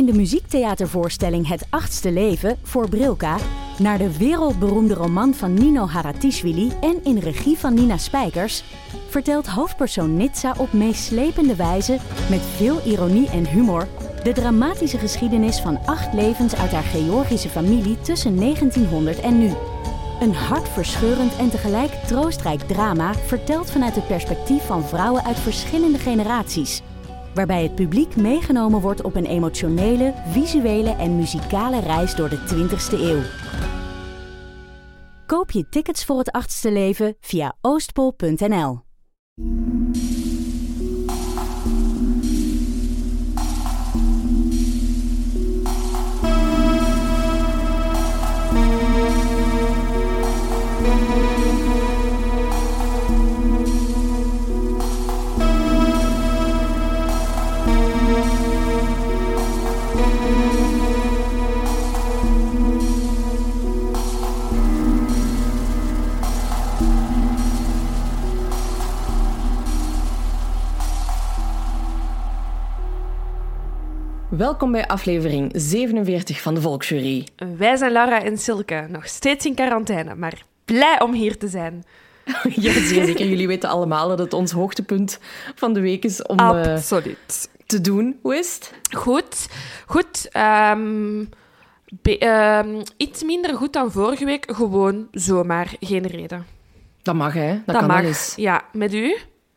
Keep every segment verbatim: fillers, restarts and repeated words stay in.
in de muziektheatervoorstelling Het Achtste Leven voor Brilka naar de wereldberoemde roman van Nino Haratischvili en in regie van Nina Spijkers vertelt hoofdpersoon Nitsa op meeslepende wijze, met veel ironie en humor, de dramatische geschiedenis van acht levens uit haar Georgische familie tussen negentienhonderd en nu. Een hartverscheurend en tegelijk troostrijk drama verteld vanuit het perspectief van vrouwen uit verschillende generaties, waarbij het publiek meegenomen wordt op een emotionele, visuele en muzikale reis door de twintigste eeuw. Koop je tickets voor Het Achtste Leven via oostpol punt n l. Welkom bij aflevering zevenenveertig van de Volksjury. Wij zijn Laura en Silke, nog steeds in quarantaine, maar blij om hier te zijn. Ja, zeer zeker. Jullie weten allemaal dat het ons hoogtepunt van de week is om Absoluut. Uh, te doen. Hoe is het? Goed. Goed. Um, be, um, iets minder goed dan vorige week. Gewoon zomaar. Geen reden. Dat mag, hè? Dat, dat kan mag. wel eens. Ja, met u?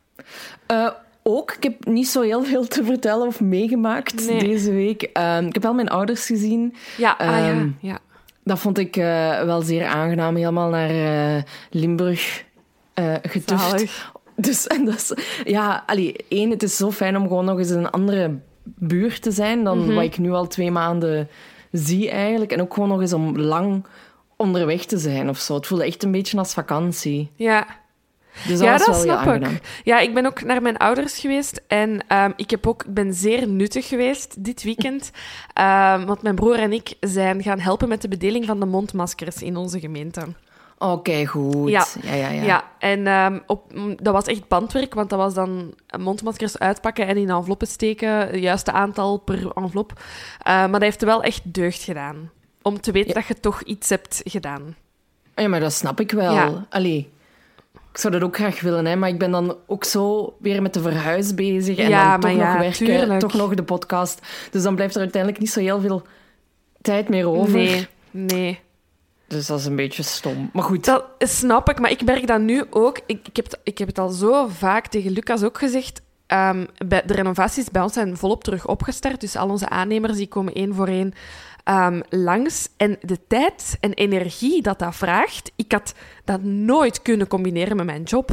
Uh, Ook. Ik heb niet zo heel veel te vertellen of meegemaakt nee. deze week. Um, ik heb wel mijn ouders gezien. Ja, um, ah, ja, ja. Dat vond ik uh, wel zeer aangenaam. Helemaal naar uh, Limburg uh, getuft. Dus, en dat is, ja, allee, één, het is zo fijn om gewoon nog eens in een andere buurt te zijn dan mm-hmm. wat ik nu al twee maanden zie eigenlijk. En ook gewoon nog eens om lang onderweg te zijn of zo. Het voelde echt een beetje als vakantie. Ja. Dus dat ja, was dat wel snap heel ik. aangenaam. Ja, ik ben ook naar mijn ouders geweest en um, ik heb ook, ben zeer nuttig geweest dit weekend. Um, want mijn broer en ik zijn gaan helpen met de bedeling van de mondmaskers in onze gemeente. Oké, okay, goed. Ja, ja, ja. ja. ja. En um, op, dat was echt bandwerk, want dat was dan mondmaskers uitpakken en in enveloppen steken, het juiste aantal per envelop. Uh, maar dat heeft wel echt deugd gedaan. Om te weten ja. dat je toch iets hebt gedaan. Ja, maar dat snap ik wel. Ja. Allee. Ik zou dat ook graag willen, hè, maar ik ben dan ook zo weer met de verhuis bezig en ja, dan toch ja, nog werken, tuurlijk. toch nog de podcast. Dus dan blijft er uiteindelijk niet zo heel veel tijd meer over. Nee, nee. Dus dat is een beetje stom. Maar goed. Dat snap ik, maar ik merk dat nu ook. Ik, ik, heb, het, ik heb het al zo vaak tegen Lucas ook gezegd. Um, bij, de renovaties bij ons zijn volop terug opgestart. Dus al onze aannemers die komen één voor één um, langs. En de tijd en energie dat dat vraagt, ik had dat nooit kunnen combineren met mijn job.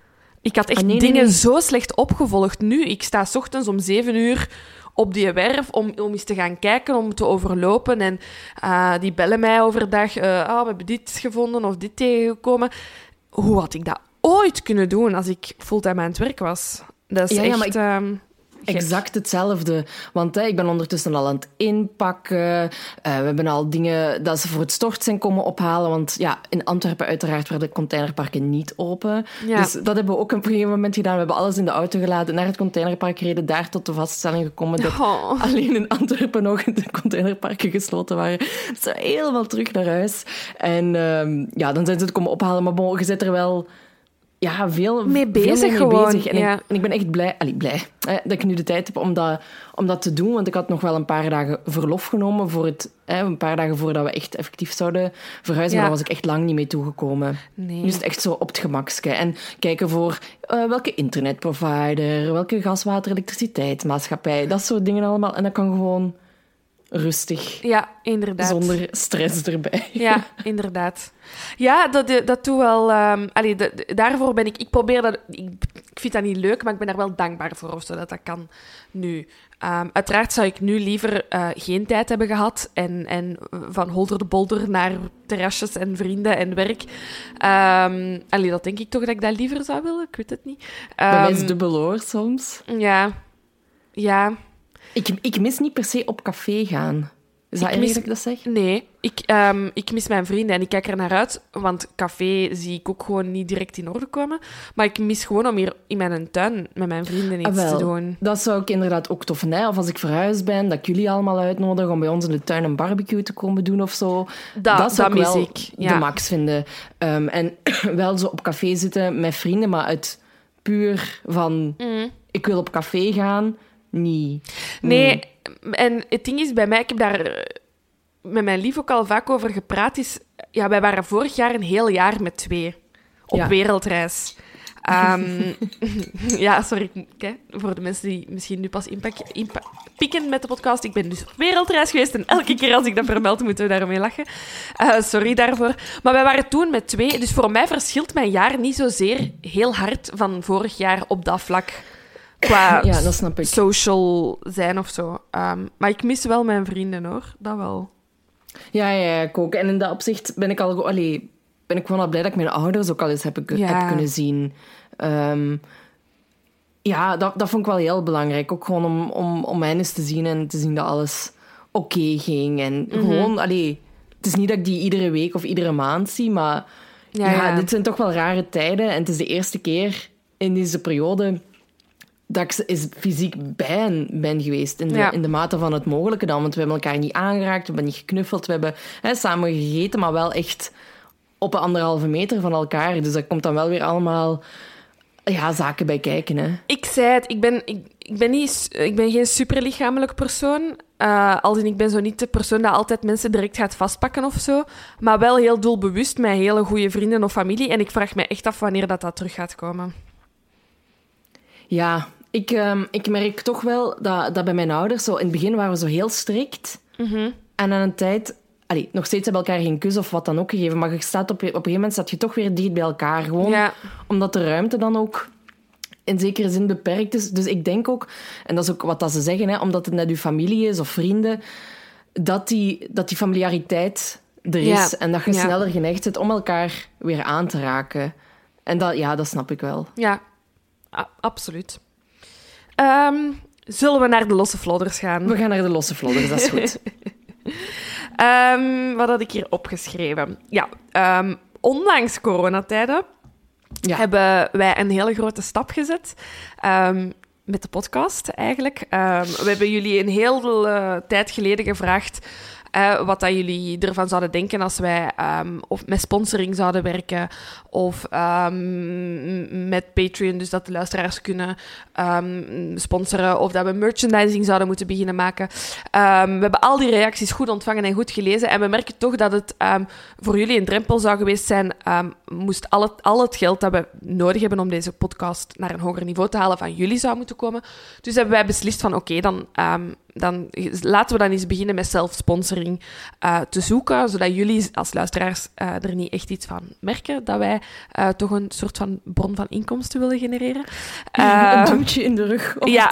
Ik had echt ah, nee, dingen nee, nee. zo slecht opgevolgd. Nu, ik sta 's ochtends om zeven uur op die werf om, om eens te gaan kijken, om te overlopen. En uh, die bellen mij overdag. Uh, oh, we hebben dit gevonden of dit tegengekomen. Hoe had ik dat ooit kunnen doen als ik fulltime aan het werk was? Dat is ja, echt... Ja, ik... um, Exact hetzelfde. Want hè, ik ben ondertussen al aan het inpakken. Uh, we hebben al dingen dat ze voor het stort zijn komen ophalen. Want ja, in Antwerpen uiteraard werden containerparken niet open. Ja. Dus dat hebben we ook op een gegeven moment gedaan. We hebben alles in de auto geladen, naar het containerpark gereden, daar tot de vaststelling gekomen dat oh. alleen in Antwerpen nog de containerparken gesloten waren. Dus we helemaal terug naar huis. En um, ja, dan zijn ze het komen ophalen. Maar bon, je zit er wel... Ja, veel mee bezig veel mee gewoon. Bezig. En, ja. ik, en ik ben echt blij, allee, blij hè, dat ik nu de tijd heb om dat, om dat te doen. Want ik had nog wel een paar dagen verlof genomen. Voor het, hè, een paar dagen voordat we echt effectief zouden verhuizen. Ja. Maar daar was ik echt lang niet mee toegekomen. Nee. Nu is het echt zo op het gemakske. En kijken voor uh, welke internetprovider, welke gas, water, elektriciteitsmaatschappij. Dat soort dingen allemaal. En dat kan gewoon... rustig. Ja, inderdaad. Zonder stress erbij. Ja, inderdaad. Ja, dat, dat doe wel... Um, allee, de, de, daarvoor ben ik... Ik probeer dat... Ik, ik vind dat niet leuk, maar ik ben daar wel dankbaar voor, of zo, dat dat kan nu. Um, uiteraard zou ik nu liever uh, geen tijd hebben gehad en, en van holder de bolder naar terrasjes en vrienden en werk. Um, allee, dat denk ik toch dat ik dat liever zou willen. Ik weet het niet. Um, Bij mij is het dubbel hoor, soms. Ja. Ja. Ik, ik mis niet per se op café gaan. Is dat Ik erg mis- dat ik dat zeg? Nee, ik, um, ik mis mijn vrienden en ik kijk er naar uit, want café zie ik ook gewoon niet direct in orde komen. Maar ik mis gewoon om hier in mijn tuin met mijn vrienden iets Ah, wel, te doen. Dat zou ik inderdaad ook tof vinden. Hè? Of als ik verhuisd ben, dat ik jullie allemaal uitnodig om bij ons in de tuin een barbecue te komen doen of zo. Dat, dat zou dat ik mis wel ik. Ja. de max vinden. Um, en wel zo op café zitten met vrienden, maar uit puur van... Mm. Ik wil op café gaan, niet. Nee, en het ding is bij mij, ik heb daar eh, met mijn lief ook al vaak over gepraat, is... Ja, wij waren vorig jaar een heel jaar met twee. Op Ja. wereldreis. Um, ja, sorry. Kijk, voor de mensen die misschien nu pas inpak- inpa- pikken met de podcast. Ik ben dus op wereldreis geweest en elke keer als ik dat vermeld, moeten we daarmee lachen. Uh, sorry daarvoor. Maar wij waren toen met twee, dus voor mij verschilt mijn jaar niet zozeer heel hard van vorig jaar op dat vlak. Qua Ja, dat snap ik. social zijn of zo. Um, maar ik mis wel mijn vrienden, hoor. Dat wel. Ja, ja, ja, ik ook. En in dat opzicht ben ik al... Allee, ben ik gewoon al blij dat ik mijn ouders ook al eens heb, Ja. heb kunnen zien. Um, ja, dat, dat vond ik wel heel belangrijk. Ook gewoon om, om, om mij eens te zien en te zien dat alles oké ging. En Mhm. gewoon, allee, het is niet dat ik die iedere week of iedere maand zie, maar Ja, ja, ja. dit zijn toch wel rare tijden. En het is de eerste keer in deze periode dat ik eens fysiek bij hen ben geweest. In de, Ja. in de mate van het mogelijke dan. Want we hebben elkaar niet aangeraakt, we hebben niet geknuffeld, we hebben hè, samen gegeten, maar wel echt op een anderhalve meter van elkaar. Dus daar komt dan wel weer allemaal ja, zaken bij kijken. Hè. Ik zei het, ik ben, ik, ik ben, niet, ik ben geen superlichamelijk persoon. Uh, als in, ik ben zo niet de persoon dat altijd mensen direct gaat vastpakken of zo. Maar wel heel doelbewust met hele goede vrienden of familie. En ik vraag me echt af wanneer dat, dat terug gaat komen. Ja, ik, um, ik merk toch wel dat, dat bij mijn ouders... Zo, in het begin waren we zo heel strikt. Mm-hmm. En aan een tijd... Allee, nog steeds hebben elkaar geen kus of wat dan ook gegeven. Maar je staat op, op een gegeven moment staat je toch weer dicht bij elkaar. Gewoon Ja. omdat de ruimte dan ook in zekere zin beperkt is. Dus ik denk ook, en dat is ook wat dat ze zeggen, hè, omdat het net uw familie is of vrienden, dat die, dat die familiariteit er is. Ja. En dat je Ja. sneller geneigd bent om elkaar weer aan te raken. En dat, ja, dat snap ik wel. Ja, a- absoluut. Um, zullen we naar de losse vlodders gaan? We gaan naar de losse vlodders, dat is goed. Um, wat had ik hier opgeschreven? Ja, um, ondanks coronatijden Ja. hebben wij een hele grote stap gezet. Um, met de podcast, eigenlijk. Um, we hebben jullie een heel uh, tijd geleden gevraagd uh, wat dat jullie ervan zouden denken als wij um, of met sponsoring zouden werken of um, met Patreon, dus dat de luisteraars kunnen um, sponsoren of dat we merchandising zouden moeten beginnen maken. Um, we hebben al die reacties goed ontvangen en goed gelezen en we merken toch dat het um, voor jullie een drempel zou geweest zijn, um, moest al het, al het geld dat we nodig hebben om deze podcast naar een hoger niveau te halen van jullie zou moeten komen. Dus hebben wij beslist van oké, okay, dan... Um, Dan laten we dan eens beginnen met zelfsponsoring uh, te zoeken, zodat jullie als luisteraars uh, er niet echt iets van merken, dat wij uh, toch een soort van bron van inkomsten willen genereren. Uh, een duwtje in de rug. Of ja,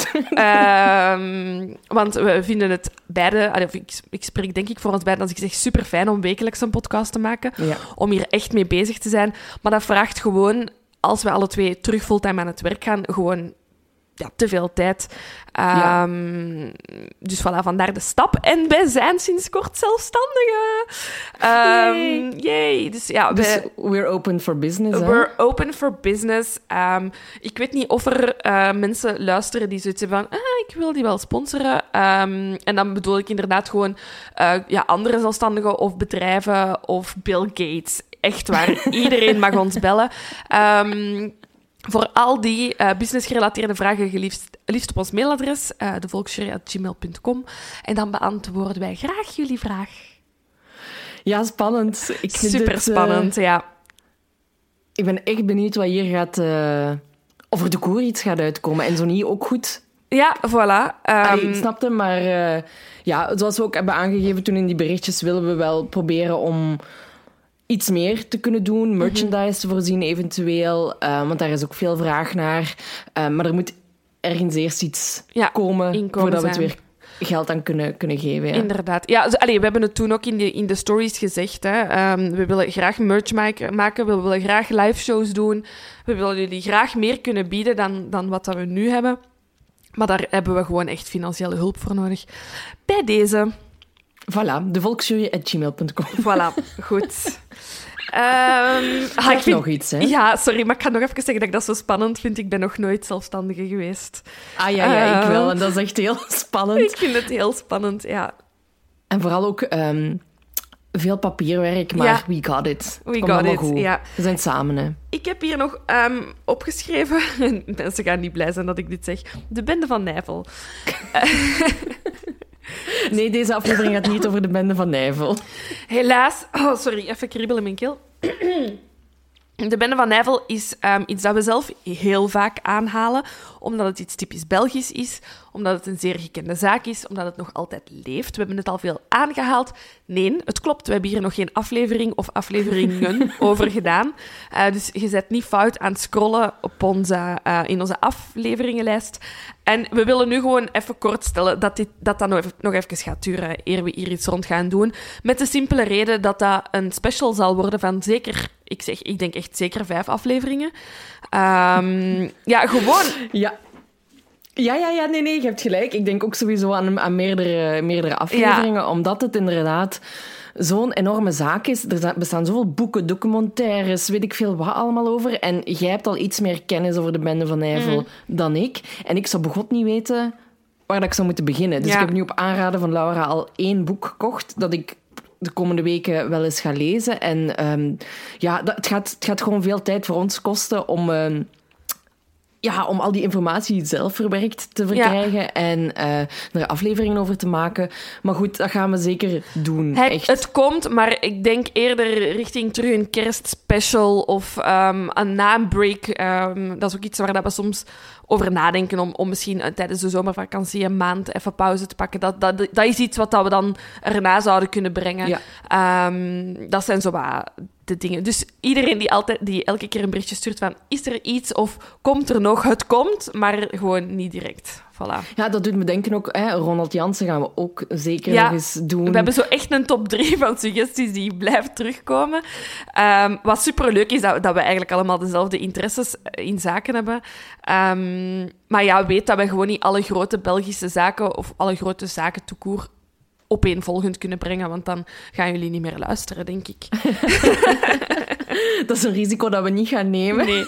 uh, want we vinden het beide, of ik, ik spreek denk ik voor ons beiden als ik zeg super fijn om wekelijks een podcast te maken, Ja. om hier echt mee bezig te zijn. Maar dat vraagt gewoon, als we alle twee terug fulltime aan het werk gaan, gewoon... Ja, te veel tijd. Ja. Um, dus voilà, vandaar de stap. En wij zijn sinds kort zelfstandigen. Um, yay. yay. Dus ja, Dus wij, we're open for business. Hè? we're open for business. Um, ik weet niet of er uh, mensen luisteren die zoiets hebben van ah, ik wil die wel sponsoren. Um, en dan bedoel ik inderdaad gewoon uh, ja, andere zelfstandigen of bedrijven of Bill Gates. Echt waar. Iedereen mag ons bellen. Um, Voor al die uh, business-gerelateerde vragen geliefst, liefst op ons mailadres, uh, devolksjury at gmail punt com. En dan beantwoorden wij graag jullie vraag. Ja, spannend. Ik vind Super dit, spannend, uh, ja. Ik ben echt benieuwd wat hier gaat... Uh, of er de koer iets gaat uitkomen. En zo niet ook goed. Ja, voilà. Um, Allee, ik snap het, maar uh, ja, zoals we ook hebben aangegeven toen in die berichtjes, willen we wel proberen om iets meer te kunnen doen, merchandise te voorzien eventueel, uh, want daar is ook veel vraag naar. Uh, maar er moet ergens eerst iets Ja, komen inkomen voordat we het zijn. weer geld aan kunnen, kunnen geven. Ja. Inderdaad. Ja, dus, allee, we hebben het toen ook in de, in de stories gezegd. Hè. Um, we willen graag merch maken, we willen graag live shows doen. We willen jullie graag meer kunnen bieden dan, dan wat dat we nu hebben. Maar daar hebben we gewoon echt financiële hulp voor nodig. Bij deze... Voilà, devolksjury at gmail punt com. Voilà, goed. Um, ah, ik vind... nog iets, hè? Ja, sorry, maar ik ga nog even zeggen dat ik dat zo spannend vind. Ik ben nog nooit zelfstandige geweest. Ah ja, ja, ik wel. En dat is echt heel spannend. Ik vind het heel spannend, ja. En vooral ook um, veel papierwerk, maar ja. we got it. We got it, goed. ja. We zijn samen, hè. Ik heb hier nog um, opgeschreven... Mensen gaan niet blij zijn dat ik dit zeg. De Bende van Nijvel. Nee, deze aflevering gaat niet over de Bende van Nijvel. Helaas... Oh, sorry, even kriebelen in mijn keel. De Bende van Nijvel is um, iets dat we zelf heel vaak aanhalen, omdat het iets typisch Belgisch is, omdat het een zeer gekende zaak is, omdat het nog altijd leeft. We hebben het al veel aangehaald. Nee, het klopt. We hebben hier nog geen aflevering of afleveringen over gedaan. Uh, dus je zet niet fout aan het scrollen op onze, uh, in onze afleveringenlijst. En we willen nu gewoon even kort stellen dat dit, dat, dat nog, even, nog even gaat duren eer we hier iets rond gaan doen. Met de simpele reden dat dat een special zal worden van zeker, ik zeg, ik denk echt zeker vijf afleveringen. Um, ja, gewoon... Ja. Ja, ja, ja, nee, nee, je hebt gelijk. Ik denk ook sowieso aan, aan meerdere, meerdere afleveringen, ja. Omdat het inderdaad zo'n enorme zaak is. Er bestaan zoveel boeken, documentaires, weet ik veel wat allemaal over. En jij hebt al iets meer kennis over de Bende van Nijvel mm. dan ik. En ik zou begot niet weten waar dat ik zou moeten beginnen. Dus ja. Ik heb nu op aanraden van Laura al één boek gekocht dat ik de komende weken wel eens ga lezen. En um, ja, dat, het, gaat, het gaat gewoon veel tijd voor ons kosten om... Um, Ja, om al die informatie zelf verwerkt te verkrijgen ja. en uh, er afleveringen over te maken. Maar goed, dat gaan we zeker doen. Hij, echt. Het komt, maar ik denk eerder richting terug een kerstspecial of um, een naambreak. Um, dat is ook iets waar we soms over nadenken om, om misschien uh, tijdens de zomervakantie een maand even pauze te pakken. Dat, dat, dat is iets wat we dan erna zouden kunnen brengen. Ja. Um, dat zijn zo wat... de dingen. Dus iedereen die, altijd, die elke keer een berichtje stuurt van is er iets of komt er nog? Het komt, maar gewoon niet direct. Voilà. Ja, dat doet me denken ook. Hè, Ronald Jansen gaan we ook zeker ja, nog eens doen. We hebben zo echt een top drie van suggesties die blijven terugkomen. Um, wat superleuk is, dat, dat we eigenlijk allemaal dezelfde interesses in zaken hebben. Um, maar ja, weet dat we gewoon niet alle grote Belgische zaken of alle grote zaken tout court opeenvolgend kunnen brengen, want dan gaan jullie niet meer luisteren, denk ik. Dat is een risico dat we niet gaan nemen. Nee.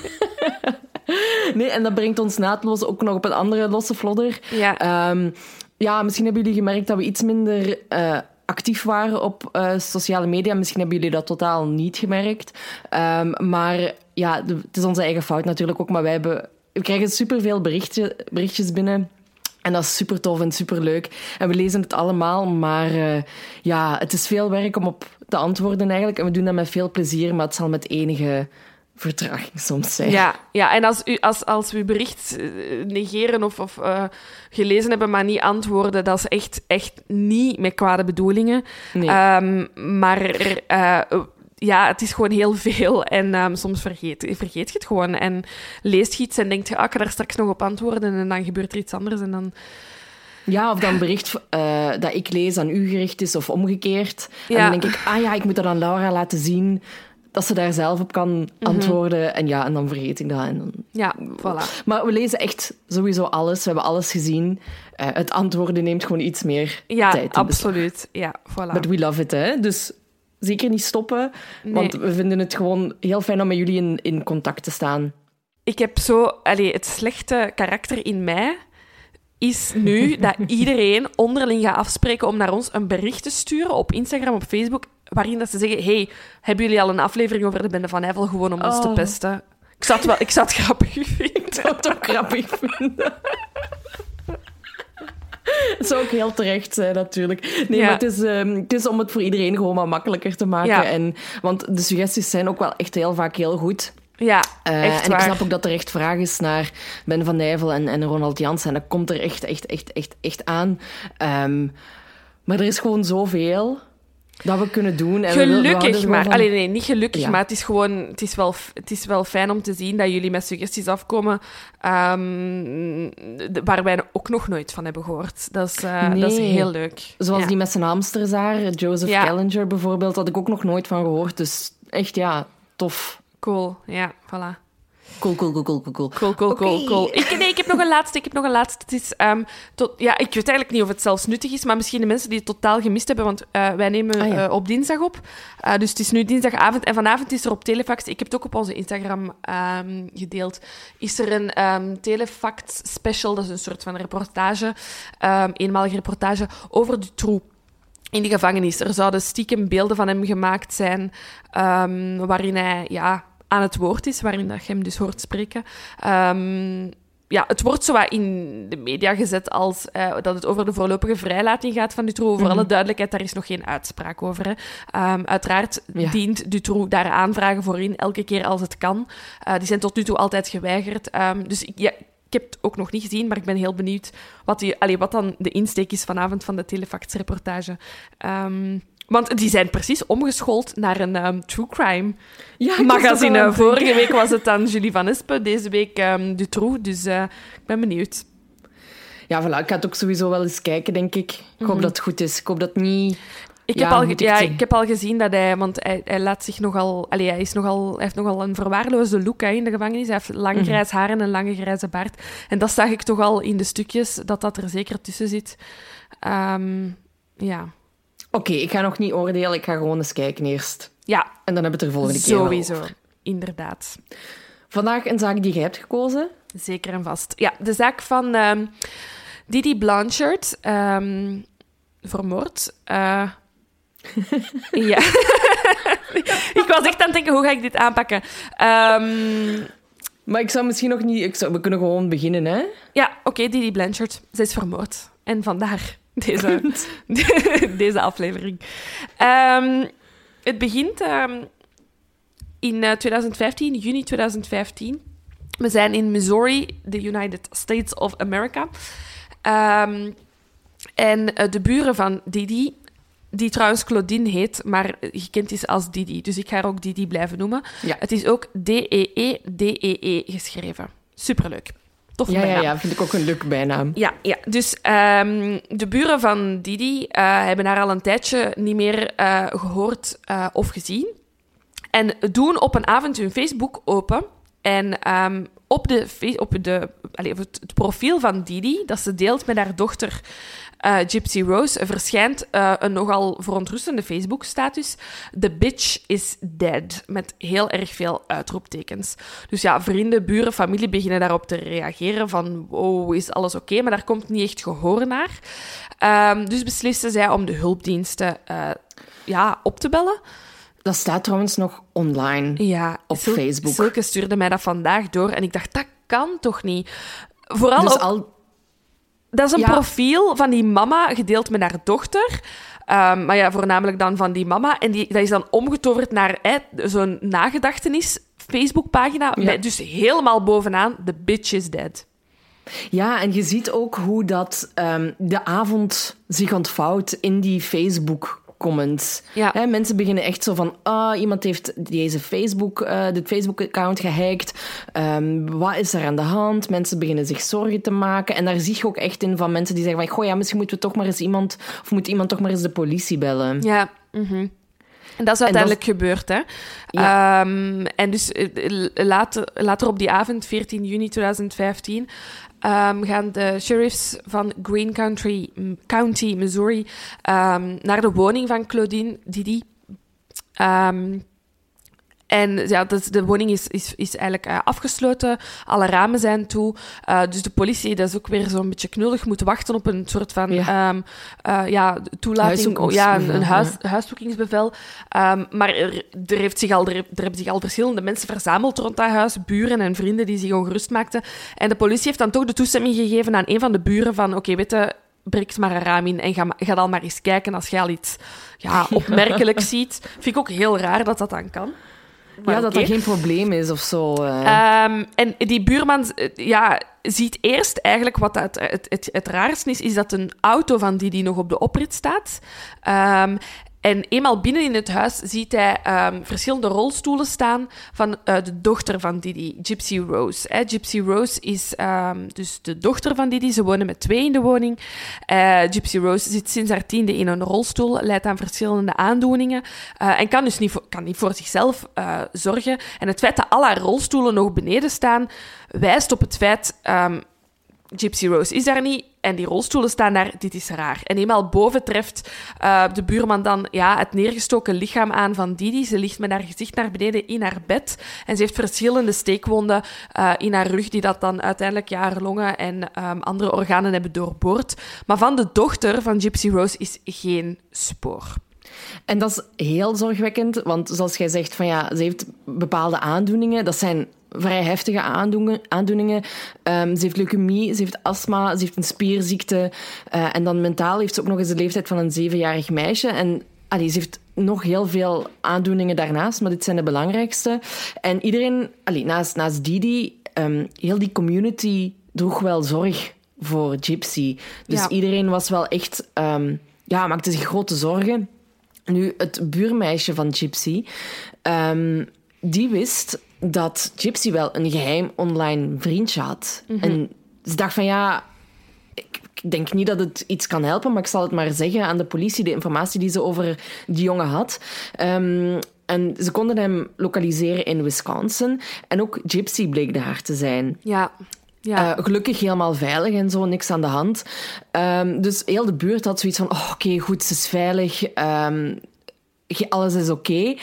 Nee, en dat brengt ons naadloos ook nog op een andere losse vlodder. Ja. Um, ja, misschien hebben jullie gemerkt dat we iets minder uh, actief waren op uh, sociale media. Misschien hebben jullie dat totaal niet gemerkt. Um, maar ja, de, het is onze eigen fout natuurlijk ook, maar wij hebben, we krijgen superveel berichtje, berichtjes binnen. En dat is super tof en super leuk. En we lezen het allemaal, maar uh, ja, het is veel werk om op te antwoorden eigenlijk. En we doen dat met veel plezier, maar het zal met enige vertraging soms zijn. Ja, ja en als, u, als, als we uw bericht negeren of, of uh, gelezen hebben, maar niet antwoorden, dat is echt, echt niet met kwade bedoelingen. Nee. Um, maar... Uh, Ja, het is gewoon heel veel en um, soms vergeet, vergeet je het gewoon en leest je iets en denkt je, ah, ik ga daar straks nog op antwoorden en dan gebeurt er iets anders en dan... Ja, of dan een bericht uh, dat ik lees aan u gericht is of omgekeerd. En ja. dan denk ik, ah ja, ik moet dat aan Laura laten zien, dat ze daar zelf op kan antwoorden. Mm-hmm. En ja, en dan vergeet ik dat. En dan... Ja, voilà. Maar we lezen echt sowieso alles. We hebben alles gezien. Uh, het antwoorden neemt gewoon iets meer ja, tijd. Ja, absoluut. Ja, voilà. But we love it, hè. Dus... Zeker niet stoppen, nee. Want we vinden het gewoon heel fijn om met jullie in, in contact te staan. Ik heb zo... Allee, het slechte karakter in mij is nu dat iedereen onderling gaat afspreken om naar ons een bericht te sturen op Instagram, op Facebook, waarin dat ze zeggen, hey, hebben jullie al een aflevering over de Bende van Nijvel gewoon om oh. ons te pesten? Ik zat wel... Ik zat grappig vinden. Ik zou het ook grappig vinden. Dat zou ook heel terecht zijn, natuurlijk. Nee, ja. maar het is, um, het is om het voor iedereen gewoon wat makkelijker te maken. Ja. En, want de suggesties zijn ook wel echt heel vaak heel goed. Ja, uh, echt En waar. ik snap ook dat er echt vraag is naar Ben van Nijvel en, en Ronald Jansen. En dat komt er echt, echt, echt, echt, echt aan. Um, maar er is gewoon zoveel... dat we kunnen doen. En gelukkig we maar. van... Allee, nee, niet gelukkig, ja. maar het is gewoon... Het is, wel, het is wel fijn om te zien dat jullie met suggesties afkomen um, waar wij ook nog nooit van hebben gehoord. Dat is, uh, nee. dat is heel leuk. Zoals ja. die met zijn hamsters daar, Joseph ja. Callinger bijvoorbeeld, had ik ook nog nooit van gehoord. Dus echt, ja, tof. Cool, ja, voilà. Cool, cool, cool, cool, cool. Cool, cool, cool, Okay. cool. Ik, nee, ik heb nog een laatste. Ik heb nog een laatste. Het is, um, tot, ja, ik weet eigenlijk niet of het zelfs nuttig is, maar misschien de mensen die het totaal gemist hebben, want uh, wij nemen ah, ja. uh, op dinsdag op. Uh, dus het is nu dinsdagavond en vanavond is er op Telefax, ik heb het ook op onze Instagram um, gedeeld, is er een um, Telefax special, dat is een soort van reportage, um, eenmalige reportage over Dutroux in de gevangenis. Er zouden stiekem beelden van hem gemaakt zijn, um, waarin hij ja, aan het woord is, waarin dat je hem dus hoort spreken. Um, ja, het wordt zo wat in de media gezet als uh, dat het over de voorlopige vrijlating gaat van Dutroux. Voor Mm-hmm. alle duidelijkheid, daar is nog geen uitspraak over. Hè. Um, uiteraard Ja. dient Dutroux daar aanvragen voor in, elke keer als het kan. Uh, die zijn tot nu toe altijd geweigerd. Um, dus ik, ja, ik heb het ook nog niet gezien, maar ik ben heel benieuwd wat, die, allee, wat dan de insteek is vanavond van de Telefax-reportage. Um, want die zijn precies omgeschoold naar een um, true crime Ja, ik was ook magazine. al aan het Vorige denken. week was het dan Julie Van Espen, deze week um, Dutroux. Dus uh, ik ben benieuwd. Ja, voilà, ik ga het ook sowieso wel eens kijken, denk ik. Ik hoop Mhm. dat het goed is. Ik hoop dat het niet... Ik, Ja, heb al, ge- moet ik ja, zeggen. ik heb al gezien dat hij... Want hij, hij laat zich nogal... Allee, hij, is nogal, hij heeft nogal een verwaarloosde look hè, in de gevangenis. Hij heeft lang Mhm. grijs haar en een lange grijze baard. En dat zag ik toch al in de stukjes, dat dat er zeker tussen zit. Um, ja. Oké, ik ga nog niet oordelen. Ik ga gewoon eens kijken eerst. Ja, En dan hebben we het er volgende keer wel sowieso. over. Inderdaad. Vandaag een zaak die jij hebt gekozen. Zeker en vast. Ja, de zaak van um, Didi Blanchard, um, vermoord. Uh, ja. Ik was echt aan het denken, hoe ga ik dit aanpakken? Um, Maar ik zou misschien nog niet... Ik zou, we kunnen gewoon beginnen, hè? ja, oké, okay, Didi Blanchard. Zij is vermoord. En vandaar deze, deze aflevering. Um, het begint um, in uh, twintig vijftien, juni twintig vijftien. We zijn in Missouri, de United States of America. Um, en uh, de buren van Didi, die trouwens Claudine heet, maar gekend is als Didi. Dus ik ga haar ook Didi blijven noemen. Ja. Het is ook D E E D E E geschreven. Superleuk. Toffe Ja, ja, bijnaam. ja, vind ik ook een leuk bijnaam. Ja, ja. Dus um, de buren van Didi uh, hebben haar al een tijdje niet meer uh, gehoord uh, of gezien. En doen op een avond hun Facebook open. En um, op, de, op, de, allez, op het, het profiel van Didi, dat ze deelt met haar dochter uh, Gypsy Rose, verschijnt uh, een nogal verontrustende Facebook-status. The bitch is dead. Met heel erg veel uitroeptekens. Dus ja, vrienden, buren, familie beginnen daarop te reageren van wow, is alles oké? Okay? Maar daar komt niet echt gehoor naar. Um, dus beslissen zij om de hulpdiensten uh, ja, op te bellen. Dat staat trouwens nog online Ja, op Sil- Facebook. Silke stuurde mij dat vandaag door en ik dacht, dat kan toch niet? Vooral Dus ook, al... dat is een ja. profiel van die mama gedeeld met haar dochter. Um, maar ja, voornamelijk dan van die mama. En die, dat is dan omgetoverd naar eh, zo'n nagedachtenis Facebookpagina. Ja. Met dus helemaal bovenaan, the bitch is dead. Ja, en je ziet ook hoe dat um, de avond zich ontvouwt in die Facebook-comments. Ja. Hè, mensen beginnen echt zo van... Ah, iemand heeft deze Facebook, uh, dit Facebook-account gehackt. Um, wat is er aan de hand? Mensen beginnen zich zorgen te maken. En daar zie je ook echt in van mensen die zeggen van... Goh, ja, misschien moeten we toch maar eens iemand... Of moet iemand toch maar eens de politie bellen. Ja, mm-hmm. En dat is uiteindelijk dat is... gebeurd, hè. Ja. Um, en dus later, later op die avond, veertien juni twintig vijftien... Um, gaan de sheriffs van Greene County, County Missouri, um, naar de woning van Claudine Didi. Um, en ja, dus de woning is, is, is eigenlijk uh, afgesloten. Alle ramen zijn toe. Uh, dus de politie, dat is ook weer zo'n beetje knullig, moet wachten op een soort van ja. um, uh, ja, toelating. Ja, een, een huis, ja. huiszoekingsbevel. Um, maar er, er, heeft zich al, er, er hebben zich al verschillende mensen verzameld rond dat huis. Buren en vrienden die zich ongerust maakten. En de politie heeft dan toch de toestemming gegeven aan een van de buren van... Oké, okay, weet je, breek maar een raam in en ga, ga dan maar eens kijken als je al iets ja, opmerkelijk ziet. Vind ik ook heel raar dat dat dan kan. Maar ja, dat okay. dat geen probleem is of zo. Uh. Um, en die buurman ja, ziet eerst eigenlijk wat het, het, het, het raarste is, is dat een auto van Didi nog op de oprit staat. Um, En eenmaal binnen in het huis ziet hij um, verschillende rolstoelen staan van uh, de dochter van Didi, Gypsy Rose. Hè. Gypsy Rose is um, dus de dochter van Didi. Ze wonen met twee in de woning. Uh, Gypsy Rose zit sinds haar tiende in een rolstoel, lijdt aan verschillende aandoeningen uh, en kan dus niet voor, kan niet voor zichzelf uh, zorgen. En het feit dat al haar rolstoelen nog beneden staan, wijst op het feit... Um, Gypsy Rose is daar niet en die rolstoelen staan daar, dit is raar. En eenmaal boven treft uh, de buurman dan ja, het neergestoken lichaam aan van Didi. Ze ligt met haar gezicht naar beneden in haar bed en ze heeft verschillende steekwonden uh, in haar rug die dat dan uiteindelijk ja, haar longen en um, andere organen hebben doorboord. Maar van de dochter van Gypsy Rose is geen spoor. En dat is heel zorgwekkend, want zoals jij zegt, van ja, ze heeft bepaalde aandoeningen. Dat zijn vrij heftige aandoeningen. aandoeningen. Um, ze heeft leukemie, ze heeft astma, ze heeft een spierziekte. Uh, en dan mentaal heeft ze ook nog eens de leeftijd van een zevenjarig meisje. En allee, ze heeft nog heel veel aandoeningen daarnaast, maar dit zijn de belangrijkste. En iedereen, allee, naast, naast Didi, um, heel die community droeg wel zorg voor Gypsy. Dus ja. Iedereen was wel echt... Um, ja, maakte zich grote zorgen. Nu, het buurmeisje van Gypsy, um, die wist dat Gypsy wel een geheim online vriendje had. Mm-hmm. En ze dacht van ja, ik, ik denk niet dat het iets kan helpen, maar ik zal het maar zeggen aan de politie, de informatie die ze over die jongen had. Um, en ze konden hem lokaliseren in Wisconsin. En ook Gypsy bleek daar te zijn. Ja. Ja. Uh, gelukkig helemaal veilig en zo, niks aan de hand. Um, dus heel de buurt had zoiets van, oh, oké, okay, goed, ze is veilig. Um, alles is oké. Okay.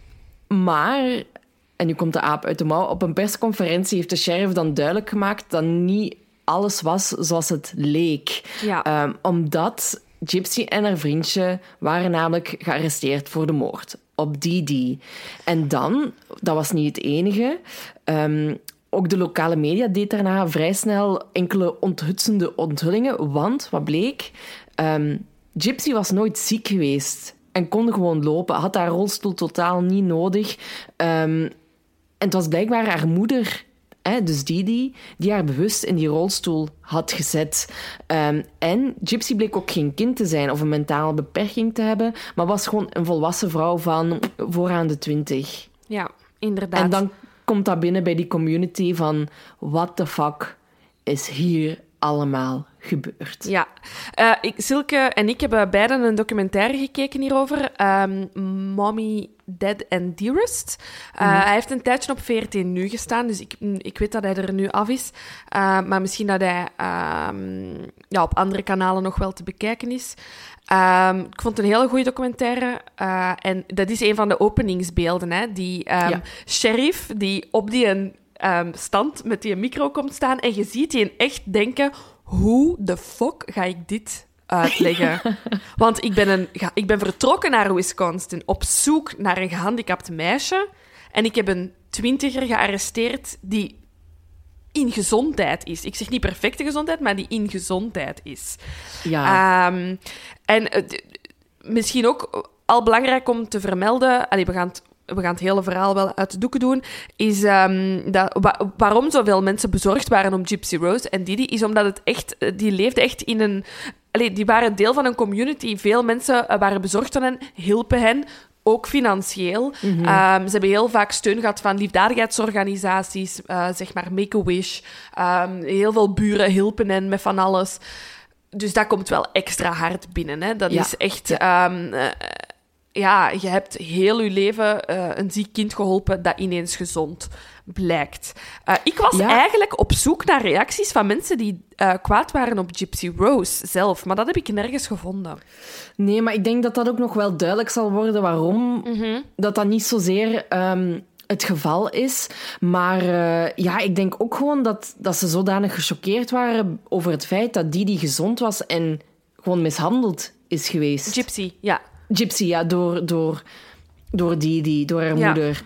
Maar, en nu komt de aap uit de mouw, op een persconferentie heeft de sheriff dan duidelijk gemaakt dat niet alles was zoals het leek. Ja. Um, omdat Gypsy en haar vriendje waren namelijk gearresteerd voor de moord op Didi. En dan, dat was niet het enige... Um, Ook de lokale media deed daarna vrij snel enkele onthutsende onthullingen. Want, wat bleek? Um, Gypsy was nooit ziek geweest en kon gewoon lopen. Had haar rolstoel totaal niet nodig. Um, en het was blijkbaar haar moeder, hè, dus Didi, die haar bewust in die rolstoel had gezet. Um, en Gypsy bleek ook geen kind te zijn of een mentale beperking te hebben, maar was gewoon een volwassen vrouw van vooraan de twintig. Ja, inderdaad. En dan komt dat binnen bij die community van what the fuck is hier allemaal gebeurd. Ja, uh, ik, Silke en ik hebben beiden een documentaire gekeken hierover. Um, Mommy, Dead and Dearest. Uh, mm-hmm. Hij heeft een tijdje op V R T Nu gestaan, dus ik, ik weet dat hij er nu af is. Uh, maar misschien dat hij um, ja, op andere kanalen nog wel te bekijken is. Um, ik vond het een hele goede documentaire. Uh, en dat is een van de openingsbeelden. Hè? Die um, ja. sheriff die op die um, stand met die micro komt staan. En je ziet die echt denken... Hoe de fuck ga ik dit uitleggen? Ja. Want ik ben, een, ik ben vertrokken naar Wisconsin op zoek naar een gehandicapt meisje. En ik heb een twintiger gearresteerd die in gezondheid is. Ik zeg niet perfecte gezondheid, maar die in gezondheid is. Ja. Um, en uh, d- misschien ook al belangrijk om te vermelden... Allee, we gaan het... we gaan het hele verhaal wel uit de doeken doen, is um, dat, wa- waarom zoveel mensen bezorgd waren om Gypsy Rose en Didi, is omdat het echt, die leefde echt in een... Allee, die waren deel van een community. Veel mensen uh, waren bezorgd van hen, hielpen hen, ook financieel. Mm-hmm. Um, ze hebben heel vaak steun gehad van liefdadigheidsorganisaties, uh, zeg maar Make-A-Wish. Um, heel veel buren hielpen hen met van alles. Dus dat komt wel extra hard binnen. Hè? Dat ja. is echt... Ja. Um, uh, Ja, je hebt heel je leven uh, een ziek kind geholpen dat ineens gezond blijkt. Uh, ik was ja. eigenlijk op zoek naar reacties van mensen die uh, kwaad waren op Gypsy Rose zelf, maar dat heb ik nergens gevonden. Nee, maar ik denk dat dat ook nog wel duidelijk zal worden waarom mm-hmm. dat dat niet zozeer um, het geval is. Maar uh, ja, ik denk ook gewoon dat, dat ze zodanig gechoqueerd waren over het feit dat Didi gezond was en gewoon mishandeld is geweest. Gypsy, ja. Gypsy, ja, door, door, door Didi, door haar ja. moeder.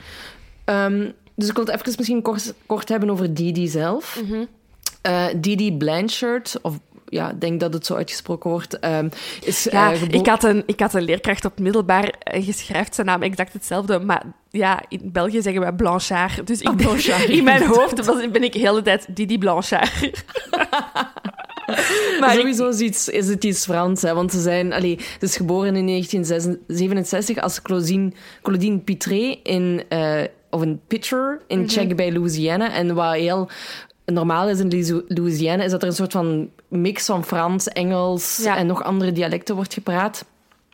Um, dus ik wil het even misschien kort, kort hebben over Didi zelf. Mm-hmm. Uh, Didi Blanchard, of ja, ik denk dat het zo uitgesproken wordt, um, is ja, uh, gebo- ik, had een, ik had een leerkracht op het middelbaar, uh, je schrijft zijn naam exact hetzelfde, maar ja, in België zeggen wij Blanchard. Dus ik, oh, Blanchard. in mijn hoofd was, ben ik de hele tijd Didi Blanchard. Maar sowieso is, iets, is het iets Frans, hè, want ze zijn... Allee, ze is geboren in negentien zevenenzestig als Claudine, Claudine Pitré in... Uh, of een pitcher in mm-hmm. Check bij Louisiana. En wat heel normaal is in Louisiana, is dat er een soort van mix van Frans, Engels ja. en nog andere dialecten wordt gepraat.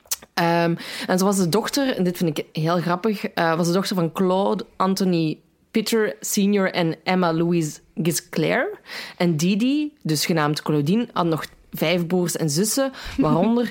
Um, en ze was de dochter, en dit vind ik heel grappig, uh, was de dochter van Claude Anthony Pitcher senior en Emma Louise Gisclair. En Didi, dus genaamd Claudine, had nog vijf broers en zussen, waaronder,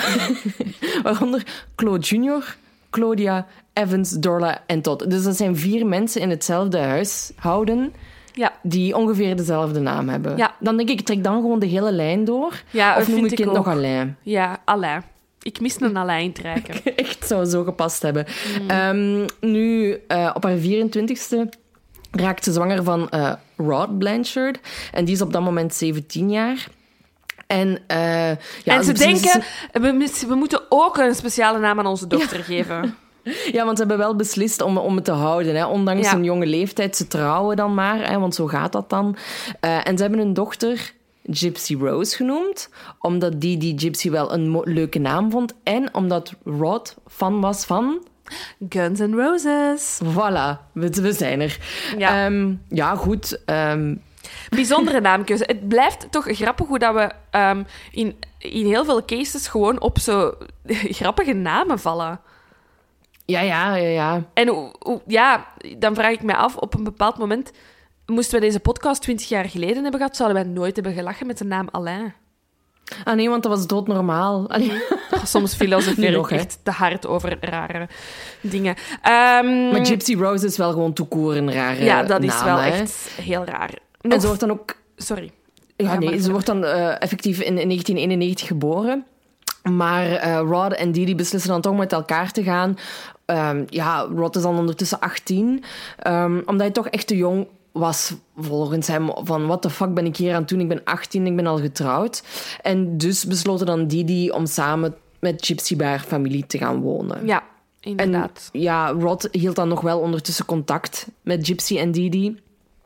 waaronder Claude junior, Claudia, Evans, Dorla en Todd. Dus dat zijn vier mensen in hetzelfde huishouden ja. die ongeveer dezelfde naam hebben. Ja. Dan denk ik, trek dan gewoon de hele lijn door. Ja, of noem ik kind ook. nog Alain? Ja, Alain. Ik mis een Alain trekken. Echt, zou zo gepast hebben. Mm. Um, nu, uh, op haar vierentwintigste raakt ze zwanger van uh, Rod Blanchard. En die is op dat moment zeventien jaar. En, uh, ja, en ze denken, we, we moeten ook een speciale naam aan onze dochter ja. geven. Ja, want ze hebben wel beslist om, om het te houden. Hè. Ondanks ja. een jonge leeftijd. Ze trouwen dan maar, hè, want zo gaat dat dan. Uh, en ze hebben hun dochter Gypsy Rose genoemd, omdat die die Gypsy wel een mo- leuke naam vond. En omdat Rod fan was van... Guns N' Roses. Voilà, we, we zijn er. Ja, um, ja goed... Um, Bijzondere naamkeuze. Het blijft toch grappig hoe dat we um, in, in heel veel cases gewoon op zo grappige namen vallen. Ja, ja, ja, ja. En hoe, hoe, ja, dan vraag ik mij af, op een bepaald moment... Moesten we deze podcast twintig jaar geleden hebben gehad, zouden wij nooit hebben gelachen met de naam Alain. Ah nee, want dat was doodnormaal. Soms filosofeer ik echt te hard over rare dingen. Um, maar Gypsy Rose is wel gewoon toekoor een rare Ja, dat is naam, wel hè? echt heel raar. Nog... En ze wordt dan ook... Sorry. Ja, ja nee, ze wordt dan uh, effectief in, in negentien eenennegentig geboren. Maar uh, Rod en Didi beslissen dan toch met elkaar te gaan. Um, ja, Rod is dan ondertussen achttien. Um, omdat hij toch echt te jong was volgens hem van... What the fuck ben ik hier aan het doen? Ik ben achttien, ik ben al getrouwd. En dus besloten dan Didi om samen met Gypsy bij haar familie te gaan wonen. Ja, inderdaad. En ja, Rod hield dan nog wel ondertussen contact met Gypsy en Didi.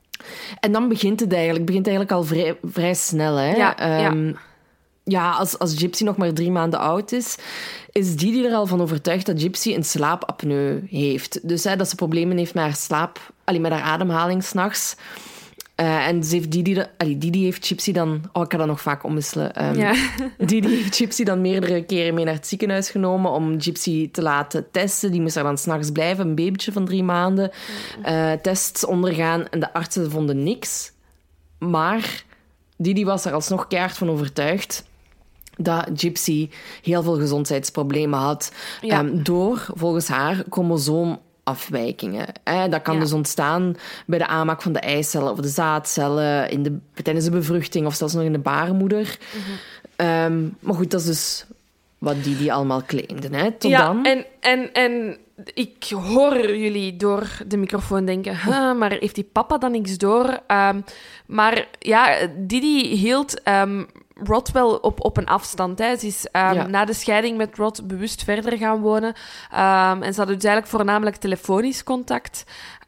En dan begint het eigenlijk. begint eigenlijk al vrij, vrij snel, hè. Ja, um, ja. Ja, als, als Gypsy nog maar drie maanden oud is, is Didi er al van overtuigd dat Gypsy een slaapapneu heeft. Dus hè, dat ze problemen heeft met haar slaap, allee, met haar ademhaling 's nachts. Uh, en ze heeft Didi, allee, Didi heeft Gypsy dan... Oh, ik ga dat nog vaak omwisselen. Um, ja. Didi heeft Gypsy dan meerdere keren mee naar het ziekenhuis genomen om Gypsy te laten testen. Die moest er dan 's nachts blijven, een babytje van drie maanden. Uh, tests ondergaan en de artsen vonden niks. Maar Didi was er alsnog keihard van overtuigd dat Gypsy heel veel gezondheidsproblemen had. Ja. Um, door, volgens haar, chromosoomafwijkingen. Eh, dat kan ja. dus ontstaan bij de aanmaak van de eicellen of de zaadcellen, in de, tijdens de bevruchting of zelfs nog in de baarmoeder. Mm-hmm. Um, maar goed, dat is dus wat Didi allemaal claimde. Hè, tot ja, dan. En, en, en ik hoor jullie door de microfoon denken, huh, maar heeft die papa dan niks door? Um, maar ja, Didi hield... Um, Rod wel op, op een afstand. Hè. Ze is um, ja. na de scheiding met Rod bewust verder gaan wonen. Um, en ze hadden dus eigenlijk voornamelijk telefonisch contact.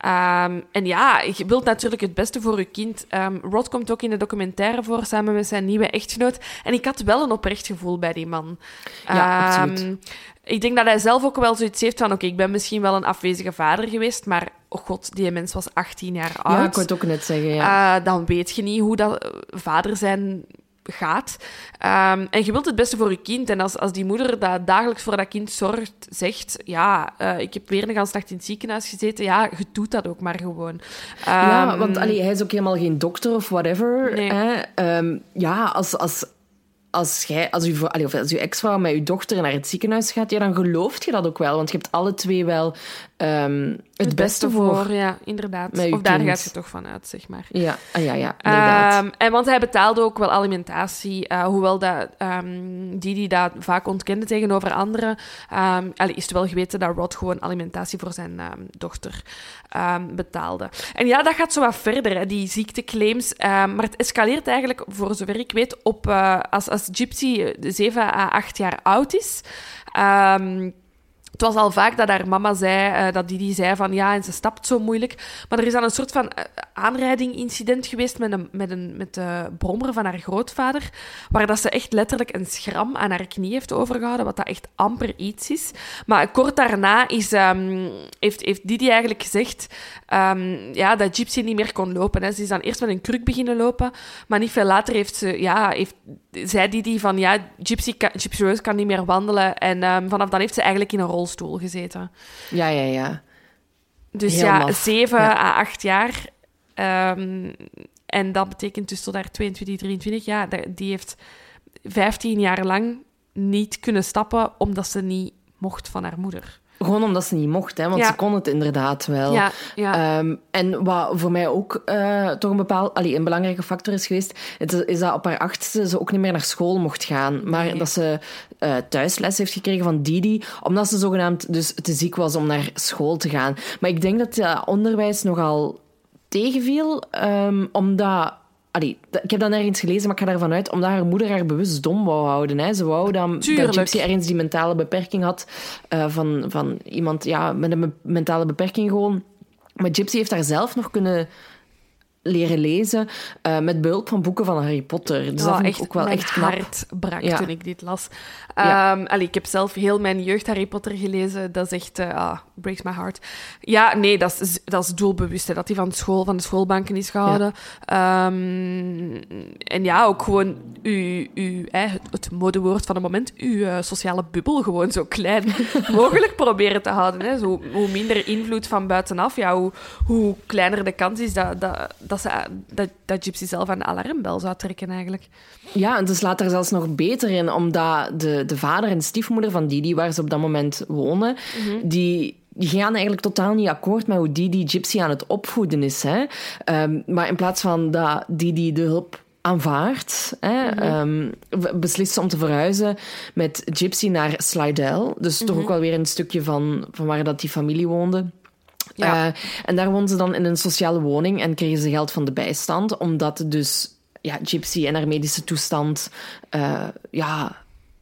Um, en ja, je wilt natuurlijk het beste voor je kind. Um, Rod komt ook in de documentaire voor, samen met zijn nieuwe echtgenoot. En ik had wel een oprecht gevoel bij die man. Ja, um, absoluut. Ik denk dat hij zelf ook wel zoiets heeft van... Oké, okay, ik ben misschien wel een afwezige vader geweest, maar... Oh god, die mens was achttien jaar oud. Ja, ik wou het ook net zeggen, ja. Uh, dan weet je niet hoe dat vader zijn... gaat. Um, en je wilt het beste voor je kind. En als, als die moeder dat dagelijks voor dat kind zorgt, zegt... Ja, uh, ik heb weer een hele nacht in het ziekenhuis gezeten. Ja, je doet dat ook maar gewoon. Um, ja, want allee, hij is ook helemaal geen dokter of whatever. Nee. Hè? Um, ja, als... als Als, jij, als, uw, allee, of als uw ex-vrouw met uw dochter naar het ziekenhuis gaat, ja, dan gelooft je dat ook wel. Want je hebt alle twee wel um, het, het beste, beste voor. voor ja, inderdaad. Of daar kind. Gaat je toch van uit, zeg maar. Ja, ah, ja, ja inderdaad. Um, en want hij betaalde ook wel alimentatie. Uh, hoewel dat, um, Didi dat vaak ontkende tegenover anderen. Um, allee, is het wel geweten dat Rod gewoon alimentatie voor zijn um, dochter um, betaalde. En ja, dat gaat zo wat verder, hè, die ziekteclaims. Um, maar het escaleert eigenlijk, voor zover ik weet, op... Uh, als, als Gypsy zeven à acht jaar oud is, um, Het was al vaak dat haar mama zei, uh, dat Didi zei van ja, en ze stapt zo moeilijk. Maar er is dan een soort van uh, aanrijding-incident geweest met, een, met, een, met de brommer van haar grootvader, waar dat ze echt letterlijk een schram aan haar knie heeft overgehouden, wat dat echt amper iets is. Maar kort daarna is, um, heeft, heeft Didi eigenlijk gezegd um, ja, dat Gypsy niet meer kon lopen. Hè. Ze is dan eerst met een kruk beginnen lopen, maar niet veel later heeft ze, ja, heeft, zei Didi van ja, Gypsy, kan, Gypsy Rose kan niet meer wandelen. En um, vanaf dan heeft ze eigenlijk in een rolstoel gezeten. Ja, ja, ja. Dus Heel ja, maf. zeven Ja. à acht jaar. Um, en dat betekent dus tot haar tweeëntwintig, drieëntwintig. Ja, die heeft vijftien jaar lang niet kunnen stappen, omdat ze niet mocht van haar moeder. Gewoon omdat ze niet mocht, hè, want Ja. ze kon het inderdaad wel. Ja, ja. Um, en wat voor mij ook uh, toch een, bepaald, allee, een belangrijke factor is geweest, het is, is dat op haar achtste ze ook niet meer naar school mocht gaan. Maar Nee. dat ze uh, thuisles heeft gekregen van Didi, omdat ze zogenaamd dus te ziek was om naar school te gaan. Maar ik denk dat dat onderwijs nogal tegenviel, um, omdat... Allee, ik heb dat nergens gelezen, maar ik ga ervan uit, omdat haar moeder haar bewust dom wou houden. Hè. Ze wou dat, dat Gypsy ergens die mentale beperking had uh, van, van iemand ja, met een me- mentale beperking gewoon. Maar Gypsy heeft haar zelf nog kunnen leren lezen uh, met behulp van boeken van Harry Potter. Dus Oh, dat vond echt, ik ook wel mijn echt knap. hart brak Ja. toen ik dit las. Ja. Um, allee, ik heb zelf heel mijn jeugd Harry Potter gelezen. Dat is echt... Uh, ah, breaks my heart. Ja, nee, dat is, dat is doelbewust. Hè, dat hij van de school, van de schoolbanken is gehouden. Ja. Um, en ja, ook gewoon uw, uw, hè, het, het modewoord van het moment, uw uh, sociale bubbel gewoon zo klein mogelijk proberen te houden. Hè. Zo, hoe minder invloed van buitenaf, ja, hoe, hoe kleiner de kans is dat, dat, dat, ze, dat, dat Gypsy zelf aan de alarmbel zou trekken eigenlijk. Ja, en ze slaat er zelfs nog beter in, omdat de, de vader en stiefmoeder van Didi, waar ze op dat moment wonen, mm-hmm. die... Die gaan eigenlijk totaal niet akkoord met hoe Didi Gypsy aan het opvoeden is. Hè? Um, maar in plaats van dat Didi de hulp aanvaardt, hè, mm-hmm. um, beslist ze om te verhuizen met Gypsy naar Slidell. Dus mm-hmm. toch ook wel weer een stukje van, van waar dat die familie woonde. Ja. Uh, en daar woonden ze dan in een sociale woning en kregen ze geld van de bijstand, omdat dus ja, Gypsy en haar medische toestand... Uh, ja...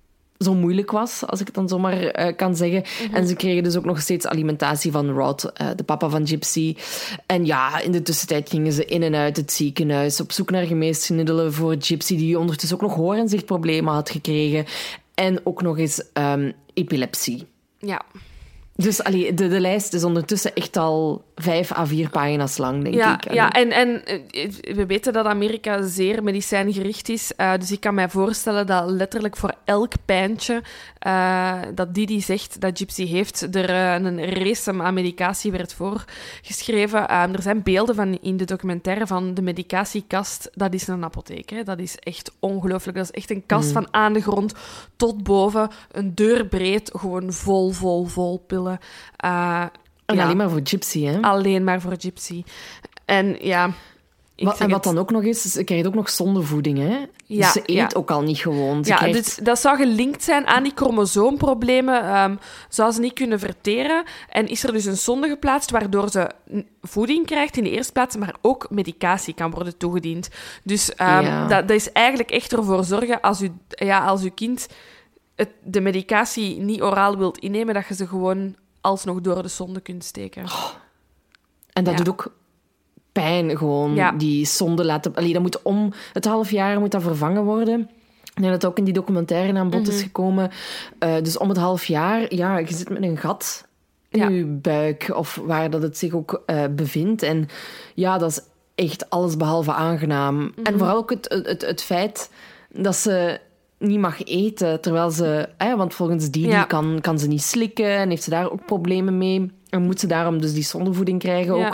zo moeilijk was, als ik het dan zomaar uh, kan zeggen. Mm-hmm. En ze kregen dus ook nog steeds alimentatie van Rod, uh, de papa van Gypsy. En ja, in de tussentijd gingen ze in en uit het ziekenhuis op zoek naar geneesmiddelen voor Gypsy, die ondertussen ook nog hoorinzichtproblemen had gekregen. En ook nog eens um, epilepsie. Ja. Dus allee, de, de lijst is ondertussen echt al vijf à vier pagina's lang, denk ja, ik. Allee. Ja, en, en we weten dat Amerika zeer medicijngericht is. Uh, dus ik kan mij voorstellen dat letterlijk voor elk pijntje uh, dat Didi zegt dat Gypsy heeft, er uh, een race aan medicatie werd voorgeschreven. Uh, er zijn beelden van in de documentaire van de medicatiekast. Dat is een apotheek. Hè. Dat is echt ongelooflijk. Dat is echt een kast mm. van aan de grond tot boven. Een deur breed, gewoon vol, vol, vol pillen. Uh, En ja, alleen maar voor Gypsy, hè? Alleen maar voor Gypsy. En ja... Ik wat, en wat het... dan ook nog is, ze krijgt ook nog zondevoeding, hè? Ja, dus ze eet ja. ook al niet gewoon. Ze ja, krijgt... dus dat zou gelinkt zijn aan die chromosoomproblemen. Um, zou ze niet kunnen verteren. En is er dus een sonde geplaatst, waardoor ze voeding krijgt in de eerste plaats, maar ook medicatie kan worden toegediend. Dus um, ja. dat, dat is eigenlijk echt ervoor zorgen, als, u, ja, als uw kind het, de medicatie niet oraal wilt innemen, dat je ze gewoon alsnog door de sonde kunt steken. Oh. En dat ja. doet ook pijn, gewoon. Ja. Die sonde laten... Allee, dat moet om het half jaar moet dat vervangen worden. Ik denk dat ook in die documentaire aan bod mm-hmm. is gekomen. Uh, dus om het half jaar, ja, je zit met een gat in ja. je buik, of waar dat het zich ook uh, bevindt. En ja, dat is echt allesbehalve aangenaam. Mm-hmm. En vooral ook het, het, het feit dat ze niet mag eten, terwijl ze... Eh, want volgens die, ja. die kan, kan ze niet slikken en heeft ze daar ook problemen mee. En moet ze daarom dus die zondevoeding krijgen ja. ook.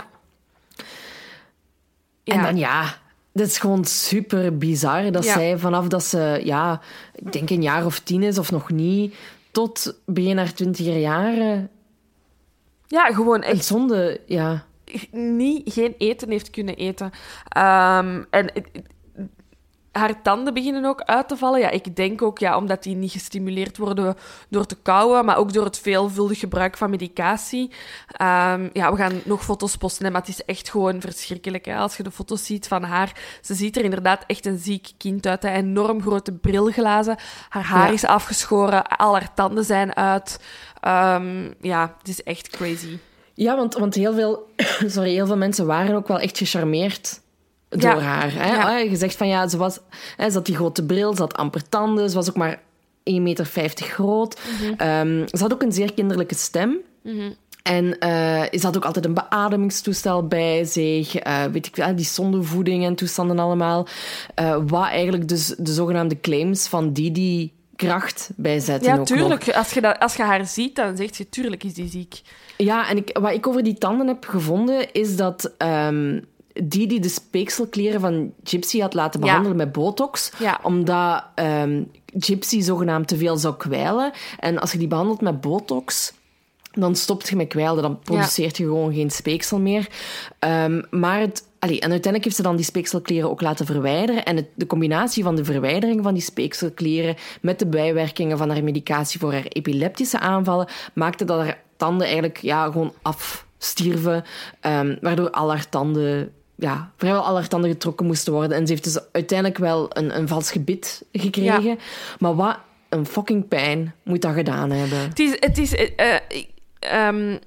Ja. En dan ja, dat is gewoon super bizar dat ja. zij vanaf dat ze, ja, ik denk een jaar of tien is of nog niet, tot begin haar twintiger jaren... Ja, gewoon echt... Een zonde, ja. Niet, geen eten heeft kunnen eten. Um, en... haar tanden beginnen ook uit te vallen. Ja, ik denk ook ja, omdat die niet gestimuleerd worden door te kauwen, maar ook door het veelvuldig gebruik van medicatie. Um, ja, we gaan nog foto's posten, hè, maar het is echt gewoon verschrikkelijk. Hè, als je de foto's ziet van haar. Ze ziet er inderdaad echt een ziek kind uit. Hè, enorm grote brilglazen. Haar haar ja. is afgeschoren. Al haar tanden zijn uit. Um, ja, het is echt crazy. Ja, want, want heel, veel, sorry, heel veel mensen waren ook wel echt gecharmeerd door ja. haar. Hè? Ja. Je zegt van ja, ze, was, hè, ze had die grote bril, ze had amper tanden, ze was ook maar één meter vijftig groot. Mm-hmm. Um, ze had ook een zeer kinderlijke stem. Mm-hmm. En uh, ze had ook altijd een beademingstoestel bij zich. Uh, weet ik wel, die zondevoeding en toestanden allemaal. Uh, wat eigenlijk dus de zogenaamde claims van Didi kracht bijzetten. Ja, ook tuurlijk. nog. Als je, dat, als je haar ziet, dan zeg je, tuurlijk is die ziek. Ja, en ik, wat ik over die tanden heb gevonden, is dat um, Didi de speekselklieren van Gypsy had laten behandelen ja. met botox. Ja. Omdat um, Gypsy zogenaamd te veel zou kwijlen. En als je die behandelt met botox, dan stopt je met kwijlen. Dan produceert je ja. gewoon geen speeksel meer. Um, maar het... Allee, en uiteindelijk heeft ze dan die speekselklieren ook laten verwijderen. En het, de combinatie van de verwijdering van die speekselklieren met de bijwerkingen van haar medicatie voor haar epileptische aanvallen maakte dat haar tanden eigenlijk ja, gewoon afstierven. Um, waardoor al haar tanden... Ja, vrijwel al haar tanden getrokken moesten worden. En ze heeft dus uiteindelijk wel een, een vals gebit gekregen. Ja. Maar wat een fucking pijn moet dat gedaan hebben. Het is... Het is uh, um...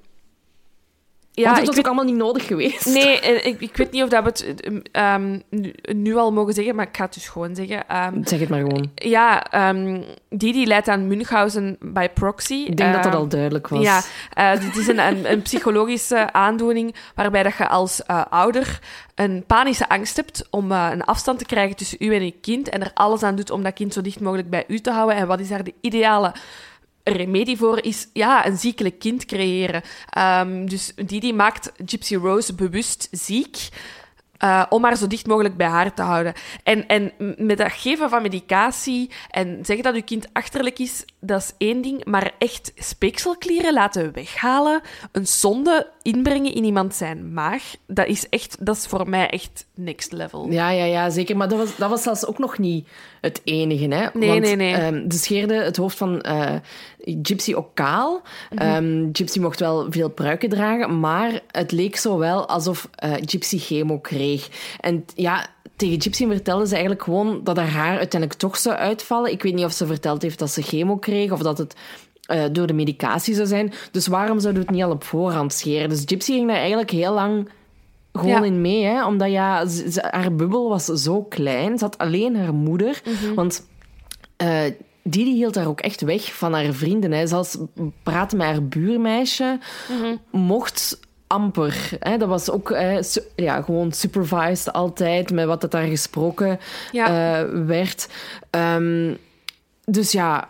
Ja, Want het was ook weet... allemaal niet nodig geweest. Nee, ik, ik weet niet of dat we het um, nu, nu al mogen zeggen, maar ik ga het dus gewoon zeggen. Um, zeg het maar gewoon. Ja, um, Didi leidt aan Münchhausen by proxy. Ik denk uh, dat dat al duidelijk was. Ja, uh, dit is een, een, een psychologische aandoening waarbij dat je als uh, ouder een panische angst hebt om uh, een afstand te krijgen tussen u en je kind en er alles aan doet om dat kind zo dicht mogelijk bij u te houden. En wat is daar de ideale remedie voor is ja, een ziekelijk kind creëren. Um, dus Didi maakt Gypsy Rose bewust ziek uh, om haar zo dicht mogelijk bij haar te houden. En, en met dat geven van medicatie en zeggen dat je kind achterlijk is, dat is één ding. Maar echt speekselklieren laten weghalen, een sonde inbrengen in iemand zijn maag, dat is, echt, dat is voor mij echt next level. Ja, ja, ja, zeker. Maar dat was, dat was zelfs ook nog niet het enige. Hè? Nee, Want, nee, nee. Um, ze scheerde het hoofd van uh, Gypsy ook kaal. Mm-hmm. Um, Gypsy mocht wel veel pruiken dragen, maar het leek zo wel alsof uh, Gypsy chemo kreeg. En ja, tegen Gypsy vertelde ze eigenlijk gewoon dat haar haar uiteindelijk toch zou uitvallen. Ik weet niet of ze verteld heeft dat ze chemo kreeg of dat het uh, door de medicatie zou zijn. Dus waarom zouden we het niet al op voorhand scheren? Dus Gypsy ging daar eigenlijk heel lang gewoon ja. in mee, hè? Omdat ja, ze, ze, haar bubbel was zo klein. Ze had alleen haar moeder. Mm-hmm. Want uh, Didi hield haar ook echt weg van haar vrienden. Hè. Zelfs praten met haar buurmeisje mm-hmm. mocht amper. Hè. Dat was ook hè, su- ja, gewoon supervised altijd met wat er daar gesproken ja. uh, werd. Um, dus ja,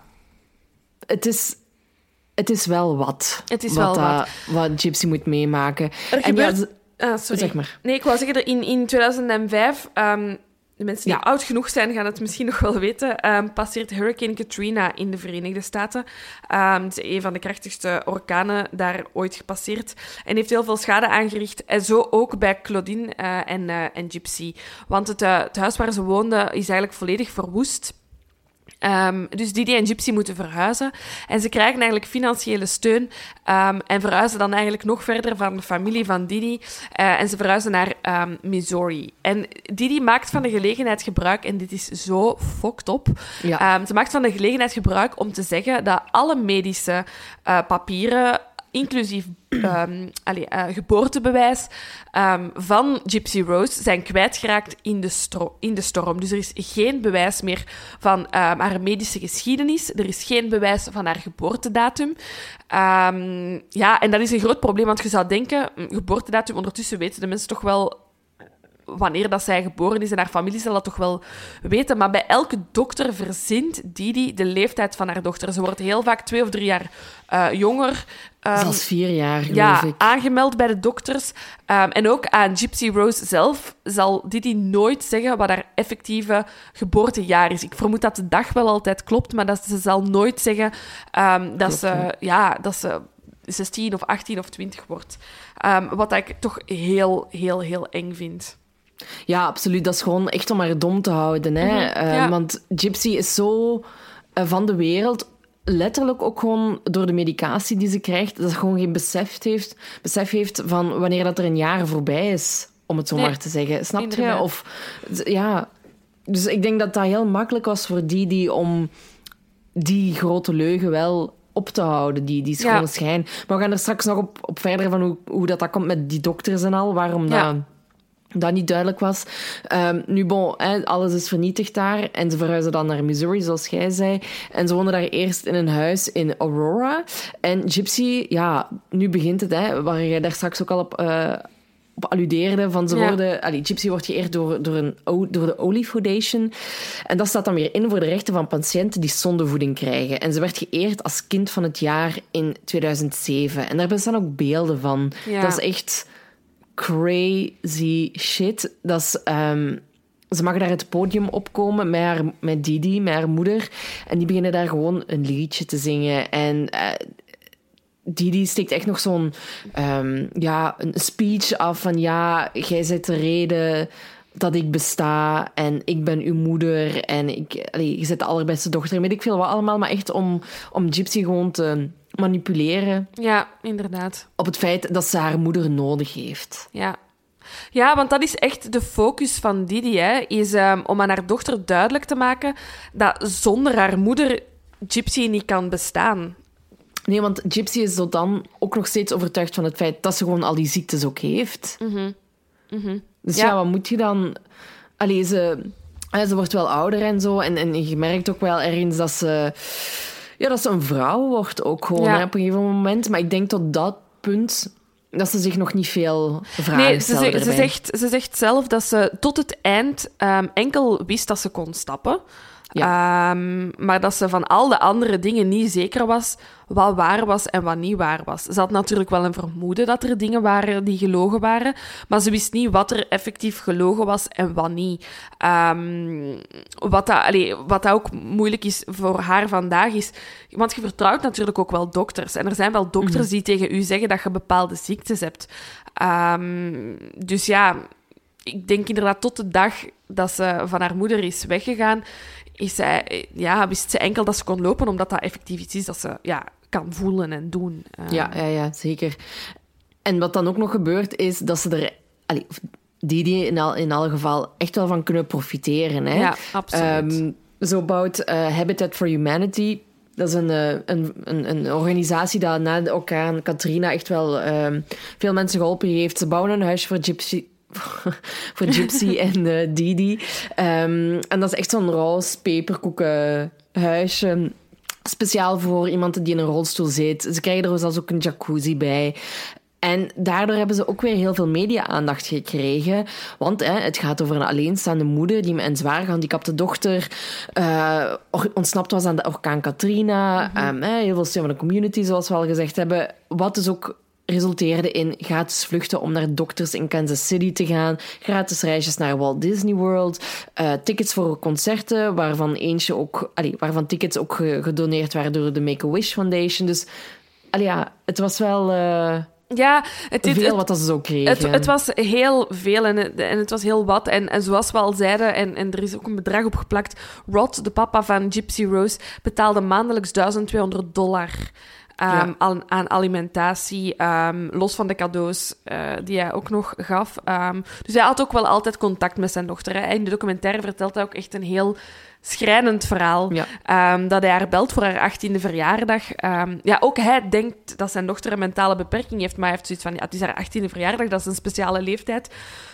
het is... Het is wel wat. Het is wat, wel uh, wat. Wat Gypsy moet meemaken. Er en gebeurt... ja, Ah, sorry. Zeg maar. Nee, ik wou zeggen, in, in tweeduizend vijf... Um, de mensen die ja. oud genoeg zijn, gaan het misschien nog wel weten. Um, passeert Hurricane Katrina in de Verenigde Staten. Um, het is een van de krachtigste orkanen daar ooit gepasseerd. En heeft heel veel schade aangericht. En zo ook bij Claudine uh, en, uh, en Gypsy. Want het, uh, het huis waar ze woonden is eigenlijk volledig verwoest. Um, dus Didi en Gypsy moeten verhuizen. En ze krijgen eigenlijk financiële steun. Um, en verhuizen dan eigenlijk nog verder van de familie van Didi. Uh, en ze verhuizen naar um, Missouri. En Didi maakt van de gelegenheid gebruik, en dit is zo fucked up. Ja. Um, ze maakt van de gelegenheid gebruik om te zeggen dat alle medische uh, papieren, inclusief um, allez, uh, geboortebewijs um, van Gypsy Rose, zijn kwijtgeraakt in de, stro- in de storm. Dus er is geen bewijs meer van um, haar medische geschiedenis. Er is geen bewijs van haar geboortedatum. Um, ja, en dat is een groot probleem, want je zou denken, geboortedatum, ondertussen weten de mensen toch wel wanneer dat zij geboren is en haar familie zal dat toch wel weten. Maar bij elke dokter verzint Didi de leeftijd van haar dochter. Ze wordt heel vaak twee of drie jaar uh, jonger. Um, Zelfs vier jaar, geloof ja, ik. aangemeld bij de dokters. Um, en ook aan Gypsy Rose zelf zal Didi nooit zeggen wat haar effectieve geboortejaar is. Ik vermoed dat de dag wel altijd klopt, maar dat ze zal nooit zeggen um, dat, klopt, ze, ja, dat ze zestien of achttien of twintig wordt. Um, wat ik toch heel, heel, heel eng vind. Ja, absoluut. Dat is gewoon echt om haar dom te houden. Hè? Mm-hmm. Uh, ja. Want Gypsy is zo uh, van de wereld... Letterlijk ook gewoon door de medicatie die ze krijgt... dat ze gewoon geen besef heeft, besef heeft van wanneer dat er een jaar voorbij is. Om het zo nee, maar te zeggen. Snap inderdaad. je? Of, ja... Dus ik denk dat dat heel makkelijk was voor die, die om die grote leugen wel op te houden, die, die schone ja. schijn. Maar we gaan er straks nog op, op verder van hoe, hoe dat, dat komt met die dokters en al, waarom ja. dat, dat niet duidelijk was. Um, nu, bon, hè, alles is vernietigd daar en ze verhuizen dan naar Missouri, zoals jij zei. En ze wonen daar eerst in een huis in Aurora. En Gypsy, ja, nu begint het, hè, waar jij daar straks ook al op... Uh, op alludeerde, van ze ja. worden... Allee, Gypsy wordt geëerd door, door, een, door de Olive Foundation. En dat staat dan weer in voor de rechten van patiënten die zondevoeding krijgen. En ze werd geëerd als kind van het jaar in tweeduizend zeven. En daar bestaan ook beelden van. Ja. Dat is echt crazy shit. Dat is... Um, Ze mag daar het podium opkomen met, haar, met Didi, met haar moeder. En die beginnen daar gewoon een liedje te zingen. En... Uh, Didi steekt echt nog zo'n um, ja, een speech af van ja, jij bent de reden dat ik besta en ik ben uw moeder en ik, allee, je bent de allerbeste dochter. Weet ik veel wat allemaal, maar echt om, om Gypsy gewoon te manipuleren. Ja, inderdaad. Op het feit dat ze haar moeder nodig heeft. Ja. Ja, want dat is echt de focus van Didi, hè, is um, om aan haar dochter duidelijk te maken dat zonder haar moeder Gypsy niet kan bestaan. Nee, want Gypsy is zo dan ook nog steeds overtuigd van het feit dat ze gewoon al die ziektes ook heeft. Mm-hmm. Mm-hmm. Dus ja. ja, wat moet je dan... Allee, ze, ze wordt wel ouder en zo. En, en je merkt ook wel ergens dat ze... Ja, dat ze een vrouw wordt ook gewoon ja. hè, op een gegeven moment. Maar ik denk tot dat punt... dat ze zich nog niet veel vragen nee, stelde. Nee, ze, ze, zegt, ze zegt zelf dat ze tot het eind um, enkel wist dat ze kon stappen. Ja. Um, maar dat ze van al de andere dingen niet zeker was wat waar was en wat niet waar was. Ze had natuurlijk wel een vermoeden dat er dingen waren die gelogen waren, maar ze wist niet wat er effectief gelogen was en wat niet. Um, wat, dat, allee, wat dat ook moeilijk is voor haar vandaag is... Want je vertrouwt natuurlijk ook wel dokters. En er zijn wel dokters mm-hmm. die tegen u zeggen dat je bepaalde ziektes hebt. Um, dus ja... Ik denk inderdaad tot de dag dat ze van haar moeder is weggegaan, is zij, ja, wist ze enkel dat ze kon lopen, omdat dat effectief iets is dat ze ja, kan voelen en doen. Uh. Ja, ja, ja, zeker. En wat dan ook nog gebeurt, is dat ze er... Allee, die die in, al, in alle geval echt wel van kunnen profiteren. Hè? Ja, absoluut. Um, zo bouwt uh, Habitat for Humanity... Dat is een, een, een, een organisatie die na de orkaan Katrina echt wel um, veel mensen geholpen heeft. Ze bouwen een huis voor Gypsy... voor Gypsy en uh, Didi. Um, en dat is echt zo'n roze peperkoekenhuisje. Speciaal voor iemand die in een rolstoel zit. Ze krijgen er zelfs ook een jacuzzi bij. En daardoor hebben ze ook weer heel veel media-aandacht gekregen. Want hè, het gaat over een alleenstaande moeder die met een zwaar gehandicapte dochter uh, ontsnapt was aan de orkaan Katrina. Mm-hmm. Um, heel veel steun van de community, zoals we al gezegd hebben. Wat dus ook resulteerde in gratis vluchten om naar dokters in Kansas City te gaan, gratis reisjes naar Walt Disney World, uh, tickets voor concerten, waarvan eentje ook, allee, waarvan tickets ook gedoneerd waren door de Make-A-Wish Foundation. Dus allee, ja, het was wel... Uh, Ja, het, het, veel wat dat ze zo kregen. Het, het was heel veel en het, en het was heel wat. En, en zoals we al zeiden, en, en er is ook een bedrag op geplakt, Rod, de papa van Gypsy Rose, betaalde maandelijks duizend tweehonderd dollar um, ja. aan, aan alimentatie, um, los van de cadeaus uh, die hij ook nog gaf. Um, dus hij had ook wel altijd contact met zijn dochter. Hè. In de documentaire vertelt hij ook echt een heel... schrijnend verhaal. Ja. Um, dat hij haar belt voor haar achttiende verjaardag. Um, ja, ook hij denkt dat zijn dochter een mentale beperking heeft, maar hij heeft zoiets van, ja, het is haar achttiende verjaardag, dat is een speciale leeftijd.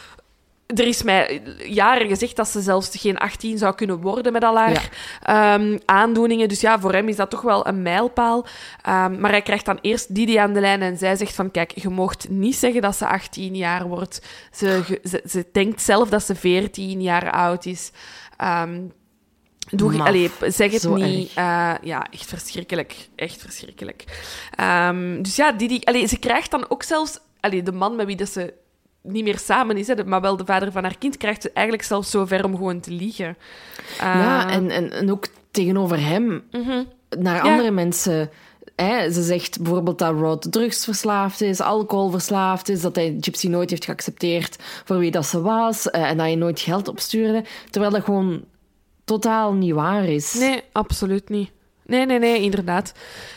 Er is mij jaren gezegd dat ze zelfs geen achttien zou kunnen worden met al haar ja. um, aandoeningen. Dus ja, voor hem is dat toch wel een mijlpaal. Um, maar hij krijgt dan eerst Didi aan de lijn en zij zegt van, kijk, je moogt niet zeggen dat ze achttien jaar wordt. Ze, ze, ze denkt zelf dat ze veertien jaar oud is. Um, Doe, Maf, allee, zeg het niet. Uh, ja, echt verschrikkelijk. Echt verschrikkelijk. Um, dus ja, Didi... Allee, ze krijgt dan ook zelfs... Allee, de man met wie dat ze niet meer samen is, hè, maar wel de vader van haar kind, krijgt ze eigenlijk zelfs zo ver om gewoon te liegen. Uh, ja, en, en, en ook tegenover hem. Mm-hmm. Naar andere ja. mensen... hè, ze zegt bijvoorbeeld dat Rod drugsverslaafd is, alcoholverslaafd is, dat hij Gypsy nooit heeft geaccepteerd voor wie dat ze was uh, en dat hij nooit geld opstuurde. Terwijl dat gewoon totaal niet waar is. Nee, absoluut niet. Nee, nee, nee, inderdaad.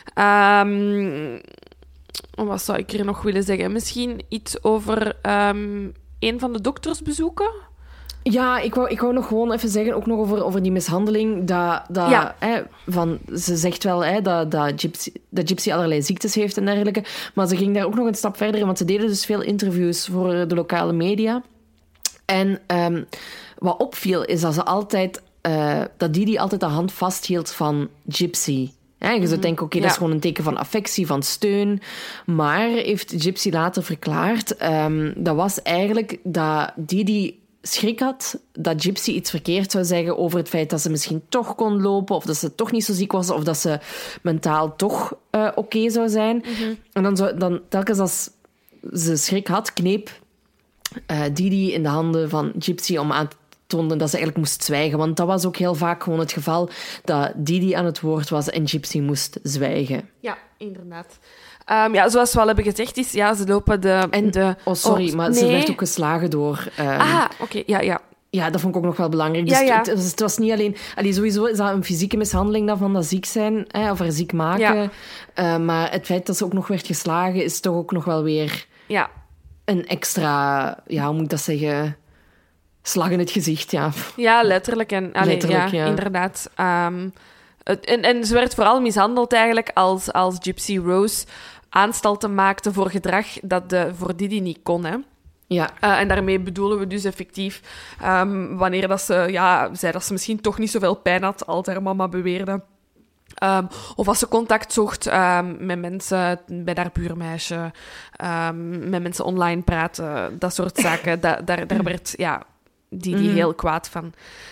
Um, wat zou ik hier nog willen zeggen? Misschien iets over um, een van de doktersbezoeken? Ja, ik wou, ik wou nog gewoon even zeggen, ook nog over, over die mishandeling. Dat, dat, ja. hè, van, ze zegt wel hè, dat, dat, Gypsy, dat Gypsy allerlei ziektes heeft en dergelijke. Maar ze ging daar ook nog een stap verder in, want ze deden dus veel interviews voor de lokale media. En um, wat opviel, is dat ze altijd... Uh, dat Didi altijd de hand vasthield van Gypsy. Ja, je zou mm-hmm. denken, oké, okay, dat ja. is gewoon een teken van affectie, van steun. Maar heeft Gypsy later verklaard... Um, dat was eigenlijk dat Didi schrik had dat Gypsy iets verkeerd zou zeggen over het feit dat ze misschien toch kon lopen, of dat ze toch niet zo ziek was, of dat ze mentaal toch uh, oké okay zou zijn. Mm-hmm. En dan, zou, dan telkens als ze schrik had, kneep uh, Didi in de handen van Gypsy om aan te tonen dat ze eigenlijk moest zwijgen. Want dat was ook heel vaak gewoon het geval dat Didi aan het woord was en Gypsy moest zwijgen. Ja, inderdaad. Um, ja, zoals we al hebben gezegd, is, ja, ze lopen de... En, de oh, sorry, oh, maar nee. ze werd ook geslagen door... Um, ah, oké, okay, ja, ja. Ja, dat vond ik ook nog wel belangrijk. Dus ja, ja. Het, het, het was niet alleen... Allee, sowieso is dat een fysieke mishandeling dan van dat ziek zijn, hè, of er ziek maken. Ja. Uh, maar het feit dat ze ook nog werd geslagen, is toch ook nog wel weer... Ja. Een extra... Ja, hoe moet ik dat zeggen... Slag in het gezicht, ja. Ja, letterlijk. En, allee, letterlijk, ja, ja. Inderdaad. Um, het, en, en ze werd vooral mishandeld eigenlijk als, als Gypsy Rose aanstalten maakte voor gedrag dat de, voor Didi niet kon, hè. Ja. Uh, en daarmee bedoelen we dus effectief um, wanneer dat ze, ja, zei dat ze misschien toch niet zoveel pijn had, als haar mama beweerde. Um, of als ze contact zocht um, met mensen bij haar buurmeisje, um, met mensen online praten, dat soort zaken. Da- daar, daar werd ja, die, die mm. heel kwaad van.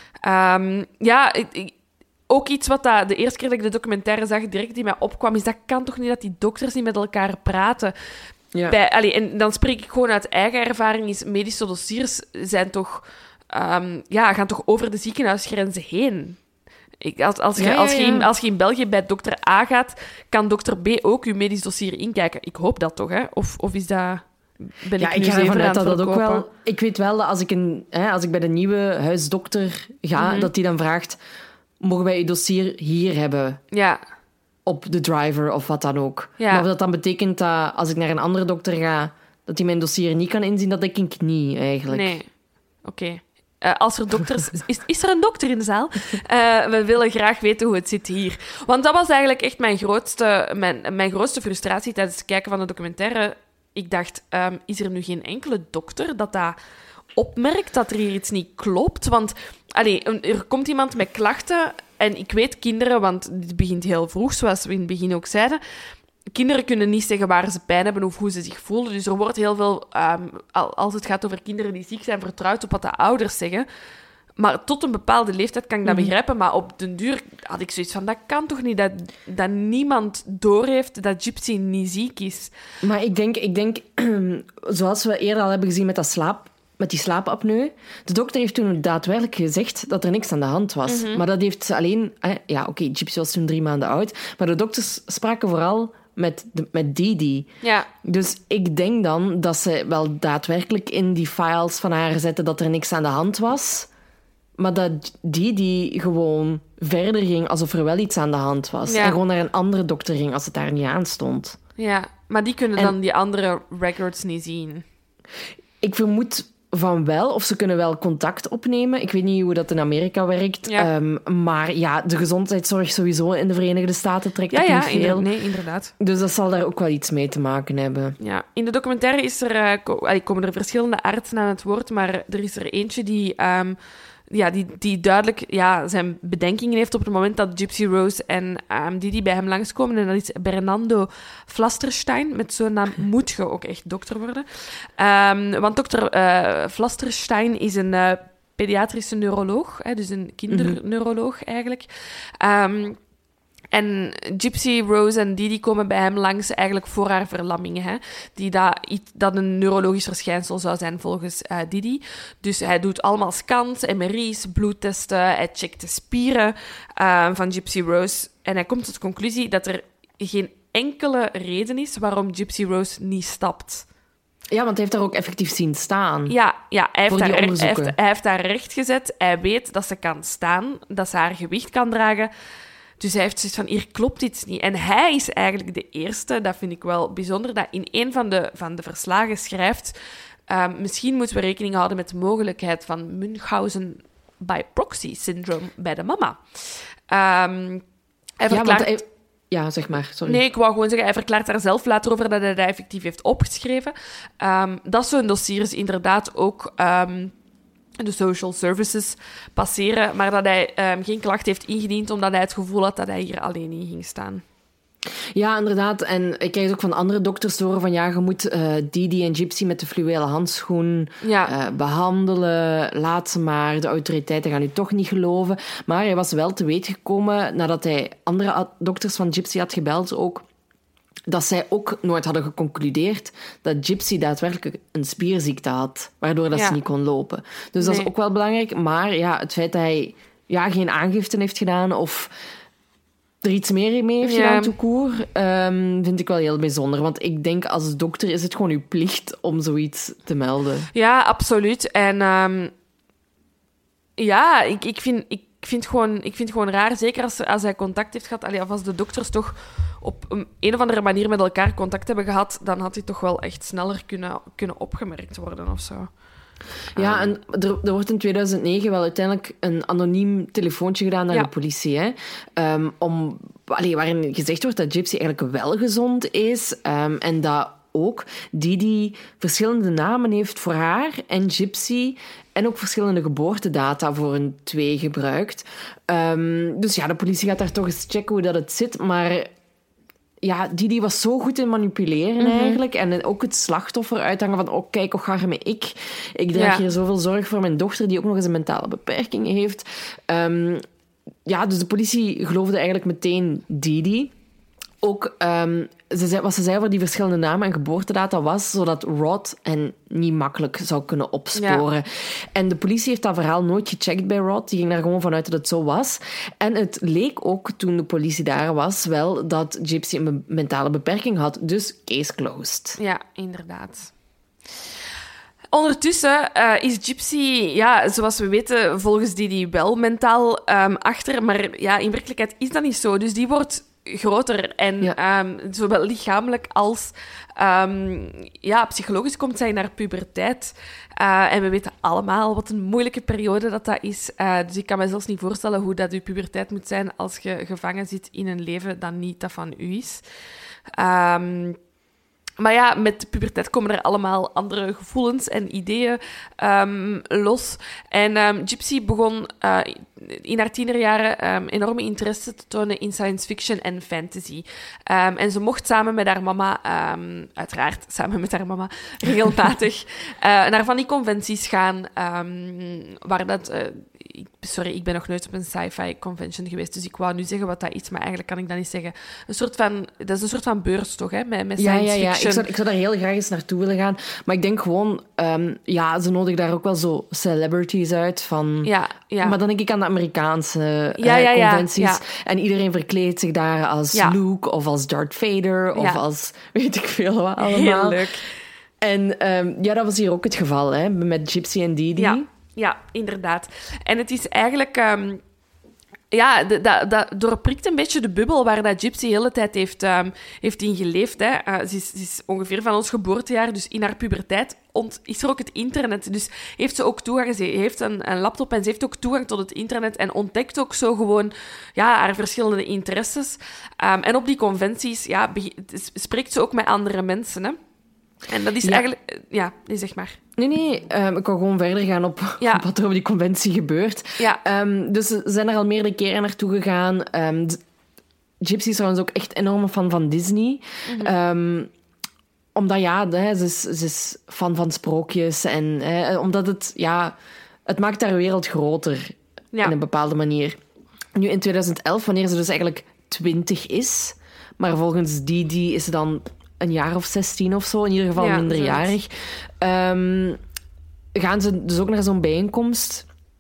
Um, ja, ik, ik, ook iets wat dat, de eerste keer dat ik de documentaire zag, direct die mij opkwam, is dat kan toch niet dat die dokters niet met elkaar praten. Ja. Bij, allee, en dan spreek ik gewoon uit eigen ervaring, is medische dossiers zijn toch, um, ja, gaan toch over de ziekenhuisgrenzen heen. Ik, als, als, je, ja, ja, ja. Als, je in, als je in België bij dokter A gaat, kan dokter B ook je medisch dossier inkijken. Ik hoop dat toch, hè? Of, of is dat... Ben ja, ik, ik ga ervan uit dat dat ook verkopen? wel... Ik weet wel dat als ik, een, hè, als ik bij de nieuwe huisdokter ga, mm-hmm. dat die dan vraagt, mogen wij je dossier hier hebben? Ja. Op de driver of wat dan ook. Ja. Maar of dat dan betekent dat als ik naar een andere dokter ga, dat hij mijn dossier niet kan inzien, dat denk ik niet, eigenlijk. Nee. Oké. Okay. Uh, als er dokters... Is, is er een dokter in de zaal? Uh, we willen graag weten hoe het zit hier. Want dat was eigenlijk echt mijn grootste, mijn, mijn grootste frustratie tijdens het kijken van de documentaire. Ik dacht, um, is er nu geen enkele dokter dat dat opmerkt dat er hier iets niet klopt? Want allee, er komt iemand met klachten en ik weet kinderen, want dit begint heel vroeg, zoals we in het begin ook zeiden. Kinderen kunnen niet zeggen waar ze pijn hebben of hoe ze zich voelen. Dus er wordt heel veel, um, als het gaat over kinderen die ziek zijn, vertrouwd op wat de ouders zeggen. Maar tot een bepaalde leeftijd kan ik dat mm-hmm. begrijpen. Maar op den duur had ik zoiets van, dat kan toch niet dat, dat niemand doorheeft dat Gypsy niet ziek is. Maar ik denk, ik denk zoals we eerder al hebben gezien met, dat slaap, met die slaapapneu, de dokter heeft toen daadwerkelijk gezegd dat er niks aan de hand was. Mm-hmm. Maar dat heeft alleen... Eh, ja, oké, okay, Gypsy was toen drie maanden oud. Maar de dokters spraken vooral... Met, de, met Didi. Ja. Dus ik denk dan dat ze wel daadwerkelijk in die files van haar zetten dat er niks aan de hand was. Maar dat Didi gewoon verder ging alsof er wel iets aan de hand was. Ja. En gewoon naar een andere dokter ging als het daar niet aan stond. Ja, maar die kunnen en, dan die andere records niet zien. Ik vermoed van wel, of ze kunnen wel contact opnemen. Ik weet niet hoe dat in Amerika werkt. Ja. Um, maar ja, de gezondheidszorg sowieso in de Verenigde Staten trekt ja, het ja, niet veel. Inder- nee, inderdaad. Dus dat zal daar ook wel iets mee te maken hebben. Ja, in de documentaire is er, uh, ko- komen er verschillende artsen aan het woord, maar er is er eentje die... Um, Ja, die, die duidelijk ja, zijn bedenkingen heeft op het moment dat Gypsy Rose en um, Didi bij hem langskomen. En dat is Bernardo Flasterstein. Met zo'n naam moet je ook echt dokter worden. Um, want dokter uh, Flasterstein is een uh, pediatrische neuroloog. Hè, dus een kinderneuroloog eigenlijk. Um, En Gypsy, Rose en Didi komen bij hem langs eigenlijk voor haar verlammingen. Hè? Die dat, dat een neurologisch verschijnsel zou zijn volgens uh, Didi. Dus hij doet allemaal scans, M R I's, bloedtesten. Hij checkt de spieren uh, van Gypsy Rose. En hij komt tot de conclusie dat er geen enkele reden is waarom Gypsy Rose niet stapt. Ja, want hij heeft daar ook effectief zien staan. Ja, ja hij, heeft Voor die daar recht, hij, onderzoeken. heeft, hij heeft daar recht gezet. Hij weet dat ze kan staan, dat ze haar gewicht kan dragen. Dus hij heeft zoiets van, hier klopt iets niet. En hij is eigenlijk de eerste, dat vind ik wel bijzonder, dat in een van de, van de verslagen schrijft... Um, misschien moeten we rekening houden met de mogelijkheid van Munchausen by proxy syndroom bij de mama. Um, hij verklaart... Ja, want hij... ja, zeg maar, sorry. Nee, ik wou gewoon zeggen, hij verklaart daar zelf later over dat hij dat effectief heeft opgeschreven. Um, dat zo'n dossiers inderdaad ook... Um, de social services passeren, maar dat hij um, geen klacht heeft ingediend omdat hij het gevoel had dat hij hier alleen in ging staan. Ja, inderdaad. En ik krijg ook van andere dokters te horen van ja, je moet uh, Didi en Gypsy met de fluwelen handschoen ja. uh, behandelen. Laat ze maar, de autoriteiten gaan u toch niet geloven. Maar hij was wel te weten gekomen, nadat hij andere dokters van Gypsy had gebeld ook, dat zij ook nooit hadden geconcludeerd dat Gypsy daadwerkelijk een spierziekte had, waardoor dat ja. ze niet kon lopen. Dus dat nee. is ook wel belangrijk. Maar ja, het feit dat hij ja, geen aangifte heeft gedaan of er iets meer mee heeft ja. gedaan, tout court, um, vind ik wel heel bijzonder. Want ik denk, als dokter is het gewoon uw plicht om zoiets te melden. Ja, absoluut. En um, ja, ik, ik, vind, ik, vind gewoon, ik vind het gewoon raar, zeker als, als hij contact heeft gehad, allee, of als de dokters toch op een, een of andere manier met elkaar contact hebben gehad, dan had hij toch wel echt sneller kunnen, kunnen opgemerkt worden of zo. Ja, en er, er wordt in tweeduizend negen wel uiteindelijk een anoniem telefoontje gedaan naar ja. de politie. Hè? Um, om, allee, waarin gezegd wordt dat Gypsy eigenlijk wel gezond is. Um, en dat ook Didi verschillende namen heeft voor haar en Gypsy. En ook verschillende geboortedata voor hun twee gebruikt. Um, dus ja, de politie gaat daar toch eens checken hoe dat het zit. Maar ja, Didi was zo goed in manipuleren mm-hmm. eigenlijk. En ook het slachtoffer uithangen van, oh kijk, hoe arme ik. Ik draag ja. hier zoveel zorg voor mijn dochter, die ook nog eens een mentale beperking heeft. Um, ja, dus de politie geloofde eigenlijk meteen Didi. Ook um, ze zei, wat ze zei over die verschillende namen en geboortedata was zodat Rod hen niet makkelijk zou kunnen opsporen. Ja. En de politie heeft dat verhaal nooit gecheckt bij Rod. Die ging daar gewoon vanuit dat het zo was. En het leek ook, toen de politie daar was, wel dat Gypsy een mentale beperking had. Dus case closed. Ja, inderdaad. Ondertussen uh, is Gypsy, ja, zoals we weten, volgens Didi wel mentaal um, achter. Maar ja, in werkelijkheid is dat niet zo. Dus die wordt groter. En ja. um, zowel lichamelijk als um, ja, psychologisch komt zij naar puberteit. Uh, en we weten allemaal wat een moeilijke periode dat, dat is. Uh, dus ik kan me zelfs niet voorstellen hoe dat je puberteit moet zijn als je gevangen zit in een leven dat niet dat van u is. Um, Maar ja, met de puberteit komen er allemaal andere gevoelens en ideeën um, los. En um, Gypsy begon uh, in haar tienerjaren um, enorme interesse te tonen in science fiction en fantasy. Um, en ze mocht samen met haar mama, um, uiteraard samen met haar mama, regelmatig uh, naar van die conventies gaan. Um, waar dat... Uh, ik, sorry, ik ben nog nooit op een sci-fi convention geweest, dus ik wou nu zeggen wat dat is, maar eigenlijk kan ik dat niet zeggen. Een soort van... Dat is een soort van beurs, toch, hè? Met, met science ja, ja, ja. fiction. Ik zou, ik zou daar heel graag eens naartoe willen gaan. Maar ik denk gewoon... Um, ja, ze nodigen daar ook wel zo celebrities uit van... Ja, ja. Maar dan denk ik aan de Amerikaanse ja, uh, ja, ja, conventies. ja. En iedereen verkleedt zich daar als ja. Luke of als Darth Vader of ja. als... Weet ik veel wat allemaal. Heel leuk. En um, ja, dat was hier ook het geval, hè. Met Gypsy en Didi. Ja. Ja, inderdaad. En het is eigenlijk... Um, ja, dat, dat doorprikt een beetje de bubbel waar dat Gypsy de hele tijd heeft, um, heeft in geleefd. Hè. Uh, ze, is, ze is ongeveer van ons geboortejaar, dus in haar puberteit ont, is er ook het internet. Dus heeft ze ook toegang... Ze heeft een, een laptop en ze heeft ook toegang tot het internet en ontdekt ook zo gewoon ja, haar verschillende interesses. Um, en op die conventies ja, spreekt ze ook met andere mensen, hè. En dat is ja. eigenlijk... Ja, zeg maar. Nee, nee. Um, ik wil gewoon verder gaan op, ja. op wat er op die conventie gebeurt. Ja. Um, dus ze zijn er al meerdere keren naartoe gegaan. Um, Gypsy is trouwens ook echt enorm fan van Disney. Mm-hmm. Um, omdat, ja, hè, ze, is, ze is fan van sprookjes. En hè, omdat het... Ja, het maakt haar wereld groter. Ja. In een bepaalde manier. Nu, in tweeduizend elf, wanneer ze dus eigenlijk twintig is... Maar volgens Didi is ze dan... een jaar of zestien of zo, in ieder geval ja, minderjarig, um, gaan ze dus ook naar zo'n bijeenkomst.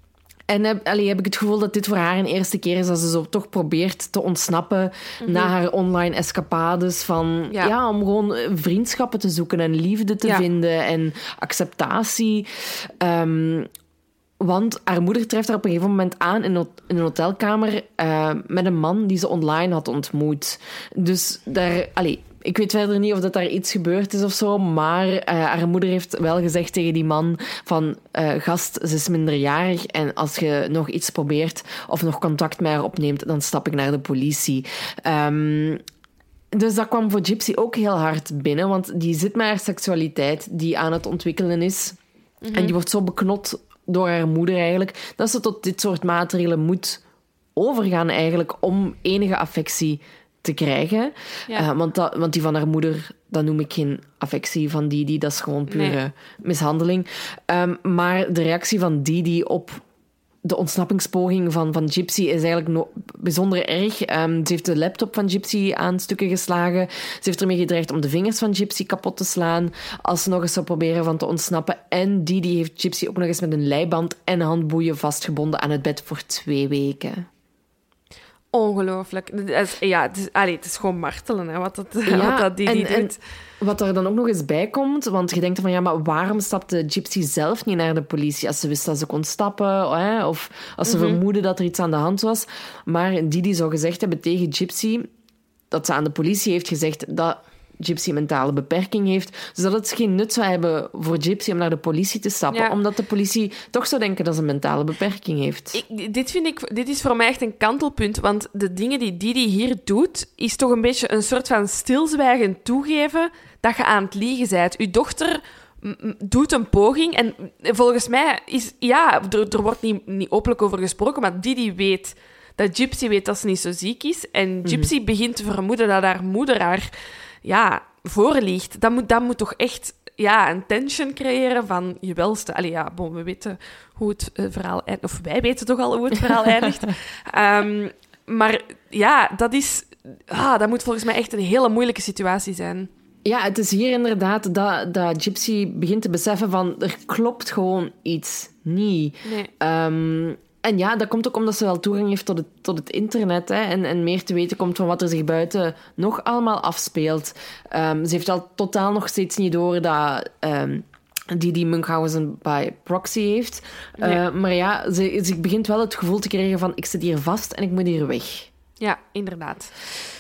En heb, allee, heb ik het gevoel dat dit voor haar een eerste keer is dat ze zo toch probeert te ontsnappen mm-hmm. na haar online escapades. Van, ja. ja, om gewoon vriendschappen te zoeken en liefde te ja. vinden en acceptatie. Um, want haar moeder treft haar op een gegeven moment aan in een hotelkamer uh, met een man die ze online had ontmoet. Dus daar... Allee, ik weet verder niet of dat daar iets gebeurd is of zo, maar uh, haar moeder heeft wel gezegd tegen die man van uh, gast, ze is minderjarig en als je nog iets probeert of nog contact met haar opneemt, dan stap ik naar de politie. Um, dus dat kwam voor Gypsy ook heel hard binnen, want die zit met haar seksualiteit die aan het ontwikkelen is. Mm-hmm. En die wordt zo beknot door haar moeder eigenlijk, dat ze tot dit soort maatregelen moet overgaan eigenlijk om enige affectie te krijgen. Ja. Uh, want, dat, want die van haar moeder, dat noem ik geen affectie van Didi, dat is gewoon pure nee. mishandeling. Um, maar de reactie van Didi op de ontsnappingspoging van, van Gypsy is eigenlijk no- bijzonder erg. Um, ze heeft de laptop van Gypsy aan stukken geslagen. Ze heeft ermee gedreigd om de vingers van Gypsy kapot te slaan als ze nog eens zou proberen van te ontsnappen. En Didi heeft Gypsy ook nog eens met een leiband en handboeien vastgebonden aan het bed voor twee weken. Ongelooflijk. Ja, het is, allee, het is gewoon martelen, hè, wat dat, ja, wat dat die, die en, doet. En wat er dan ook nog eens bij komt, want je denkt van, ja, maar waarom stapte Gypsy zelf niet naar de politie als ze wist dat ze kon stappen, hè, of als ze mm-hmm. vermoedde dat er iets aan de hand was. Maar Didi zou gezegd hebben tegen Gypsy dat ze aan de politie heeft gezegd dat Gypsy een mentale beperking heeft. Dus dat het geen nut zou hebben voor Gypsy om naar de politie te stappen. Ja. Omdat de politie toch zou denken dat ze een mentale beperking heeft. Ik, dit, vind ik, dit is voor mij echt een kantelpunt. Want de dingen die Didi hier doet, is toch een beetje een soort van stilzwijgen toegeven dat je aan het liegen bent. Uw dochter m- doet een poging. En volgens mij is... Ja, er, er wordt niet, niet openlijk over gesproken, maar Didi weet dat Gypsy weet dat ze niet zo ziek is. En Gypsy mm-hmm. begint te vermoeden dat haar moeder haar... ja, voorliegt. Dat moet, dat moet toch echt ja, een tension creëren van je welste. Allee, ja, bon, we weten hoe het uh, verhaal eindigt. Of wij weten toch al hoe het verhaal eindigt. Um, maar ja, dat is... Ah, dat moet volgens mij echt een hele moeilijke situatie zijn. Ja, het is hier inderdaad dat, dat Gypsy begint te beseffen van... Er klopt gewoon iets niet. Nee. Um, En ja, dat komt ook omdat ze wel toegang heeft tot het, tot het internet, hè, en, en meer te weten komt van wat er zich buiten nog allemaal afspeelt. Um, ze heeft al totaal nog steeds niet door dat um, Didi Munchausen bij proxy heeft. Nee. Uh, maar ja, ze, ze begint wel het gevoel te krijgen van ik zit hier vast en ik moet hier weg. Ja, inderdaad.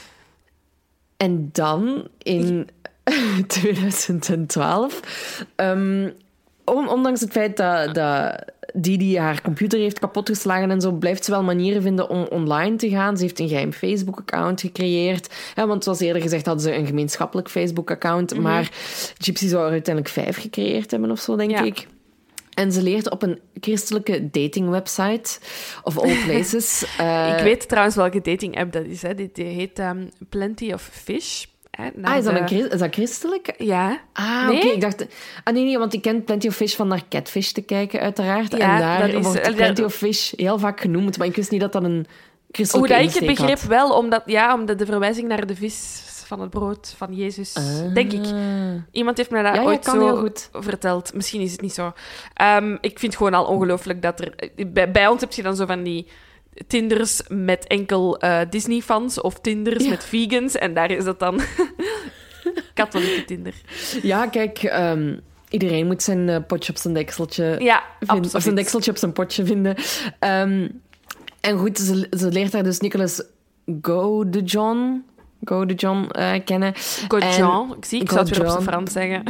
En dan, in twintig twaalf... Um, ondanks het feit dat... dat Didi haar computer heeft kapotgeslagen en zo, blijft ze wel manieren vinden om online te gaan. Ze heeft een geheim Facebook-account gecreëerd. Ja, want zoals eerder gezegd hadden ze een gemeenschappelijk Facebook-account. Mm-hmm. Maar Gypsy zou er uiteindelijk vijf gecreëerd hebben of zo, denk ja. ik. En ze leert op een christelijke dating-website, of all places. uh, ik weet trouwens welke dating-app dat is. Hè. Die, die heet um, Plenty of Fish. Ah, is dat, de... een, is dat christelijk? Ja. Ah, oké. Okay. Ik dacht... Ah, nee, nee, want ik ken Plenty of Fish van naar Catfish te kijken, uiteraard. Ja, en daar is, wordt Plenty of Fish heel vaak genoemd, maar ik wist niet dat dat een christelijke Hoe dat ik het begreep had. wel, omdat, ja, omdat de verwijzing naar de vis van het brood van Jezus, ah. denk ik. Iemand heeft me dat ja, ooit ja, zo goed. verteld. Misschien is het niet zo. Um, ik vind het gewoon al ongelooflijk dat er... Bij, bij ons heb je dan zo van die... Tinders met enkel uh, Disney-fans of Tinders ja. met vegans. En daar is dat dan katholieke Tinder. Ja, kijk, um, iedereen moet zijn uh, potje op zijn dekseltje ja, vinden. Of zijn dekseltje op zijn potje vinden. Um, en goed, ze, ze leert daar dus Nicolas Godejohn... Godejohn uh, kennen. Godejohn, ik zie, ik zou het weer op zijn Frans zeggen.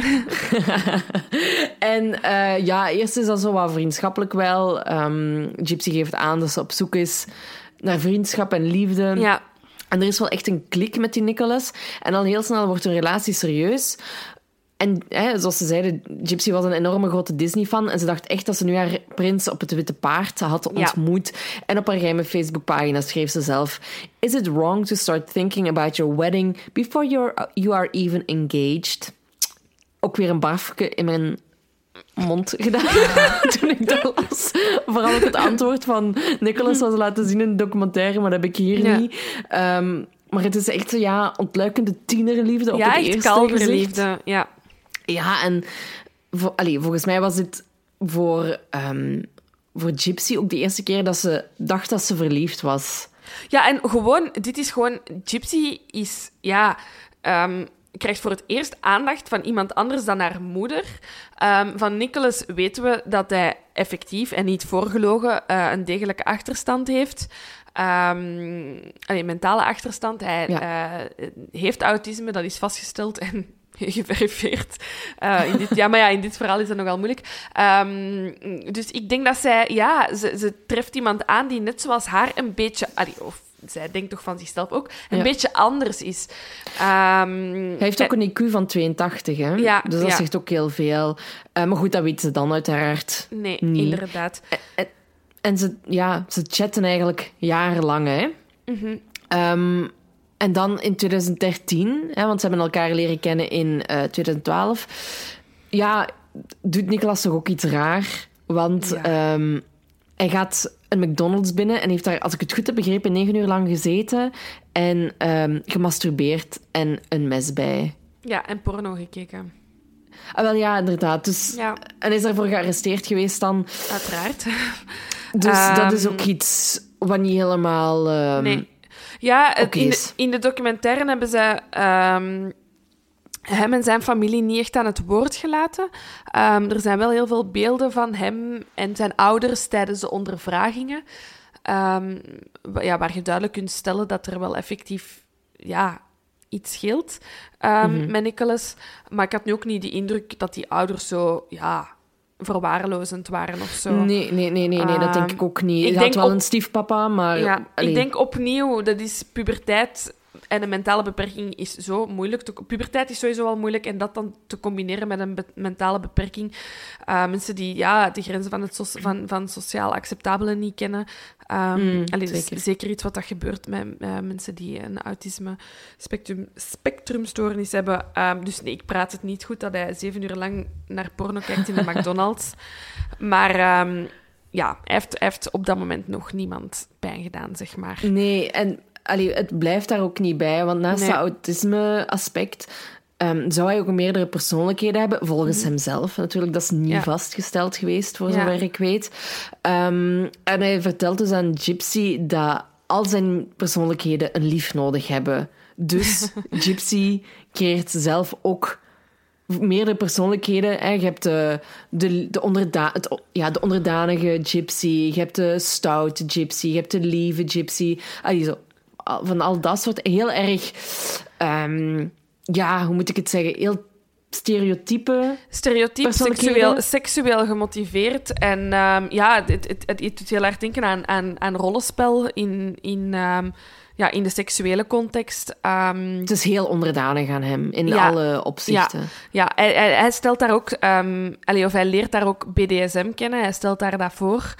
En uh, ja, eerst is dat zo wat vriendschappelijk wel. Um, Gypsy geeft aan dat ze op zoek is naar vriendschap en liefde. Ja. En er is wel echt een klik met die Nicolas. En al heel snel wordt hun relatie serieus. En hè, zoals ze zeiden, Gypsy was een enorme grote Disney-fan. En ze dacht echt dat ze nu haar prins op het witte paard had ontmoet. Ja. En op haar geheime Facebook-pagina schreef ze zelf... Is it wrong to start thinking about your wedding before you're, you are even engaged? Ook weer een barfje in mijn mond gedaan toen ik dat las. Vooral ook het antwoord van Nicolas was laten zien in de documentaire, maar dat heb ik hier ja. niet. Um, maar het is echt ja, ontluikende tienerliefde op ja, het eerste kalverliefde, ja. Ja, en vo- allee, volgens mij was dit voor um, voor Gypsy ook de eerste keer dat ze dacht dat ze verliefd was. Ja, en gewoon, dit is gewoon... Gypsy is, ja... Um, krijgt voor het eerst aandacht van iemand anders dan haar moeder. Um, van Nicholas weten we dat hij effectief en niet voorgelogen uh, een degelijke achterstand heeft. Um, een mentale achterstand. Hij ja. uh, heeft autisme, dat is vastgesteld en geverifieerd. Uh, in dit, ja, maar ja, in dit verhaal is dat nogal moeilijk. Um, dus ik denk dat zij... Ja, ze, ze treft iemand aan die net zoals haar een beetje... Of zij denkt toch van zichzelf ook, een ja. beetje anders is. Um, Hij heeft ook een I Q van tweeëntachtig, hè? Ja, dus dat ja. zegt ook heel veel. Uh, maar goed, dat weten ze dan uiteraard nee, niet. Inderdaad. En, en, en ze, ja, ze chatten eigenlijk jarenlang, hè? Mm-hmm. Um, en dan in twintig dertien, hè, want ze hebben elkaar leren kennen in uh, twintig twaalf. Ja, doet Nicholas toch ook iets raar? Want ja. um, hij gaat een McDonald's binnen en heeft daar, als ik het goed heb begrepen, negen uur lang gezeten en um, gemasturbeerd en een mes bij. Ja, en porno gekeken. Ah, wel ja, inderdaad. Dus, ja. En is daarvoor gearresteerd geweest dan? Uiteraard. Dus um, dat is ook um, iets wat niet helemaal... Um, nee. Ja, het, okay in, de, in de documentaire hebben ze... Um, hem en zijn familie niet echt aan het woord gelaten. Um, er zijn wel heel veel beelden van hem en zijn ouders tijdens de ondervragingen. Um, ja, waar je duidelijk kunt stellen dat er wel effectief ja, iets scheelt um, mm-hmm. met Nicholas. Maar ik had nu ook niet de indruk dat die ouders zo... Ja, verwaarlozend waren of zo. Nee, nee, nee, nee, nee dat denk ik ook niet. Ik Hij had wel op... een stiefpapa, maar... Ja, ik denk opnieuw, dat is puberteit... En een mentale beperking is zo moeilijk. Te, puberteit is sowieso al moeilijk. En dat dan te combineren met een be- mentale beperking. Uh, mensen die ja, de grenzen van het so- van, van sociaal acceptabele niet kennen. Um, mm, allee, zeker. Dus zeker iets wat dat gebeurt met uh, mensen die een autisme spectrum, spectrumstoornis hebben. Um, dus nee, ik praat het niet goed dat hij zeven uur lang naar porno kijkt in de McDonald's. Maar... Um, ja, hij heeft, hij heeft op dat moment nog niemand pijn gedaan, zeg maar. Nee, en... Allee, het blijft daar ook niet bij, want naast nee. dat autisme-aspect um, zou hij ook meerdere persoonlijkheden hebben, volgens mm. hemzelf. Natuurlijk, dat is niet ja. vastgesteld geweest, voor ja. zover ik weet. Um, en hij vertelt dus aan Gypsy dat al zijn persoonlijkheden een lief nodig hebben. Dus Gypsy creëert zelf ook meerdere persoonlijkheden. Hè. Je hebt de, de, de, onderda- het, ja, de onderdanige Gypsy, je hebt de stoute Gypsy, je hebt de lieve Gypsy. Allee, zo. Van al dat soort heel erg... Um, ja, hoe moet ik het zeggen? Heel stereotype... Stereotyp, seksueel, seksueel gemotiveerd. En um, ja, het, het, het, het doet heel erg denken aan, aan, aan rollenspel in, in, um, ja, in de seksuele context. Um, het is heel onderdanig aan hem, in ja, alle opzichten. Ja, ja hij, hij, hij stelt daar ook... Um, allez, of hij leert daar ook B D S M kennen. Hij stelt daar dat voor.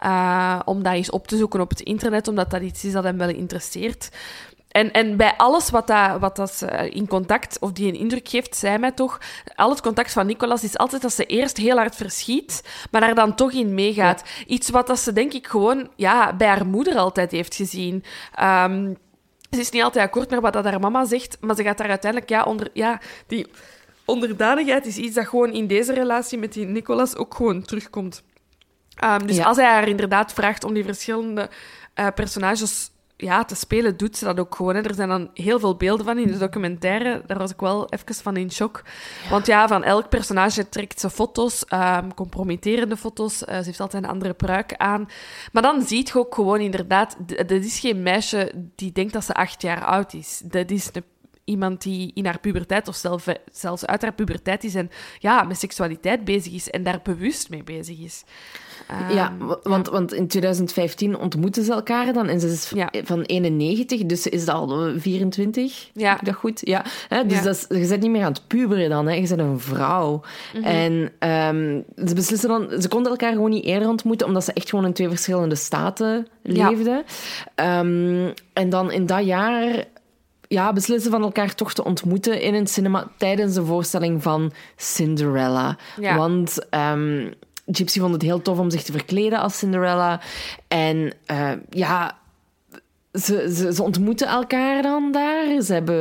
Uh, om dat eens op te zoeken op het internet, omdat dat iets is dat hem wel interesseert. En, en bij alles wat dat, wat dat ze in contact, of die een indruk geeft, zei mij toch, al het contact van Nicholas is altijd dat ze eerst heel hard verschiet, maar daar dan toch in meegaat. Ja. Iets wat dat ze, denk ik, gewoon ja, bij haar moeder altijd heeft gezien. Um, ze is niet altijd akkoord met wat dat haar mama zegt, maar ze gaat daar uiteindelijk... Ja, onder, ja, die onderdanigheid is iets dat gewoon in deze relatie met die Nicholas ook gewoon terugkomt. Um, dus ja. als hij haar inderdaad vraagt om die verschillende uh, personages ja, te spelen, doet ze dat ook gewoon. Hè. Er zijn dan heel veel beelden van in de documentaire. Daar was ik wel even van in shock. Ja. Want ja, van elk personage trekt ze foto's, um, compromitterende foto's. Uh, ze heeft altijd een andere pruik aan. Maar dan zie je ook gewoon inderdaad... Dat is geen meisje die denkt dat ze acht jaar oud is. Dat is een iemand die in haar puberteit, of zelf, zelfs uit haar puberteit is en ja, met seksualiteit bezig is en daar bewust mee bezig is. Um, ja, want, ja, want in twintig vijftien ontmoeten ze elkaar dan en ze is ja. van eenennegentig, dus ze is al vierentwintig. Ja. Heb ik dat goed? Ja. Hè, dus ja. dat is, je bent niet meer aan het puberen dan, hè. Je bent een vrouw. Mm-hmm. En um, ze beslissen dan... Ze konden elkaar gewoon niet eerder ontmoeten, omdat ze echt gewoon in twee verschillende staten leefden. Ja. Um, en dan in dat jaar... Ja, beslissen van elkaar toch te ontmoeten in een cinema tijdens de voorstelling van Cinderella. Ja. Want um, Gypsy vond het heel tof om zich te verkleden als Cinderella. En uh, ja, ze, ze, ze ontmoeten elkaar dan daar. Ze hebben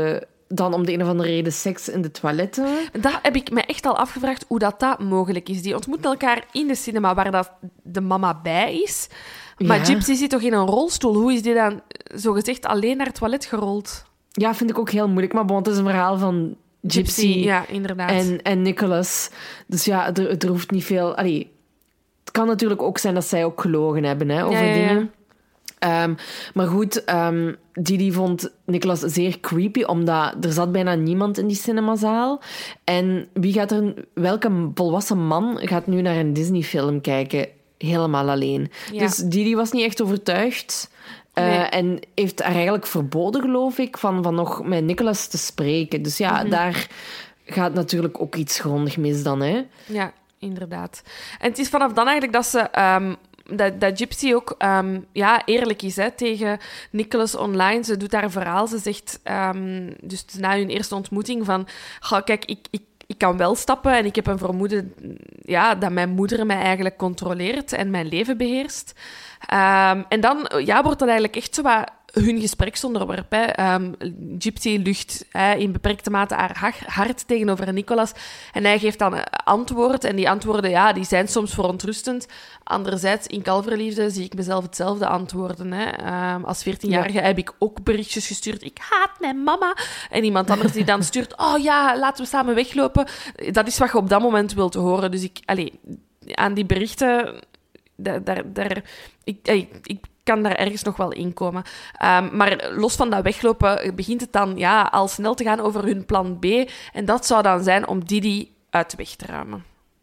dan om de een of andere reden seks in de toiletten. Dat heb ik me echt al afgevraagd hoe dat, dat mogelijk is. Die ontmoeten elkaar in de cinema waar dat de mama bij is. Maar Ja. Gypsy zit toch in een rolstoel? Hoe is die dan zogezegd alleen naar het toilet gerold? Ja, vind ik ook heel moeilijk. Maar bon, het is een verhaal van Gypsy, Ja, inderdaad. en, en Nicholas. Dus ja, er, er hoeft niet veel... Allee, het kan natuurlijk ook zijn dat zij ook gelogen hebben hè, over Ja, ja, ja. dingen. Um, maar goed, um, Didi vond Nicholas zeer creepy, omdat er zat bijna niemand in die cinemazaal. En wie gaat er... Welke volwassen man gaat nu naar een Disney-film kijken? Helemaal alleen. Ja. Dus Didi was niet echt overtuigd. Uh, Nee. En heeft haar eigenlijk verboden, geloof ik, van, van nog met Nicholas te spreken. Dus ja, Mhm. daar gaat natuurlijk ook iets grondig mis dan, hè. Ja, inderdaad. En het is vanaf dan eigenlijk dat ze... ehm, dat, dat Gypsy ook ehm, ja, eerlijk is hè, tegen Nicholas online. Ze doet haar verhaal. Ze zegt, ehm, dus na hun eerste ontmoeting, van... "Goh, kijk, ik, ik, ik kan wel stappen en ik heb een vermoeden ja, dat mijn moeder mij eigenlijk controleert en mijn leven beheerst. Ehm, en dan ja, wordt dat eigenlijk echt zo wat hun gespreksonderwerp. Hè. Ehm, Gypsy lucht hè, in beperkte mate haar ha- hart tegenover Nicholas. En hij geeft dan antwoord. En die antwoorden ja, die zijn soms verontrustend. Anderzijds, in Kalverliefde zie ik mezelf hetzelfde antwoorden. Hè. Ehm, als veertienjarige heb ik ook berichtjes gestuurd. Ik haat mijn mama. En iemand anders die dan stuurt... Oh ja, laten we samen weglopen. Dat is wat je op dat moment wilt horen. Dus ik... Allez, aan die berichten... Daar, daar, daar, ik, ik, ik kan daar ergens nog wel in komen. Um, maar los van dat weglopen begint het dan ja, al snel te gaan over hun plan B. En dat zou dan zijn om Didi uit de weg te ruimen.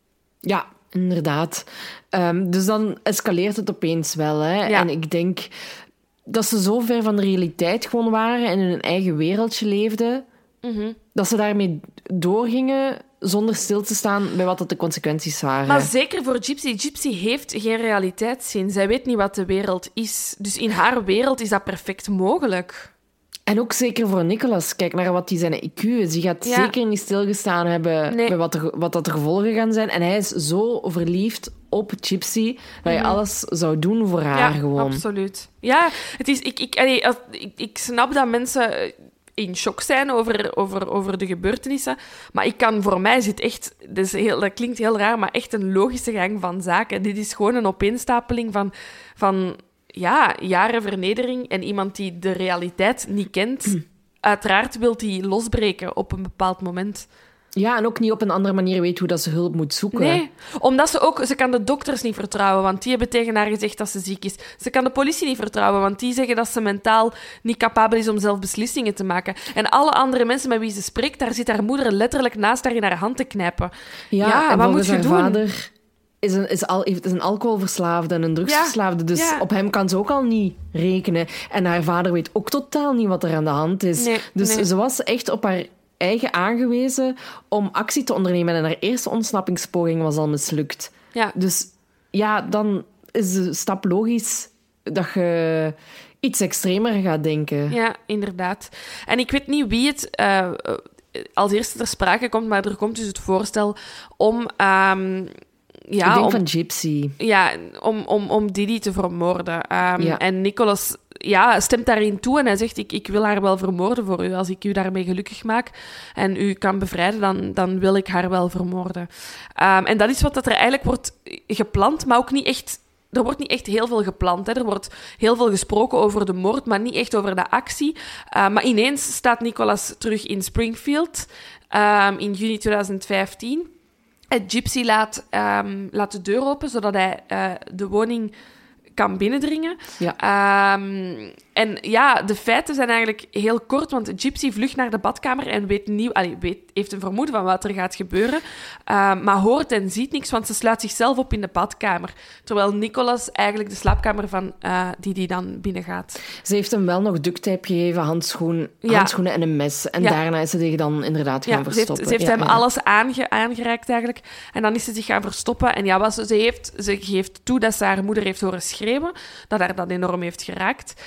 Ja, inderdaad. Um, dus dan escaleert het opeens wel. Hè? Ja. En ik denk dat ze zo ver van de realiteit gewoon waren en in hun eigen wereldje leefden, Mm-hmm. dat ze daarmee doorgingen zonder stil te staan bij wat dat de consequenties waren. Maar zeker voor Gypsy. Gypsy heeft geen realiteitszin. Zij weet niet wat de wereld is. Dus in haar wereld is dat perfect mogelijk. En ook zeker voor Nicholas. Kijk naar wat die zijn I Q is. Die gaat Ja. zeker niet stilgestaan hebben Nee. bij wat, er, wat dat de gevolgen gaan zijn. En hij is zo verliefd op Gypsy dat hij Mhm. alles zou doen voor haar Ja, gewoon. absoluut. Ja, het is, ik, ik, allee, als- ik, ik snap dat mensen in shock zijn over, over, over de gebeurtenissen. Maar ik kan, voor mij zit echt... Dat, is heel, dat klinkt heel raar, maar echt een logische gang van zaken. Dit is gewoon een opeenstapeling van... van ja, jaren vernedering en iemand die de realiteit niet kent. Uiteraard wil die losbreken op een bepaald moment. Ja, en ook niet op een andere manier weet hoe dat ze hulp moet zoeken. Nee, omdat ze ook... Ze kan de dokters niet vertrouwen, want die hebben tegen haar gezegd dat ze ziek is. Ze kan de politie niet vertrouwen, want die zeggen dat ze mentaal niet capabel is om zelf beslissingen te maken. En alle andere mensen met wie ze spreekt, daar zit haar moeder letterlijk naast haar in haar hand te knijpen. Ja, Ja, en wat volgens moet je haar doen? vader is een, is, al, heeft- is een alcoholverslaafde en een drugsverslaafde. Dus ja. op hem kan ze ook al niet rekenen. En haar vader weet ook totaal niet wat er aan de hand is. Nee, dus nee. ze was echt op haar eigen aangewezen om actie te ondernemen. En haar eerste ontsnappingspoging was al mislukt. Ja. Dus ja, dan is de stap logisch dat je iets extremer gaat denken. Ja, inderdaad. En ik weet niet wie het eh, als eerste ter sprake komt, maar er komt dus het voorstel om... ehm, ja, Ik denk om, van Gypsy. ja, om, om, om Didi te vermoorden. Ehm, Ja. En Nicholas ja, stemt daarin toe en hij zegt, ik, ik wil haar wel vermoorden voor u. Als ik u daarmee gelukkig maak en u kan bevrijden, dan, dan wil ik haar wel vermoorden. Ehm, en dat is wat dat er eigenlijk wordt gepland, maar ook niet echt... Er wordt niet echt heel veel gepland. Hè. Er wordt heel veel gesproken over de moord, maar niet echt over de actie. Uh, maar ineens staat Nicholas terug in Springfield um, in juni twintig vijftien. En Gypsy laat, um, laat de deur open, zodat hij uh, de woning kan binnendringen. Ja. Um, en ja, de feiten zijn eigenlijk heel kort, want Gypsy vlucht naar de badkamer en weet nieuw, allee, weet, heeft een vermoeden van wat er gaat gebeuren, uh, maar hoort en ziet niks, want ze sluit zichzelf op in de badkamer. Terwijl Nicholas eigenlijk de slaapkamer van uh, Didi dan binnengaat. Ze heeft hem wel nog ducttape gegeven, handschoen, Ja. handschoenen en een mes. En Ja. daarna is ze zich dan inderdaad gaan Ja, ze heeft, verstoppen. ze heeft Ja, hem ja. alles aange, aangereikt eigenlijk. En dan is ze zich gaan verstoppen. En ja, wat ze, ze, heeft, ze geeft toe dat ze haar moeder heeft horen schreeuwen. Dat haar dat enorm heeft geraakt.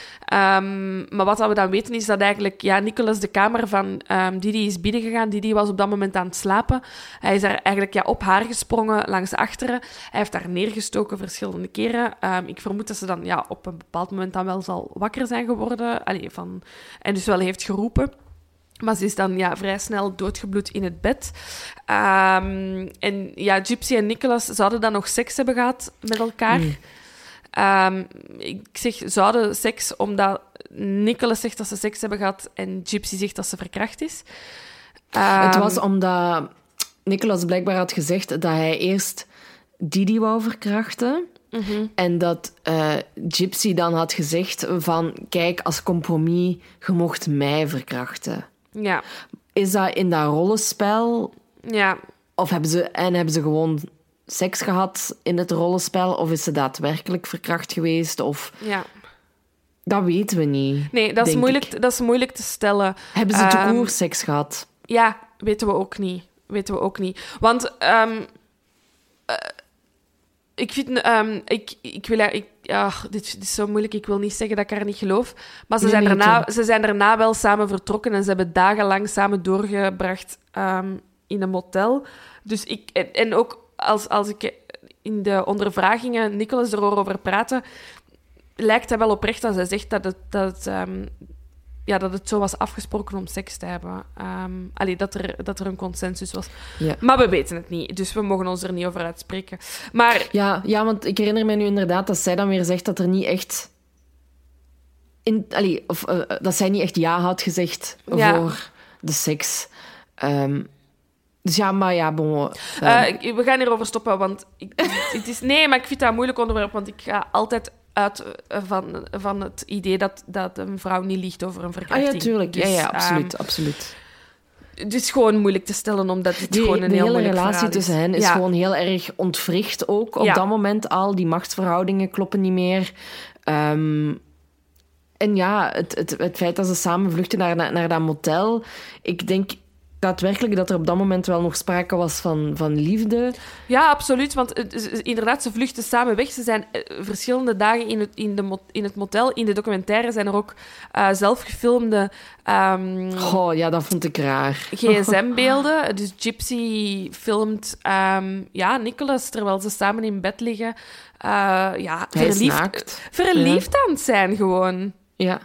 Um, maar wat we dan weten is dat eigenlijk ja, Nicholas de kamer van um, Didi is binnengegaan. Didi was op dat moment aan het slapen. Hij is daar eigenlijk ja, op haar gesprongen langs achteren. Hij heeft haar neergestoken verschillende keren. Um, ik vermoed dat ze dan ja, op een bepaald moment dan wel zal wakker zijn geworden. Allee, van, en dus wel heeft geroepen. Maar ze is dan ja, vrij snel doodgebloed in het bed. Um, en ja, Gypsy en Nicholas zouden dan nog seks hebben gehad met elkaar. Mm. Um, ik zeg zouden seks omdat Nicholas zegt dat ze seks hebben gehad en Gypsy zegt dat ze verkracht is. Um, het was omdat Nicholas blijkbaar had gezegd dat hij eerst Didi wou verkrachten. Mm-hmm. En dat uh, Gypsy dan had gezegd van... Kijk, als compromis, je mocht mij verkrachten. Ja. Is dat in dat rollenspel? Ja. Of hebben ze, en hebben ze gewoon seks gehad in het rollenspel? Of is ze daadwerkelijk verkracht geweest? Of... Ja. Dat weten we niet. Nee, dat is, moeilijk, dat is moeilijk te stellen. Hebben ze te um, koer seks gehad? Ja, weten we ook niet. Weten we ook niet. Want... Um, uh, Ik vind... Um, ik, ik wil... Ik, ja, dit, dit is zo moeilijk. Ik wil niet zeggen dat ik haar niet geloof. Maar ze, nee, zijn, nee, daarna, ze zijn daarna wel samen vertrokken en ze hebben dagenlang samen doorgebracht um, in een motel. Dus ik... En, en ook als, als ik in de ondervragingen Nicholas erover praatte, lijkt hij wel oprecht als hij zegt dat het... Dat het um, Ja, dat het zo was afgesproken om seks te hebben. Um, allee, dat er, dat er een consensus was. Ja. Maar we weten het niet, dus we mogen ons er niet over uitspreken. Maar... Ja, ja, want ik herinner me nu inderdaad dat zij dan weer zegt dat er niet echt... In, allee, of uh, dat zij niet echt ja had gezegd ja. voor de seks. Um, dus ja, maar ja, bon... Um. Uh, we gaan hierover stoppen, want... Ik, het is, nee, maar ik vind dat een moeilijk onderwerp, want ik ga altijd... uit van, van het idee dat, dat een vrouw niet liegt over een verkrachting. Ah ja, tuurlijk. Dus, ja, ja, absoluut, um, absoluut. Het is gewoon moeilijk te stellen, omdat het Die, gewoon een de heel hele moeilijk relatie verhaal is. tussen hen is ja. gewoon heel erg ontwricht ook. Op ja. dat moment al. Die machtsverhoudingen kloppen niet meer. Um, en ja, het, het, het feit dat ze samen vluchten naar, naar, naar dat motel... Ik denk... daadwerkelijk dat er op dat moment wel nog sprake was van, van liefde. Ja, absoluut. Want uh, inderdaad, ze vluchten samen weg. Ze zijn uh, verschillende dagen in het, in, de mo- in het motel. In de documentaire zijn er ook uh, zelfgefilmde... Um, oh, ja, dat vond ik raar. G S M-beelden. Dus Gypsy filmt um, ja, Nicholas terwijl ze samen in bed liggen. Uh, ja, Hij verliefd, verliefd ja. aan het zijn gewoon. Ja.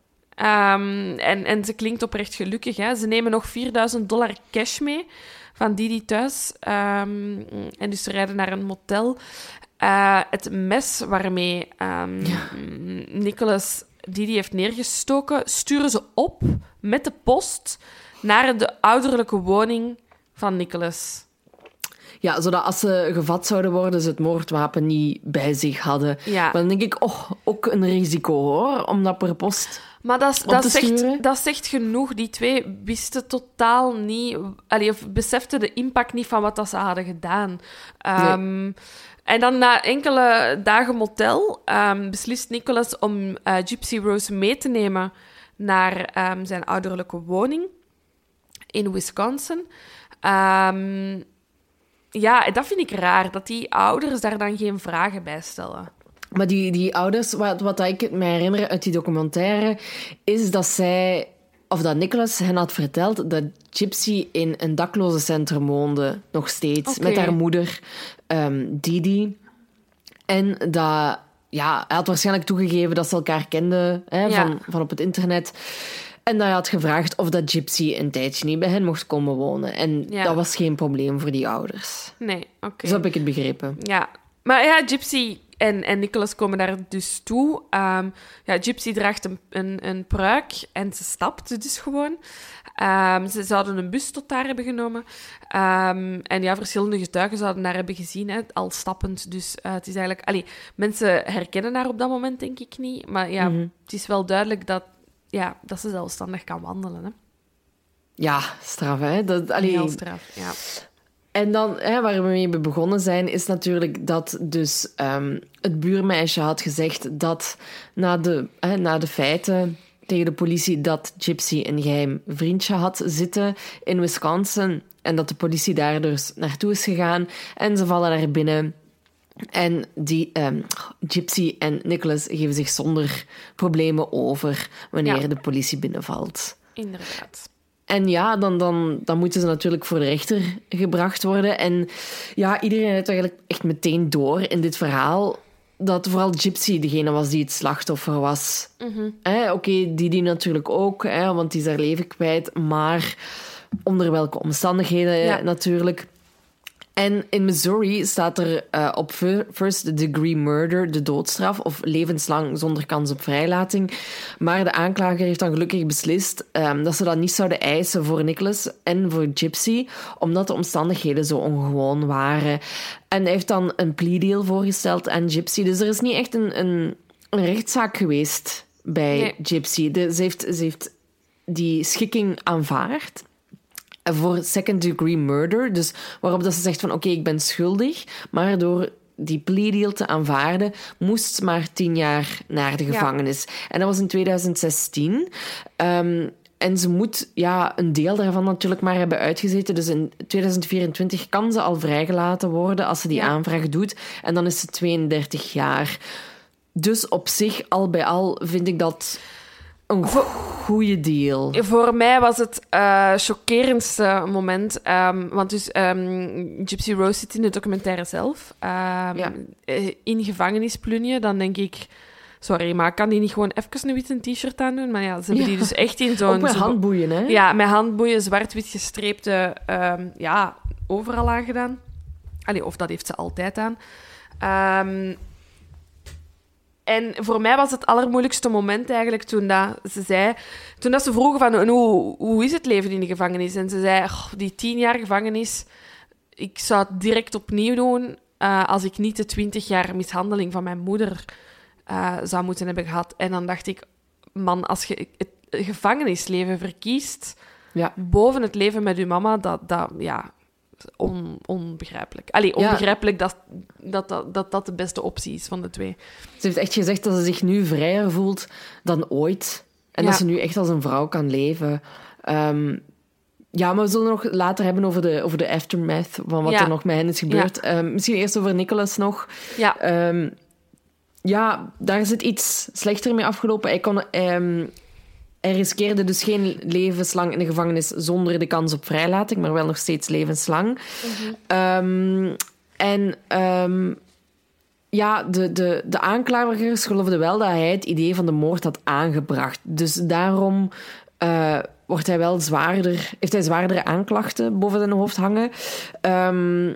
Um, en, en ze klinkt oprecht gelukkig. Hè. Ze nemen nog vierduizend dollar cash mee van Didi thuis. Um, en dus ze rijden naar een motel. Uh, het mes waarmee um, ja. Nicholas Didi heeft neergestoken, sturen ze op met de post naar de ouderlijke woning van Nicholas. Ja, zodat als ze gevat zouden worden, ze het moordwapen niet bij zich hadden. Ja. Maar dan denk ik, oh, ook een risico hoor, om dat per post... Maar dat, dat, zegt, dat zegt genoeg. Die twee wisten totaal niet... Allee, of beseften de impact niet van wat dat ze hadden gedaan. Um, nee. En dan na enkele dagen motel um, beslist Nicholas om uh, Gypsy Rose mee te nemen naar um, zijn ouderlijke woning in Wisconsin. Um, ja, dat vind ik raar, dat die ouders daar dan geen vragen bij stellen. Maar die, die ouders, wat, wat ik me herinner uit die documentaire, is dat zij, of dat Nicholas hen had verteld dat Gypsy in een daklozencentrum woonde, nog steeds, okay. met haar moeder, um, Didi. En dat, ja, hij had waarschijnlijk toegegeven dat ze elkaar kenden, hè, ja. van, van op het internet. En dat hij had gevraagd of dat Gypsy een tijdje niet bij hen mocht komen wonen. En ja. dat was geen probleem voor die ouders. Nee, oké. Okay. Zo heb ik het begrepen. Ja, maar ja, Gypsy... En, en Nicholas komen daar dus toe. Um, ja, Gypsy draagt een, een, een pruik en ze stapt dus gewoon. Um, ze zouden een bus tot daar hebben genomen. Um, en ja, verschillende getuigen zouden haar hebben gezien, hè, al stappend. Dus uh, het is eigenlijk... Allee, mensen herkennen haar op dat moment, denk ik niet. Maar ja, mm-hmm. het is wel duidelijk dat, ja, dat ze zelfstandig kan wandelen. Hè. Ja, straf, hè? Dat, allee... Heel straf, ja. En dan, hè, waar we mee begonnen zijn, is natuurlijk dat dus um, het buurmeisje had gezegd dat na de, hè, na de feiten tegen de politie dat Gypsy een geheim vriendje had zitten in Wisconsin en dat de politie daar dus naartoe is gegaan en ze vallen daar binnen. En die um, Gypsy en Nicholas geven zich zonder problemen over wanneer ja. de politie binnenvalt. Inderdaad. En ja, dan, dan, dan moeten ze natuurlijk voor de rechter gebracht worden. En ja, iedereen heeft eigenlijk echt meteen door in dit verhaal dat vooral Gypsy degene was die het slachtoffer was. Mm-hmm. Oké, okay, die die natuurlijk ook, hè, want die is haar leven kwijt. Maar onder welke omstandigheden ja. natuurlijk... En in Missouri staat er uh, op first degree murder de doodstraf of levenslang zonder kans op vrijlating. Maar de aanklager heeft dan gelukkig beslist um, dat ze dat niet zouden eisen voor Nicholas en voor Gypsy, omdat de omstandigheden zo ongewoon waren. En hij heeft dan een plea deal voorgesteld aan Gypsy. Dus er is niet echt een, een, een rechtszaak geweest bij nee. Gypsy. De, ze, heeft, ze heeft die schikking aanvaard voor second-degree murder. Dus waarop dat ze zegt van oké, okay, ik ben schuldig, maar door die plea deal te aanvaarden, moest maar tien jaar naar de gevangenis. Ja. En dat was in twintig zestien. Um, en ze moet ja, een deel daarvan natuurlijk maar hebben uitgezeten. Dus in twintig vierentwintig kan ze al vrijgelaten worden als ze die ja. aanvraag doet. En dan is ze tweeëndertig jaar. Dus op zich, al bij al, vind ik dat een goede deal. Voor mij was het uh, chockerendste moment. Um, want dus um, Gypsy Rose zit in de documentaire zelf. Um, ja. In gevangenisplunje. Dan denk ik... Sorry, maar kan die niet gewoon even een witte t-shirt aandoen? Maar ja, ze hebben ja. die dus echt in zo'n... Ook met zo, handboeien, hè? Ja, met handboeien, zwart-wit gestreepte... Um, ja, overal aangedaan. Allee, of dat heeft ze altijd aan. Um, En voor mij was het allermoeilijkste moment eigenlijk toen dat ze zei... Toen dat ze vroegen van, hoe, hoe is het leven in de gevangenis? En ze zei, oh, die tien jaar gevangenis... Ik zou het direct opnieuw doen uh, als ik niet de twintig jaar mishandeling van mijn moeder uh, zou moeten hebben gehad. En dan dacht ik, man, als je het gevangenisleven verkiest... Ja. Boven het leven met je mama, dat... dat ja, On, onbegrijpelijk. Allee, onbegrijpelijk ja. dat, dat, dat, dat dat de beste optie is van de twee. Ze heeft echt gezegd dat ze zich nu vrijer voelt dan ooit. En ja. dat ze nu echt als een vrouw kan leven. Um, ja, maar we zullen nog later hebben over de, over de aftermath van wat ja. er nog met hen is gebeurd. Ja. Um, misschien eerst over Nicholas nog. Ja. Um, ja, daar is het iets slechter mee afgelopen. Hij kon... Um, Hij riskeerde dus geen levenslang in de gevangenis zonder de kans op vrijlating, maar wel nog steeds levenslang. Mm-hmm. Um, en um, ja, de, de, de aanklagers geloofden wel dat hij het idee van de moord had aangebracht. Dus daarom uh, wordt hij wel zwaarder, heeft hij zwaardere aanklachten boven zijn hoofd hangen. Um,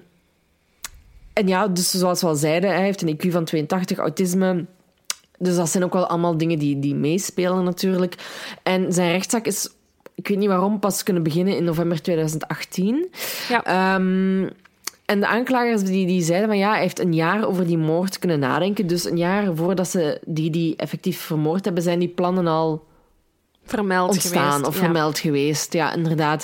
en ja, dus zoals we al zeiden, hij heeft een I Q van tweeëntachtig, autisme... Dus dat zijn ook wel allemaal dingen die, die meespelen natuurlijk. En zijn rechtszaak is, ik weet niet waarom, pas kunnen beginnen in november twintig achttien. Ja. Um, en de aanklagers die, die zeiden van ja, hij heeft een jaar over die moord kunnen nadenken. Dus een jaar voordat ze die, die effectief vermoord hebben, zijn die plannen al vermeld ontstaan geweest, of ja. vermeld geweest. Ja, inderdaad.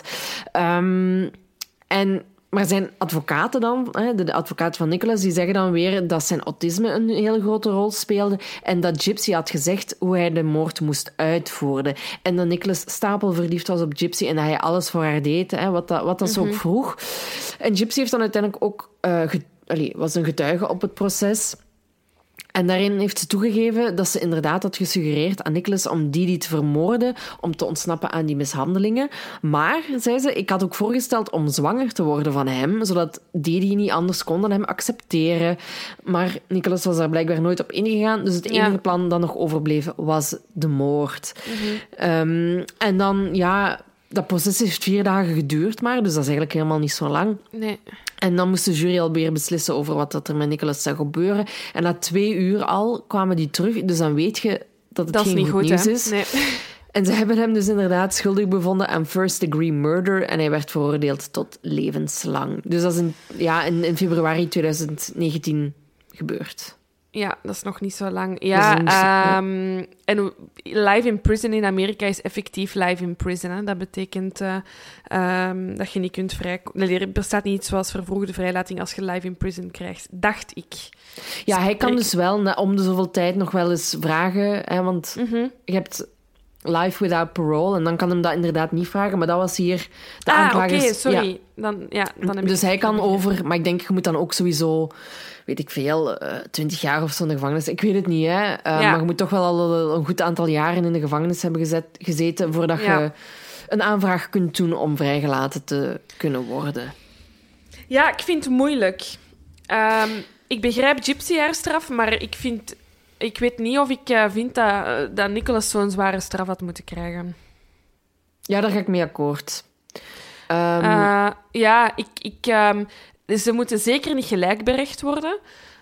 Um, en... Maar zijn advocaten dan, de advocaten van Nicholas, die zeggen dan weer dat zijn autisme een hele grote rol speelde en dat Gypsy had gezegd hoe hij de moord moest uitvoeren. En dat Nicholas stapelverliefd was op Gypsy en dat hij alles voor haar deed, wat dat, wat dat mm-hmm. ze ook vroeg. En Gypsy heeft dan uiteindelijk ook uh, get, allee, was een getuige op het proces. En daarin heeft ze toegegeven dat ze inderdaad had gesuggereerd aan Nicholas om Didi te vermoorden, om te ontsnappen aan die mishandelingen. Maar, zei ze, ik had ook voorgesteld om zwanger te worden van hem, zodat Didi niet anders kon dan hem accepteren. Maar Nicholas was daar blijkbaar nooit op ingegaan, dus het enige ja. plan dat nog overbleef was de moord. Mm-hmm. Um, en dan, ja... Dat proces heeft vier dagen geduurd maar, dus dat is eigenlijk helemaal niet zo lang. Nee. En dan moest de jury alweer beslissen over wat er met Nicholas zou gebeuren. En na twee uur al kwamen die terug, dus dan weet je dat het dat geen is niet goed, goed nieuws hè? is. Nee. En ze hebben hem dus inderdaad schuldig bevonden aan first-degree murder en hij werd veroordeeld tot levenslang. Dus dat is in, ja, in, in februari twintig negentien gebeurd. Ja, dat is nog niet zo lang. Ja, um, en live in prison in Amerika is effectief live in prison. Hè. Dat betekent uh, um, dat je niet kunt vrijkomen. Er bestaat niet iets zoals vervroegde vrijlating als je live in prison krijgt, dacht ik. Ja, hij kan dus wel om de zoveel tijd nog wel eens vragen, hè, want mm-hmm. je hebt life without parole en dan kan hem dat inderdaad niet vragen, maar dat was hier de ah, aanklagers... oké, okay, sorry. Ja. Dan, ja, dan heb dus ik hij kan over, maar ik denk, je moet dan ook sowieso... weet ik veel, twintig uh, jaar of zo in de gevangenis. Ik weet het niet, hè. Uh, ja. Maar je moet toch wel al een goed aantal jaren in de gevangenis hebben gezet, gezeten voordat ja. je een aanvraag kunt doen om vrijgelaten te kunnen worden. Ja, ik vind het moeilijk. Um, ik begrijp Gypsy haar straf, maar ik vind... Ik weet niet of ik uh, vind dat, uh, dat Nicholas zo'n zware straf had moeten krijgen. Ja, daar ga ik mee akkoord. Um... Uh, ja, ik... ik um, ze moeten zeker niet gelijkberecht worden.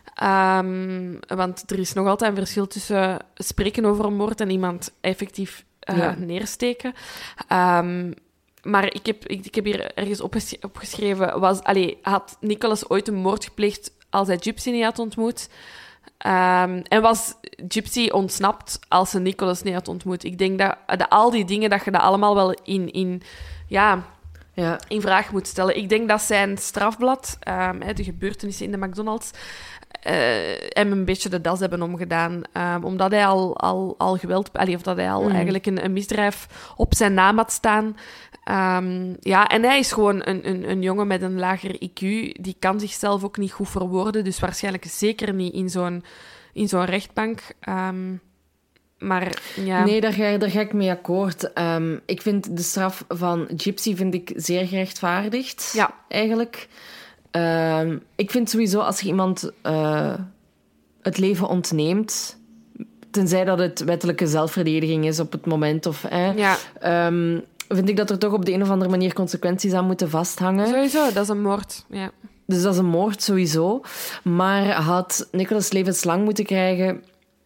Um, want er is nog altijd een verschil tussen spreken over een moord en iemand effectief uh, ja. neersteken. Um, maar ik heb, ik, ik heb hier ergens opges- opgeschreven... Was, allee, had Nicholas ooit een moord gepleegd als hij Gypsy niet had ontmoet? Um, en was Gypsy ontsnapt als ze Nicholas niet had ontmoet? Ik denk dat, dat al die dingen, dat je dat allemaal wel in... in ja, Ja. in vraag moet stellen. Ik denk dat zijn strafblad, um, de gebeurtenissen in de McDonald's, uh, hem een beetje de das hebben omgedaan. Um, omdat hij al, al, al geweld... Allee, of dat hij al mm. eigenlijk een, een misdrijf op zijn naam had staan. Um, ja, en hij is gewoon een, een, een jongen met een lager I Q. Die kan zichzelf ook niet goed verwoorden. Dus waarschijnlijk zeker niet in zo'n, in zo'n rechtbank. Um, Maar, ja. Nee, daar ga, daar ga ik mee akkoord. Um, ik vind de straf van Gypsy vind ik zeer gerechtvaardigd, ja. eigenlijk. Um, ik vind sowieso, als je iemand uh, het leven ontneemt, tenzij dat het wettelijke zelfverdediging is op het moment, of, eh, ja. um, vind ik dat er toch op de een of andere manier consequenties aan moeten vasthangen. Sowieso, dat is een moord, ja. Dus dat is een moord, sowieso. Maar had Nicholas levenslang moeten krijgen...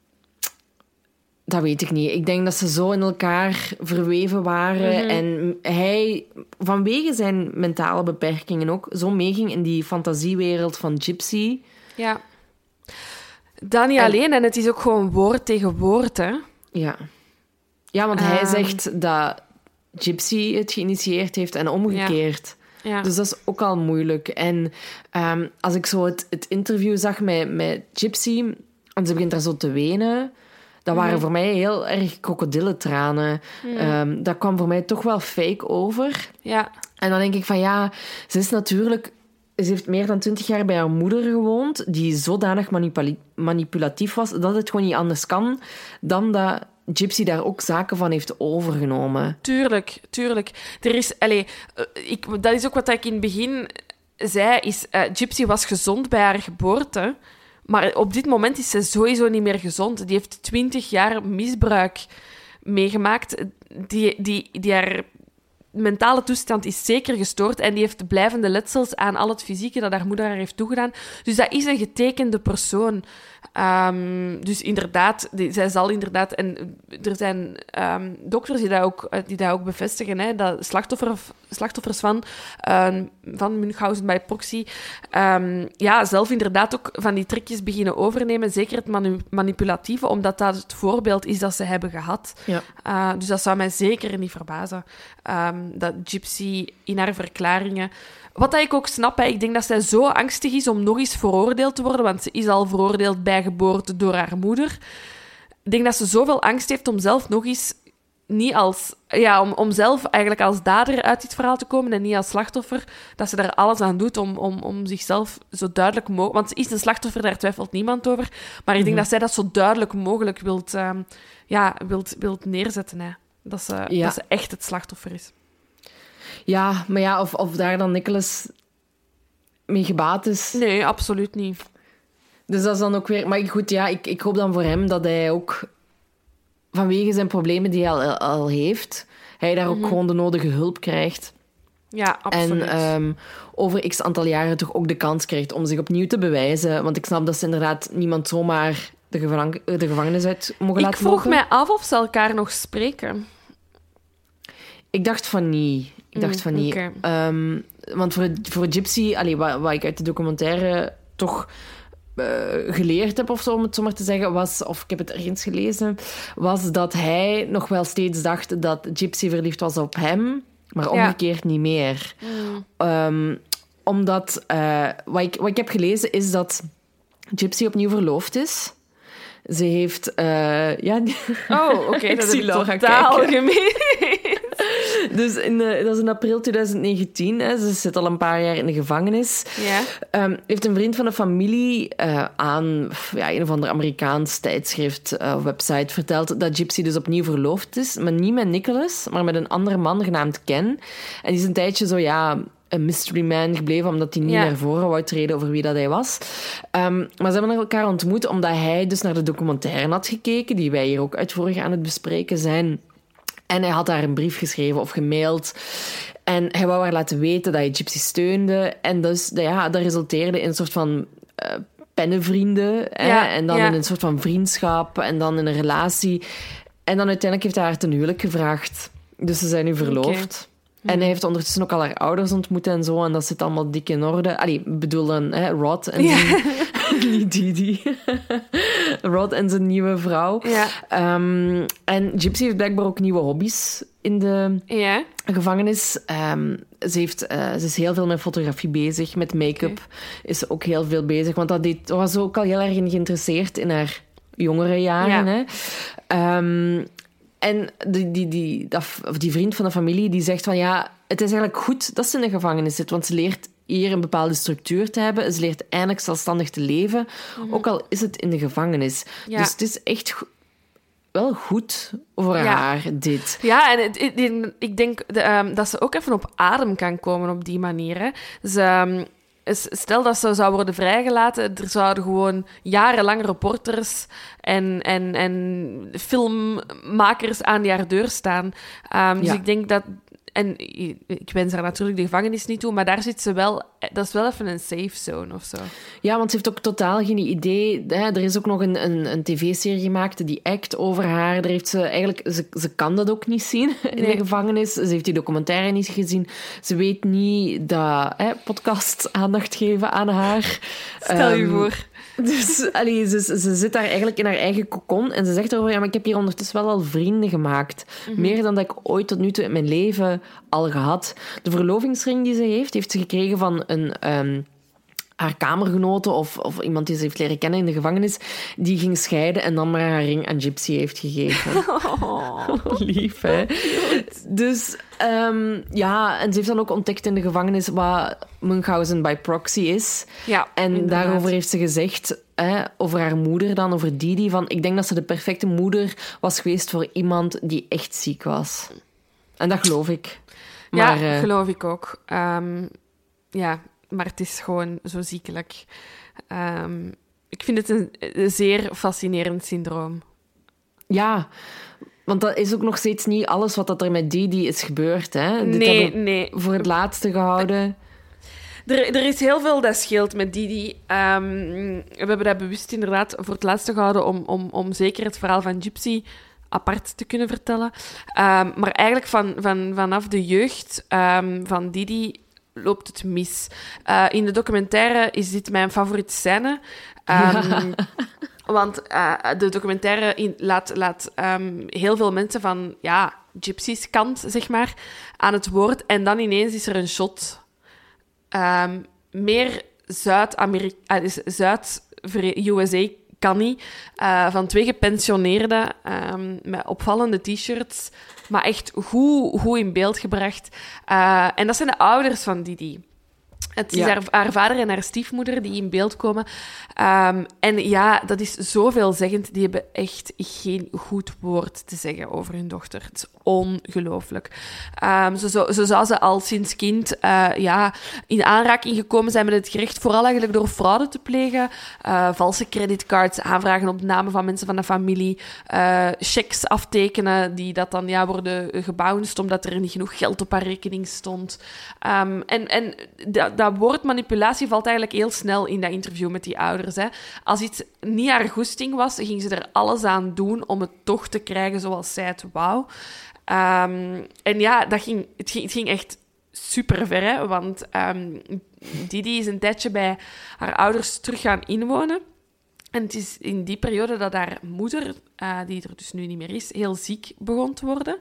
Dat weet ik niet. Ik denk dat ze zo in elkaar verweven waren. Mm-hmm. En hij, vanwege zijn mentale beperkingen ook, zo meeging in die fantasiewereld van Gypsy. Ja. Dat niet en... alleen. En het is ook gewoon woord tegen woord, hè. Ja. Ja, want uh... hij zegt dat Gypsy het geïnitieerd heeft en omgekeerd. Ja. Ja. Dus dat is ook al moeilijk. En um, als ik zo het, het interview zag met, met Gypsy, en ze begint daar zo te wenen... Dat waren mm. voor mij heel erg krokodillentranen. Mm. Um, dat kwam voor mij toch wel fake over. Ja. En dan denk ik van ja, ze is natuurlijk... Ze heeft meer dan twintig jaar bij haar moeder gewoond, die zodanig manipula- manipulatief was, dat het gewoon niet anders kan dan dat Gypsy daar ook zaken van heeft overgenomen. Tuurlijk, tuurlijk. Er is... Allez, ik, dat is ook wat ik in het begin zei, is... Uh, Gypsy was gezond bij haar geboorte... Maar op dit moment is ze sowieso niet meer gezond. Die heeft twintig jaar misbruik meegemaakt. Die, die, die haar mentale toestand is zeker gestoord. En die heeft blijvende letsels aan al het fysieke dat haar moeder haar heeft toegedaan. Dus dat is een getekende persoon. Um, dus inderdaad, die, zij zal inderdaad... En er zijn um, dokters die dat ook, die dat ook bevestigen, hè, dat slachtoffer, slachtoffers van, uh, van Münchhausen bij proxy um, ja, zelf inderdaad ook van die trekjes beginnen overnemen. Zeker het manu- manipulatieve, omdat dat het voorbeeld is dat ze hebben gehad. Ja. Uh, dus dat zou mij zeker niet verbazen. Um, dat Gypsy in haar verklaringen... Wat dat ik ook snap, hè, ik denk dat zij zo angstig is om nog eens veroordeeld te worden, want ze is al veroordeeld bij geboorte door haar moeder. Ik denk dat ze zoveel angst heeft om zelf nog eens niet als... Ja, om, om zelf eigenlijk als dader uit dit verhaal te komen en niet als slachtoffer, dat ze daar alles aan doet om, om, om zichzelf zo duidelijk mogelijk... Want ze is een slachtoffer, daar twijfelt niemand over. Maar ik denk mm-hmm. dat zij dat zo duidelijk mogelijk wilt, um, ja, wilt, wilt neerzetten. Hè. Dat, ze, ja. dat ze echt het slachtoffer is. Ja, maar ja, of, of daar dan Nicholas mee gebaat is. Nee, absoluut niet. Dus dat is dan ook weer... Maar goed, ja, ik, ik hoop dan voor hem dat hij ook... Vanwege zijn problemen die hij al, al heeft, hij daar ook mm-hmm. gewoon de nodige hulp krijgt. Ja, absoluut. En um, over x aantal jaren toch ook de kans krijgt om zich opnieuw te bewijzen. Want ik snap dat ze inderdaad niemand zomaar de, gevang- de gevangenis uit mogen ik laten vroeg lopen. mij af of ze elkaar nog spreken. Ik dacht van niet. Ik dacht van niet. Okay. Um, want voor, voor Gypsy, allee, wat, wat ik uit de documentaire toch uh, geleerd heb, of zo, om het zo maar te zeggen, was, of ik heb het ergens gelezen, was dat hij nog wel steeds dacht dat Gypsy verliefd was op hem, maar omgekeerd ja. niet meer. Mm. Um, omdat, uh, wat, ik, wat ik heb gelezen is dat Gypsy opnieuw verloofd is. Ze heeft... Uh, ja, oh, oké. Okay, dat is totaal gemeen. Dus in, uh, dat is in april twintig negentien. Hè. Ze zit al een paar jaar in de gevangenis. Ja. Um, heeft een vriend van de familie uh, aan ja, een of ander Amerikaans tijdschrift of uh, website verteld dat Gypsy dus opnieuw verloofd is. Maar niet met Nicholas, maar met een andere man genaamd Ken. En die is een tijdje zo, ja... een mystery man gebleven, omdat hij niet Ja. naar voren wou treden over wie dat hij was. Um, maar ze hebben elkaar ontmoet omdat hij dus naar de documentaire had gekeken, die wij hier ook uitvoerig aan het bespreken zijn. En hij had haar een brief geschreven of gemaild. En hij wou haar laten weten dat hij Gypsy steunde. En dus, ja, dat resulteerde in een soort van uh, pennenvrienden. Hè? Ja, en dan ja. in een soort van vriendschap. En dan in een relatie. En dan uiteindelijk heeft hij haar ten huwelijk gevraagd. Dus ze zijn nu verloofd. Okay. En hij heeft ondertussen ook al haar ouders ontmoet en zo. En dat zit allemaal dik in orde. Allee, ik bedoel dan hè, Rod en zijn... Ja. Niet Didi. Rod en zijn nieuwe vrouw. Ja. Um, en Gypsy heeft blijkbaar ook nieuwe hobby's in de ja. gevangenis. Um, ze, heeft, uh, ze is heel veel met fotografie bezig. Met make-up okay. is ze ook heel veel bezig. Want dat deed, was ze ook al heel erg in geïnteresseerd in haar jongere jaren. Ja. Hè. Um, En die, die, die, dat, of die vriend van de familie die zegt van ja, het is eigenlijk goed dat ze in de gevangenis zit, want ze leert hier een bepaalde structuur te hebben. Ze leert eindelijk zelfstandig te leven, mm-hmm. ook al is het in de gevangenis. Ja. Dus het is echt go- wel goed voor ja. haar, dit. Ja, en het, het, ik denk de, um, dat ze ook even op adem kan komen op die manier. Hè. Ze... Um, Stel dat ze zou worden vrijgelaten, er zouden gewoon jarenlang reporters en, en, en filmmakers aan die haar deur staan. Um, dus ja. ik denk dat... En ik wens haar natuurlijk de gevangenis niet toe, maar daar zit ze wel... Dat is wel even een safe zone of zo. Ja, want ze heeft ook totaal geen idee... Hè, er is ook nog een, een, een tv-serie gemaakt, die Act, over haar. Daar heeft ze eigenlijk... Ze, ze kan dat ook niet zien in nee. de gevangenis. Ze heeft die documentaire niet gezien. Ze weet niet dat hè, podcasts aandacht geven aan haar. Stel je um, voor... Dus allee, ze, ze zit daar eigenlijk in haar eigen kokon en ze zegt erover, ja, maar ik heb hier ondertussen wel al vrienden gemaakt. Mm-hmm. Meer dan dat ik ooit tot nu toe in mijn leven al gehad. De verlovingsring die ze heeft, heeft ze gekregen van een... Um, haar kamergenote of, of iemand die ze heeft leren kennen in de gevangenis, die ging scheiden en dan maar haar ring aan Gypsy heeft gegeven. Oh. Lief, hè? Dus um, ja, en ze heeft dan ook ontdekt in de gevangenis wat Munchausen by proxy is. Ja, en inderdaad. Daarover heeft ze gezegd, hè, over haar moeder dan, over Didi, van ik denk dat ze de perfecte moeder was geweest voor iemand die echt ziek was. En dat geloof ik. Maar, ja, uh, geloof ik ook. Um, ja... Maar het is gewoon zo ziekelijk. Um, ik vind het een, een zeer fascinerend syndroom. Ja, want dat is ook nog steeds niet alles wat er met Didi is gebeurd. Hè? Dit nee, hebben we nee. voor het laatste gehouden. Er, er is heel veel dat scheelt met Didi. Um, we hebben dat bewust inderdaad voor het laatste gehouden om, om, om zeker het verhaal van Gypsy apart te kunnen vertellen. Um, maar eigenlijk van, van, vanaf de jeugd um, van Didi... loopt het mis. Uh, in de documentaire is dit mijn favoriete scène. Um, ja. Want uh, de documentaire in, laat, laat um, heel veel mensen van ja, Gypsy's kant, zeg maar, aan het woord. En dan ineens is er een shot. Um, meer Zuid-Amerika... Uh, Zuid-U S A kan niet. Uh, van twee gepensioneerden um, met opvallende t-shirts... Maar echt goed, goed in beeld gebracht. Uh, en dat zijn de ouders van Didi. Het is ja. haar, haar vader en haar stiefmoeder die in beeld komen. Um, en ja, dat is zo veelzeggend. Die hebben echt geen goed woord te zeggen over hun dochter. Het is ongelooflijk. Um, zo, zo, zo zou ze al sinds kind uh, ja, in aanraking gekomen zijn met het gerecht. Vooral eigenlijk door fraude te plegen. Uh, valse creditcards aanvragen op de namen van mensen van de familie. Uh, checks aftekenen die dat dan ja, worden gebounced omdat er niet genoeg geld op haar rekening stond. Um, en en dat, dat woord manipulatie valt eigenlijk heel snel in dat interview met die ouders. Hè. Als iets niet haar goesting was, ging ze er alles aan doen om het toch te krijgen zoals zij het wou. Um, en ja, dat ging, het, ging, het ging echt super ver, hè, want um, Didi is een tijdje bij haar ouders terug gaan inwonen. En het is in die periode dat haar moeder, uh, die er dus nu niet meer is, heel ziek begon te worden.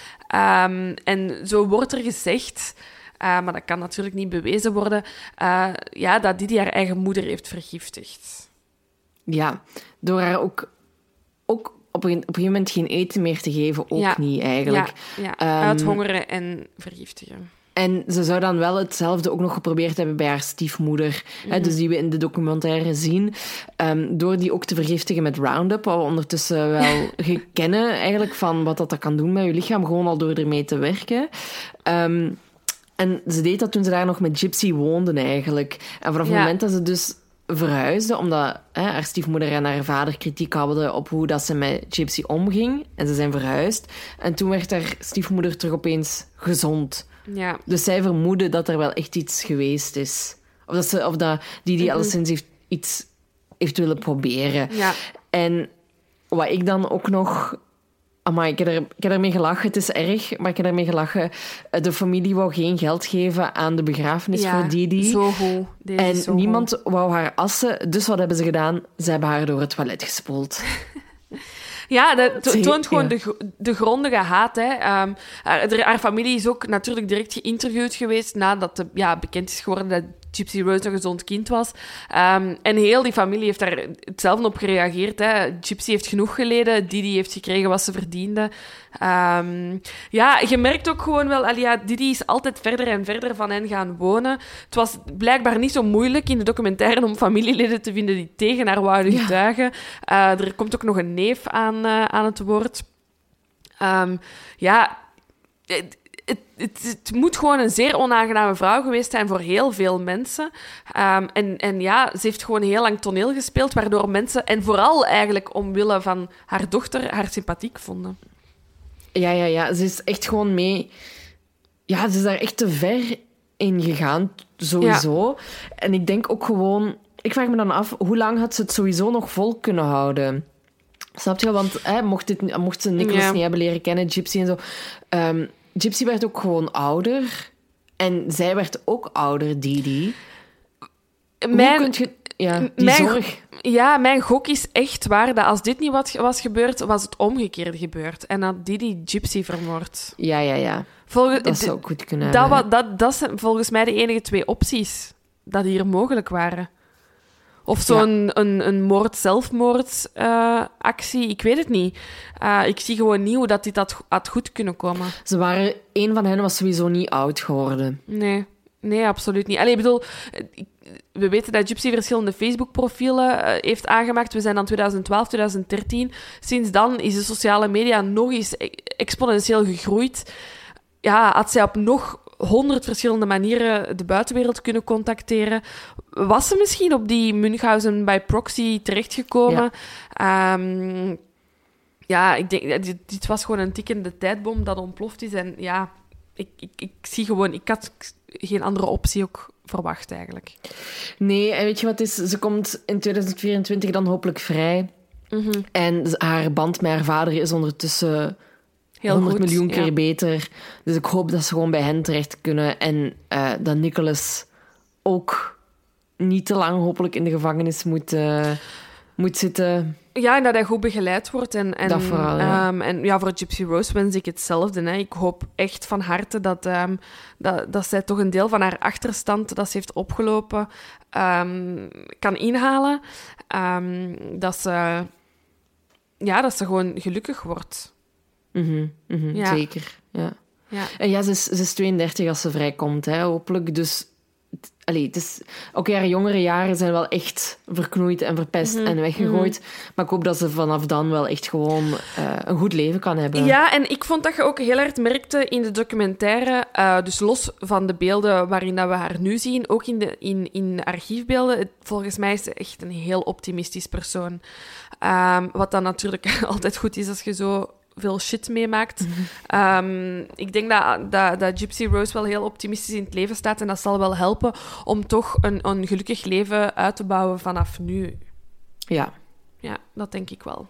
Um, en zo wordt er gezegd... Uh, maar dat kan natuurlijk niet bewezen worden, uh, ja, dat Didi haar eigen moeder heeft vergiftigd. Ja, door haar ook, ook op, een, op een gegeven moment geen eten meer te geven, ook ja. niet eigenlijk. Ja, ja. Um, uithongeren en vergiftigen. En ze zou dan wel hetzelfde ook nog geprobeerd hebben bij haar stiefmoeder, mm-hmm. hè, dus die we in de documentaire zien, um, door die ook te vergiftigen met Roundup, wat we ondertussen wel kennen eigenlijk van wat dat kan doen met je lichaam, gewoon al door ermee te werken. Um, En ze deed dat toen ze daar nog met Gypsy woonden eigenlijk. En vanaf Ja. het moment dat ze dus verhuisde, omdat hè, haar stiefmoeder en haar vader kritiek hadden op hoe dat ze met Gypsy omging. En ze zijn verhuisd. En toen werd haar stiefmoeder terug opeens gezond. Ja. Dus zij vermoedde dat er wel echt iets geweest is. Of dat, ze, of dat die, die Mhm. alleszins heeft, iets heeft willen proberen. Ja. En wat ik dan ook nog... Amai, ik heb, er, ik heb ermee gelachen. Het is erg, maar ik heb ermee gelachen. De familie wou geen geld geven aan de begrafenis Ja, voor Didi. zo goed. Deze En is zo niemand goed. wou haar assen. Dus wat hebben ze gedaan? Ze hebben haar door het toilet gespoeld. Ja, dat to- Zie- toont gewoon ja. de, gro- de grondige haat. Hè. Ehm, haar, er- haar familie is ook natuurlijk direct geïnterviewd geweest nadat de, ja, bekend is geworden dat Gypsy Rose een gezond kind was. Ehm, en heel die familie heeft daar hetzelfde op gereageerd. Hè. Gypsy heeft genoeg geleden. Didi heeft gekregen wat ze verdiende. Ehm, ja, je merkt ook gewoon wel... allee, ja, Didi is altijd verder en verder van hen gaan wonen. Het was blijkbaar niet zo moeilijk in de documentaire om familieleden te vinden die tegen haar wouden Ja. getuigen. Uh, er komt ook nog een neef aan, uh, aan het woord. Um, ja... Het, het, het, het moet gewoon een zeer onaangename vrouw geweest zijn voor heel veel mensen. Um, en, en ja, ze heeft gewoon heel lang toneel gespeeld, waardoor mensen, en vooral eigenlijk omwille van haar dochter, haar sympathiek vonden. Ja, ja, ja. Ze is echt gewoon mee... Ja, ze is daar echt te ver in gegaan, sowieso. En ik denk ook gewoon... Ik vraag me dan af, hoe lang had ze het sowieso nog vol kunnen houden? Snap je? Want hè, mocht, dit, mocht ze Nicholas Ja. niet hebben leren kennen, Gypsy en zo... Um, Gypsy werd ook gewoon ouder. En zij werd ook ouder, Didi. Mijn, Hoe kun je... Ja, die mijn, zorg... Ja, mijn gok is echt waar dat als dit niet wat was gebeurd, was het omgekeerde gebeurd. En had Didi Gypsy vermoord. Ja, ja, ja. Volgens, Dat zou goed kunnen dat, hebben. wa- dat, dat zijn volgens mij de enige twee opties dat hier mogelijk waren. Of zo'n een, een moord-zelfmoord-actie, ik weet het niet. Uh, ik zie gewoon niet hoe dat dit had, had goed kunnen komen. Ze waren... Een van hen was sowieso niet oud geworden. Nee, nee, absoluut niet. Allee, ik bedoel, ik- we weten dat Gypsy verschillende Facebook-profielen uh, heeft aangemaakt. We zijn dan twintig twaalf, twintig dertien. Sinds dan is de sociale media nog eens e- exponentieel gegroeid. Ja, had zij op nog honderd verschillende manieren de buitenwereld kunnen contacteren. Was ze misschien op die Münchhausen by proxy terechtgekomen? Ja, um, ja ik denk, dit, dit was gewoon een tikkende tijdbom dat ontploft is. En ja, ik, ik, ik zie gewoon... Ik had geen andere optie ook verwacht, eigenlijk. Nee, en weet je wat het is? Ze komt in tweeduizend vierentwintig dan hopelijk vrij. Mm-hmm. En haar band met haar vader is ondertussen Heel honderd goed, miljoen keer ja. beter. Dus ik hoop dat ze gewoon bij hen terecht kunnen. En uh, dat Nicholas ook niet te lang hopelijk in de gevangenis moet, uh, moet zitten. Ja, en dat hij goed begeleid wordt. En, en, Dat vooral, ja. Um, en ja, voor Gypsy Rose wens ik hetzelfde. Hè. Ik hoop echt van harte dat, um, dat, dat zij toch een deel van haar achterstand dat ze heeft opgelopen um, kan inhalen. Um, dat, ze, ja, dat ze gewoon gelukkig wordt. Mm-hmm, mm-hmm, Ja. Zeker, ja. Ja. En ja, ze is, ze is tweeëndertig als ze vrijkomt, hè, hopelijk. Dus... Allee, het is... Ook haar jongere jaren zijn wel echt verknoeid en verpest Mm-hmm. en weggegooid. Mm-hmm. Maar ik hoop dat ze vanaf dan wel echt gewoon uh, een goed leven kan hebben. Ja, en ik vond dat je ook heel hard merkte in de documentaire, uh, dus los van de beelden waarin dat we haar nu zien, ook in, de, in, in archiefbeelden, het, volgens mij is ze echt een heel optimistisch persoon. Um, wat dan natuurlijk altijd goed is als je zo veel shit meemaakt. Mm-hmm. Um, ik denk dat, dat, dat Gypsy Rose wel heel optimistisch in het leven staat en dat zal wel helpen om toch een, een gelukkig leven uit te bouwen vanaf nu. Ja. Ja, dat denk ik wel.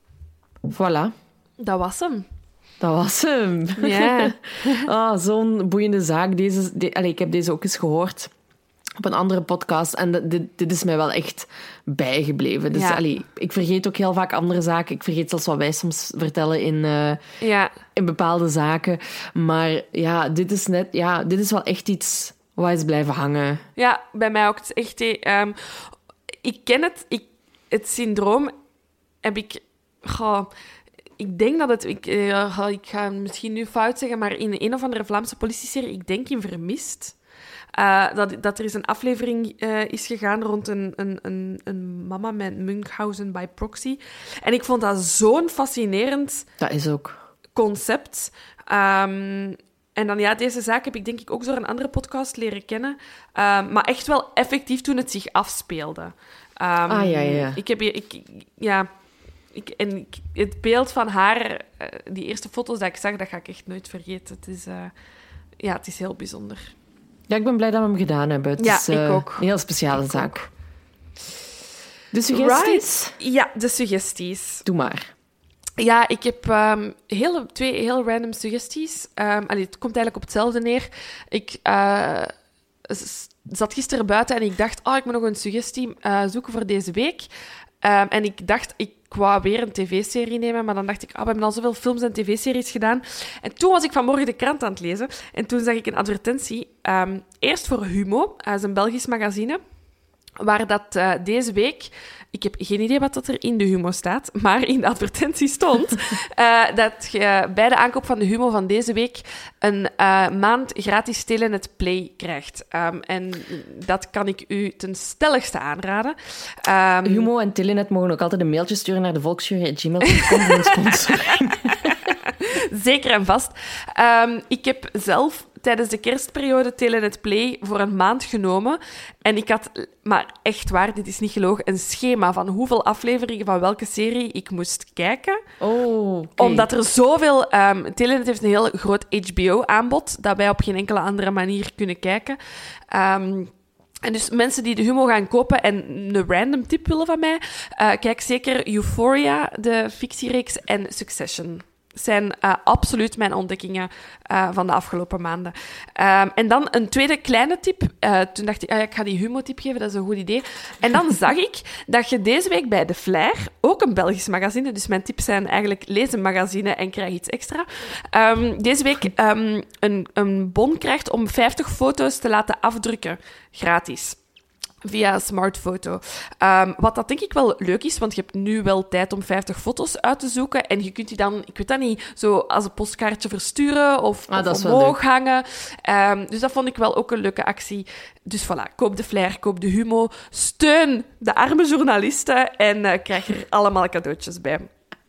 Voilà. Dat was hem. Dat was hem. Ja. Oh, zo'n boeiende zaak. Deze, de, allez, ik heb deze ook eens gehoord op een andere podcast. En dit, dit is mij wel echt bijgebleven. Dus ja. allee, ik vergeet ook heel vaak andere zaken. Ik vergeet zelfs wat wij soms vertellen in, uh, ja. in bepaalde zaken. Maar ja, dit is net... Ja, dit is wel echt iets wat is blijven hangen. Ja, bij mij ook. Het is echt... Um, ik ken het. Ik, het syndroom heb ik... Goh, ik denk dat het... Ik, uh, ik ga het misschien nu fout zeggen, maar in een of andere Vlaamse politieserie, ik denk in Vermist... Uh, dat, dat er eens een aflevering uh, is gegaan rond een, een, een, een mama met Münchhausen by proxy. En ik vond dat zo'n fascinerend... Dat is ook... concept. Um, en dan ja, deze zaak heb ik denk ik ook door een andere podcast leren kennen. Um, maar echt wel effectief toen het zich afspeelde. Um, ah, ja, ja. Ik heb... Ik, ja... Ik, en ik, het beeld van haar, uh, die eerste foto's dat ik zag, dat ga ik echt nooit vergeten. Het is, uh, ja, het is heel bijzonder. Ja, ik ben blij dat we hem gedaan hebben. Het ja, is uh, ik ook. een heel speciale ik zaak. Ook. De suggesties? Right. Ja, de suggesties. Doe maar. Ja, ik heb um, heel, twee heel random suggesties. Um, allee, het komt eigenlijk op hetzelfde neer. Ik uh, zat gisteren buiten en ik dacht, oh, ik moet nog een suggestie uh, zoeken voor deze week. Um, en ik dacht, ik wou weer een tv-serie nemen, maar dan dacht ik, oh, we hebben al zoveel films en tv-series gedaan. En toen was ik vanmorgen de krant aan het lezen en toen zag ik een advertentie. Um, eerst voor Humo, dat is een Belgisch magazine, waar dat uh, deze week... Ik heb geen idee wat dat er in de Humo staat, maar in de advertentie stond uh, dat je bij de aankoop van de Humo van deze week een uh, maand gratis Telenet Play krijgt. Um, en dat kan ik u ten stelligste aanraden. Um, Humo en Telenet mogen ook altijd een mailtje sturen naar de volksjury at gmail dot com voor een sponsoring. Zeker en vast. Um, ik heb zelf tijdens de kerstperiode Telenet Play voor een maand genomen. En ik had, maar echt waar, dit is niet gelogen, een schema van hoeveel afleveringen van welke serie ik moest kijken. Oh, okay. Omdat er zoveel... Um, Telenet heeft een heel groot H B O-aanbod, dat wij op geen enkele andere manier kunnen kijken. Um, En dus mensen die de Humo gaan kopen en een random tip willen van mij, uh, kijk zeker Euphoria, de fictiereeks, en Succession. Zijn uh, absoluut mijn ontdekkingen uh, van de afgelopen maanden. Um, en dan een tweede kleine tip. Uh, toen dacht ik, ah ja, ik ga die Humo-tip geven, dat is een goed idee. En dan zag ik dat je deze week bij De Flair, ook een Belgisch magazine, dus mijn tips zijn eigenlijk lees een magazine en krijg iets extra, um, deze week um, een, een bon krijgt om vijftig foto's te laten afdrukken, gratis. Via Smartfoto. Um, wat dat denk ik wel leuk is, want je hebt nu wel tijd om vijftig foto's uit te zoeken en je kunt die dan, ik weet dat niet, zo als een postkaartje versturen of, ah, of omhoog hangen. Um, dus dat vond ik wel ook een leuke actie. Dus voilà, koop De Flair, koop de Humo, steun de arme journalisten en uh, krijg er allemaal cadeautjes bij.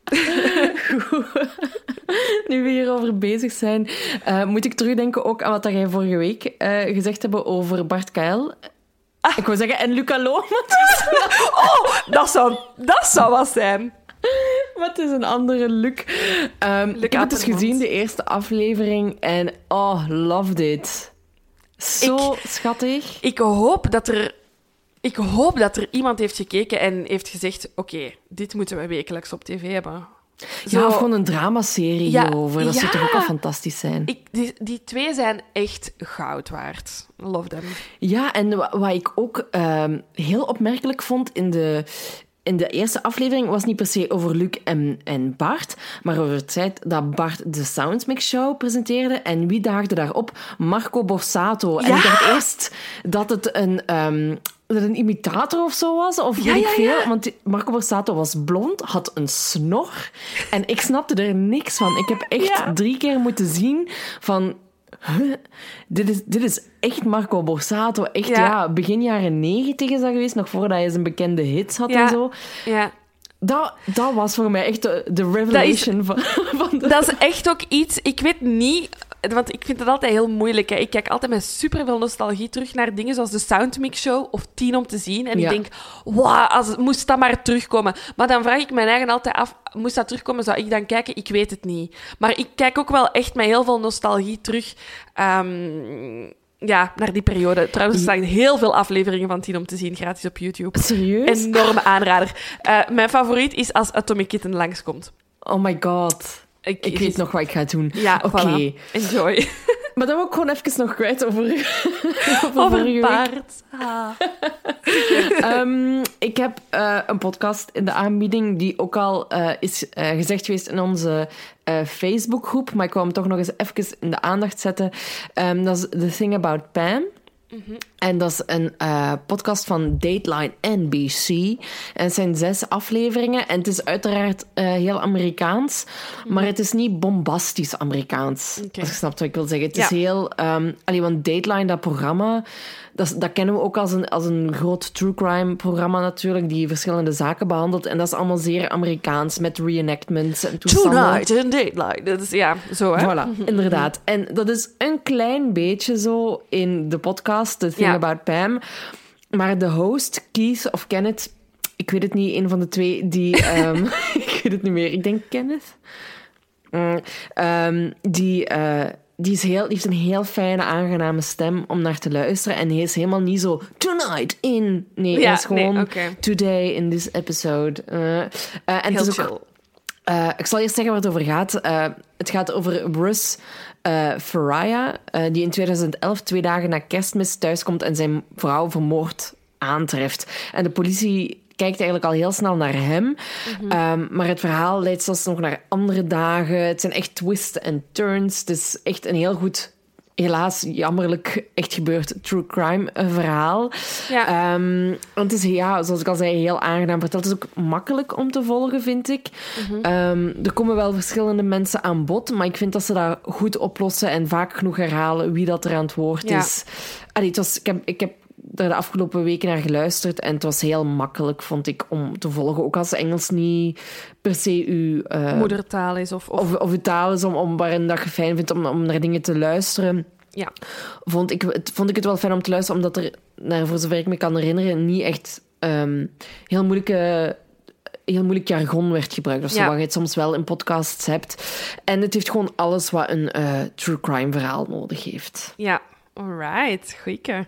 Goed. Nu we hierover bezig zijn, uh, moet ik terugdenken ook aan wat jij vorige week uh, gezegd hebt over Bart Kael. Ah. Ik wou zeggen, en Luca Loman. Oh, dat zou, dat zou wat zijn. Maar het is een andere Luc. Um, ik heb het dus gezien, de eerste aflevering. En oh, loved it. Zo ik, schattig. Ik hoop dat er... Ik hoop dat er iemand heeft gekeken en heeft gezegd, oké, okay, dit moeten we wekelijks op tv hebben. Zo. Ja, of gewoon een dramaserie ja, hierover. Dat ja, zou toch ook al fantastisch zijn. Ik, die, die twee zijn echt goud waard. Love them. Ja, en wat, wat ik ook um, heel opmerkelijk vond in de... In de eerste aflevering was niet per se over Luc en, en Bart, maar over het feit dat Bart de Soundsmix Show presenteerde. En wie daagde daarop? Marco Borsato. Ja? En ik dacht eerst dat het een... Um, dat het een imitator of zo was, of ja, weet ik ja, veel. ja. Want Marco Borsato was blond, had een snor. En ik snapte er niks van. Ik heb echt ja. drie keer moeten zien van... Huh? Dit is, dit is echt Marco Borsato. Echt, ja. ja, begin jaren negentig is dat geweest, nog voordat hij zijn bekende hits had ja. en zo. Ja. Dat, dat was voor mij echt de, de revelation dat is, van, van de... Dat is echt ook iets... Ik weet niet... Want ik vind het altijd heel moeilijk. Hè. Ik kijk altijd met superveel nostalgie terug naar dingen zoals de Soundmix Show of Tien om te zien. En ja. ik denk, wauw, als, moest dat maar terugkomen. Maar dan vraag ik mijn eigen altijd af, moest dat terugkomen, zou ik dan kijken? Ik weet het niet. Maar ik kijk ook wel echt met heel veel nostalgie terug... Um, Ja, naar die periode. Trouwens, er staan heel veel afleveringen van Tien om te zien, gratis op YouTube. Serieus? Enorme aanrader. Uh, mijn favoriet is als Atomic Kitten langskomt. Oh my god. Ik, ik weet nog wat ik ga doen. Ja, oké. Okay. Voilà. Enjoy. Maar dan wil ik gewoon even nog kwijt over... over over Bart. Ah. um, ik heb uh, een podcast in de aanbieding die ook al uh, is uh, gezegd geweest in onze uh, Facebookgroep, maar ik wou hem toch nog eens even in de aandacht zetten. Um, dat is The Thing About Pam. Mm-hmm. En dat is een uh, podcast van Dateline N B C. En het zijn zes afleveringen. En het is uiteraard uh, heel Amerikaans. Mm-hmm. Maar het is niet bombastisch Amerikaans. Okay. Als je snapt wat ik wil zeggen. Het ja. is heel... Um, allee, want Dateline, dat programma... dat, dat kennen we ook als een, als een groot true crime programma natuurlijk, die verschillende zaken behandelt. En dat is allemaal zeer Amerikaans, met reenactments en toestanden. Tonight in Dateline. Dat is, ja, zo hè. Voilà, inderdaad. En dat is een klein beetje zo in de podcast, The Thing Ja. About Pam. Maar de host, Keith of Kenneth, ik weet het niet, een van de twee, die... Um, ik weet het niet meer, ik denk Kenneth. Mm, um, die... Uh, Die, is heel, die heeft een heel fijne, aangename stem om naar te luisteren. En hij is helemaal niet zo... Tonight in... Nee, Ja, hij is gewoon... nee, okay. Today in this episode. Uh, uh, en Heel het is chill. ook, uh, ik zal eerst zeggen waar het over gaat. Uh, het gaat over Bruce uh, Faraya, uh, die in tweeduizend elf, twee dagen na kerstmis, thuiskomt en zijn vrouw vermoord aantreft. En de politie kijkt eigenlijk al heel snel naar hem. Mm-hmm. Um, maar het verhaal leidt zelfs nog naar andere dagen. Het zijn echt twists en turns. Het is echt een heel goed, helaas jammerlijk echt gebeurd true crime verhaal. Ja. Um, want het is, ja, zoals ik al zei, heel aangenaam verteld. Het is ook makkelijk om te volgen, vind ik. Mm-hmm. Um, er komen wel verschillende mensen aan bod, maar ik vind dat ze dat goed oplossen en vaak genoeg herhalen wie dat er aan het woord Ja. is. Allee, het was, ik heb... Ik heb er de afgelopen weken naar geluisterd en het was heel makkelijk, vond ik, om te volgen. Ook als Engels niet per se uw... Uh, moedertaal is of... Of, of, of uw taal is om, om waarin dat je fijn vindt om, om naar dingen te luisteren. ja. Vond ik, het, vond ik het wel fijn om te luisteren, omdat er, naar, voor zover ik me kan herinneren, niet echt um, heel moeilijke... heel moeilijk jargon werd gebruikt. Of zo, Ja. wat je het soms wel in podcasts hebt. En het heeft gewoon alles wat een uh, true crime verhaal nodig heeft. Ja, alright. Goeie.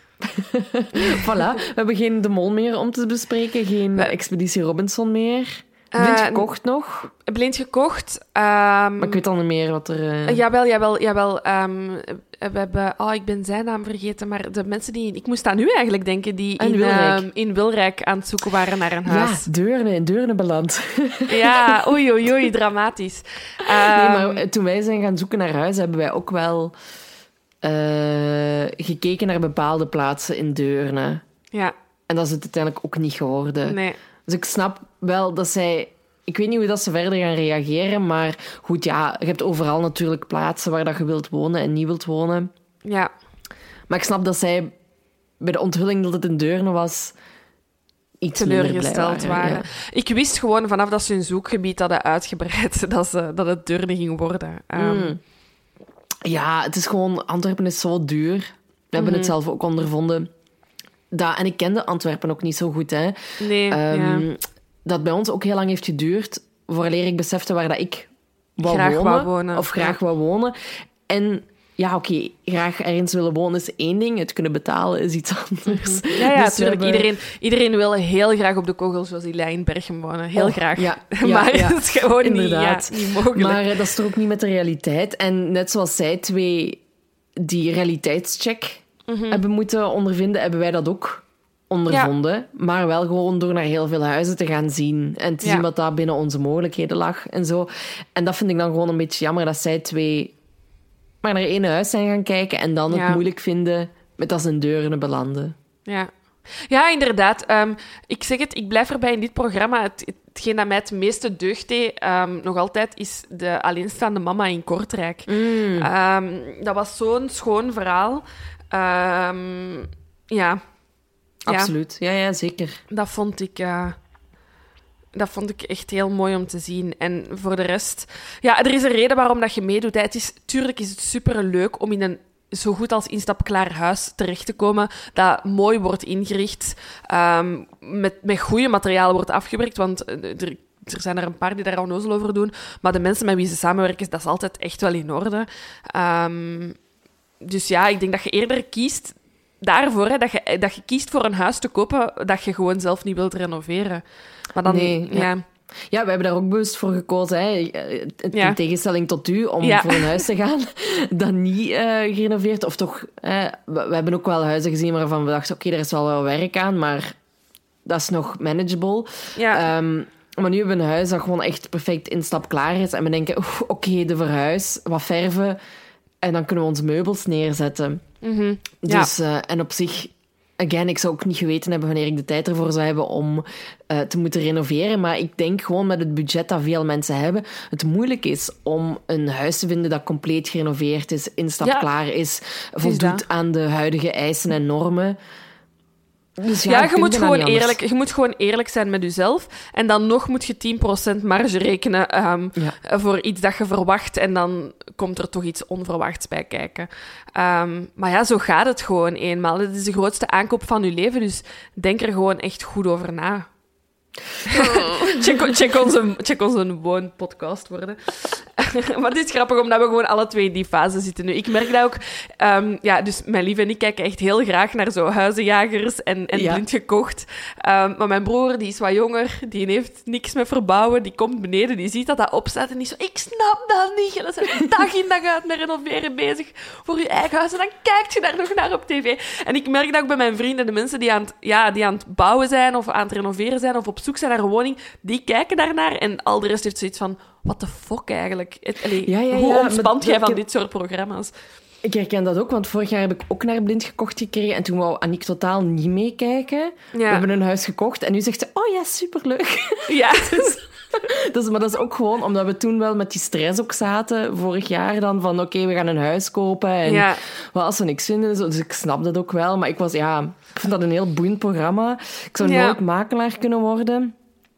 Voilà, we hebben geen De Mol meer om te bespreken, geen We- Expeditie Robinson meer. Blind Uh, gekocht nog, Blind gekocht. Um, maar ik weet al niet meer wat er... Uh... Jawel, jawel, jawel. Um, we hebben... Oh, ik ben zijn naam vergeten, maar de mensen die... Ik moest aan u eigenlijk denken, die In in, Wilrijk. um, in Wilrijk aan het zoeken waren naar een Ja, huis. Deurne, in Deurne beland. Ja, oei, oei, oei, dramatisch. Um, Nee, maar toen wij zijn gaan zoeken naar huis, hebben wij ook wel uh, gekeken naar bepaalde plaatsen in Deurne. Ja, En dat is het uiteindelijk ook niet geworden. nee. Dus ik snap wel dat zij... Ik weet niet hoe dat ze verder gaan reageren, maar goed, ja, je hebt overal natuurlijk plaatsen waar dat je wilt wonen en niet wilt wonen. Ja, Maar ik snap dat zij bij de onthulling dat het in Deurne was, iets minder blij teleurgesteld waren. Ja. Ik wist gewoon vanaf dat ze hun zoekgebied hadden uitgebreid dat, ze, dat het Deurne ging worden. Um, Mm. Ja, het is gewoon... Antwerpen is zo duur. We hebben Mhm. het zelf ook ondervonden. Dat, en ik kende Antwerpen ook niet zo goed, hè. Nee, Um, ja. Dat bij ons ook heel lang heeft geduurd, vooraleer ik besefte waar dat ik wou Graag wonen, wou wonen. Of graag Ja. wou wonen. En ja, oké, okay, graag ergens willen wonen is één ding. Het kunnen betalen is iets anders. Ja, ja, Dus we natuurlijk. hebben- Iedereen, iedereen wil heel graag op de kogels zoals die in Berchem wonen. Heel Oh, graag. ja, ja, maar ja. het is gewoon niet, ja, Inderdaad. niet mogelijk. Maar uh, dat is er ook niet met de realiteit. En net zoals zij twee die realiteitscheck Mhm. hebben moeten ondervinden, hebben wij dat ook ondervonden. Maar wel gewoon door naar heel veel huizen te gaan zien. En te Ja. zien wat daar binnen onze mogelijkheden lag en zo. En dat vind ik dan gewoon een beetje jammer, dat zij twee maar naar één huis zijn gaan kijken en dan Ja. het moeilijk vinden met dat ze in Deurne belanden. Ja. Ja, inderdaad. Um, ik zeg het, ik blijf erbij in dit programma. Het, hetgeen dat mij het meeste deugd deed, um, nog altijd, is de alleenstaande mama in Kortrijk. Mm. Um, dat was zo'n schoon verhaal. Um, ja. Absoluut. Ja, ja, zeker. Dat vond ik... Uh, dat vond ik echt heel mooi om te zien. En voor de rest... Ja, er is een reden waarom dat je meedoet. Hè. Het is, tuurlijk is het superleuk om in een zo goed als instapklaar huis terecht te komen, dat mooi wordt ingericht, um, met, met goede materialen wordt afgewerkt, want er, er zijn er een paar die daar onnozel over doen, maar de mensen met wie ze samenwerken, dat is altijd echt wel in orde. Um, dus ja, ik denk dat je eerder kiest daarvoor, hè, dat, je, dat je kiest voor een huis te kopen dat je gewoon zelf niet wilt renoveren. Maar dan... Nee, ja. ja. Ja, we hebben daar ook bewust voor gekozen, hè. In Ja. tegenstelling tot u, om Ja. voor een huis te gaan dat niet uh, gerenoveerd... Of toch, uh, we, we hebben ook wel huizen gezien waarvan we dachten, oké, okay, er is wel wel werk aan, maar dat is nog manageable. Ja. Um, maar nu hebben we een huis dat gewoon echt perfect instapklaar is. En we denken, oké, okay, de verhuis, wat verven, en dan kunnen we onze meubels neerzetten. Mm-hmm. Dus, uh, en op zich... again, ik zou ook niet geweten hebben wanneer ik de tijd ervoor zou hebben om uh, te moeten renoveren. Maar ik denk gewoon met het budget dat veel mensen hebben, het moeilijk is om een huis te vinden dat compleet gerenoveerd is, instapklaar ja. is, voldoet aan de huidige eisen en normen. Dus ja, ja je, je, moet gewoon eerlijk, je moet gewoon eerlijk zijn met jezelf. En dan nog moet je tien procent marge rekenen um, ja. voor iets dat je verwacht. En dan komt er toch iets onverwachts bij kijken. Um, maar ja, zo gaat het gewoon eenmaal. Het is de grootste aankoop van je leven. Dus denk er gewoon echt goed over na. check, check, onze, check onze woonpodcast worden. Maar het is grappig, omdat we gewoon alle twee in die fase zitten nu. Ik merk dat ook... Um, ja, dus mijn lief en ik kijken echt heel graag naar zo huizenjagers en, en ja. blind gekocht. Um, maar mijn broer, die is wat jonger, die heeft niks met verbouwen. Die komt beneden, die ziet dat dat opstaat en die zo... Ik snap dat niet. Je bent dag in dag uit met renoveren bezig voor je eigen huis. En dan kijkt je daar nog naar op tv. En ik merk dat ook bij mijn vrienden, de mensen die aan het, ja, die aan het bouwen zijn of aan het renoveren zijn of op zoek zijn naar een woning, die kijken daarnaar en al de rest heeft zoiets van... What the fuck eigenlijk? Het, allee, ja, ja, ja, hoe ontspant jij van heb... dit soort programma's? Ik herken dat ook, want vorig jaar heb ik ook naar Blind gekocht gekregen en toen wou Aniek totaal niet meekijken. Ja. We hebben een huis gekocht en nu zegt ze, oh ja, superleuk. Ja. dus, dus, maar dat is ook gewoon omdat we toen wel met die stress ook zaten, vorig jaar dan, van oké, okay, we gaan een huis kopen en ja. wat als we niks vinden. Dus ik snap dat ook wel, maar ik was, ja, ik vind dat een heel boeiend programma. Ik zou ja. nooit makelaar kunnen worden.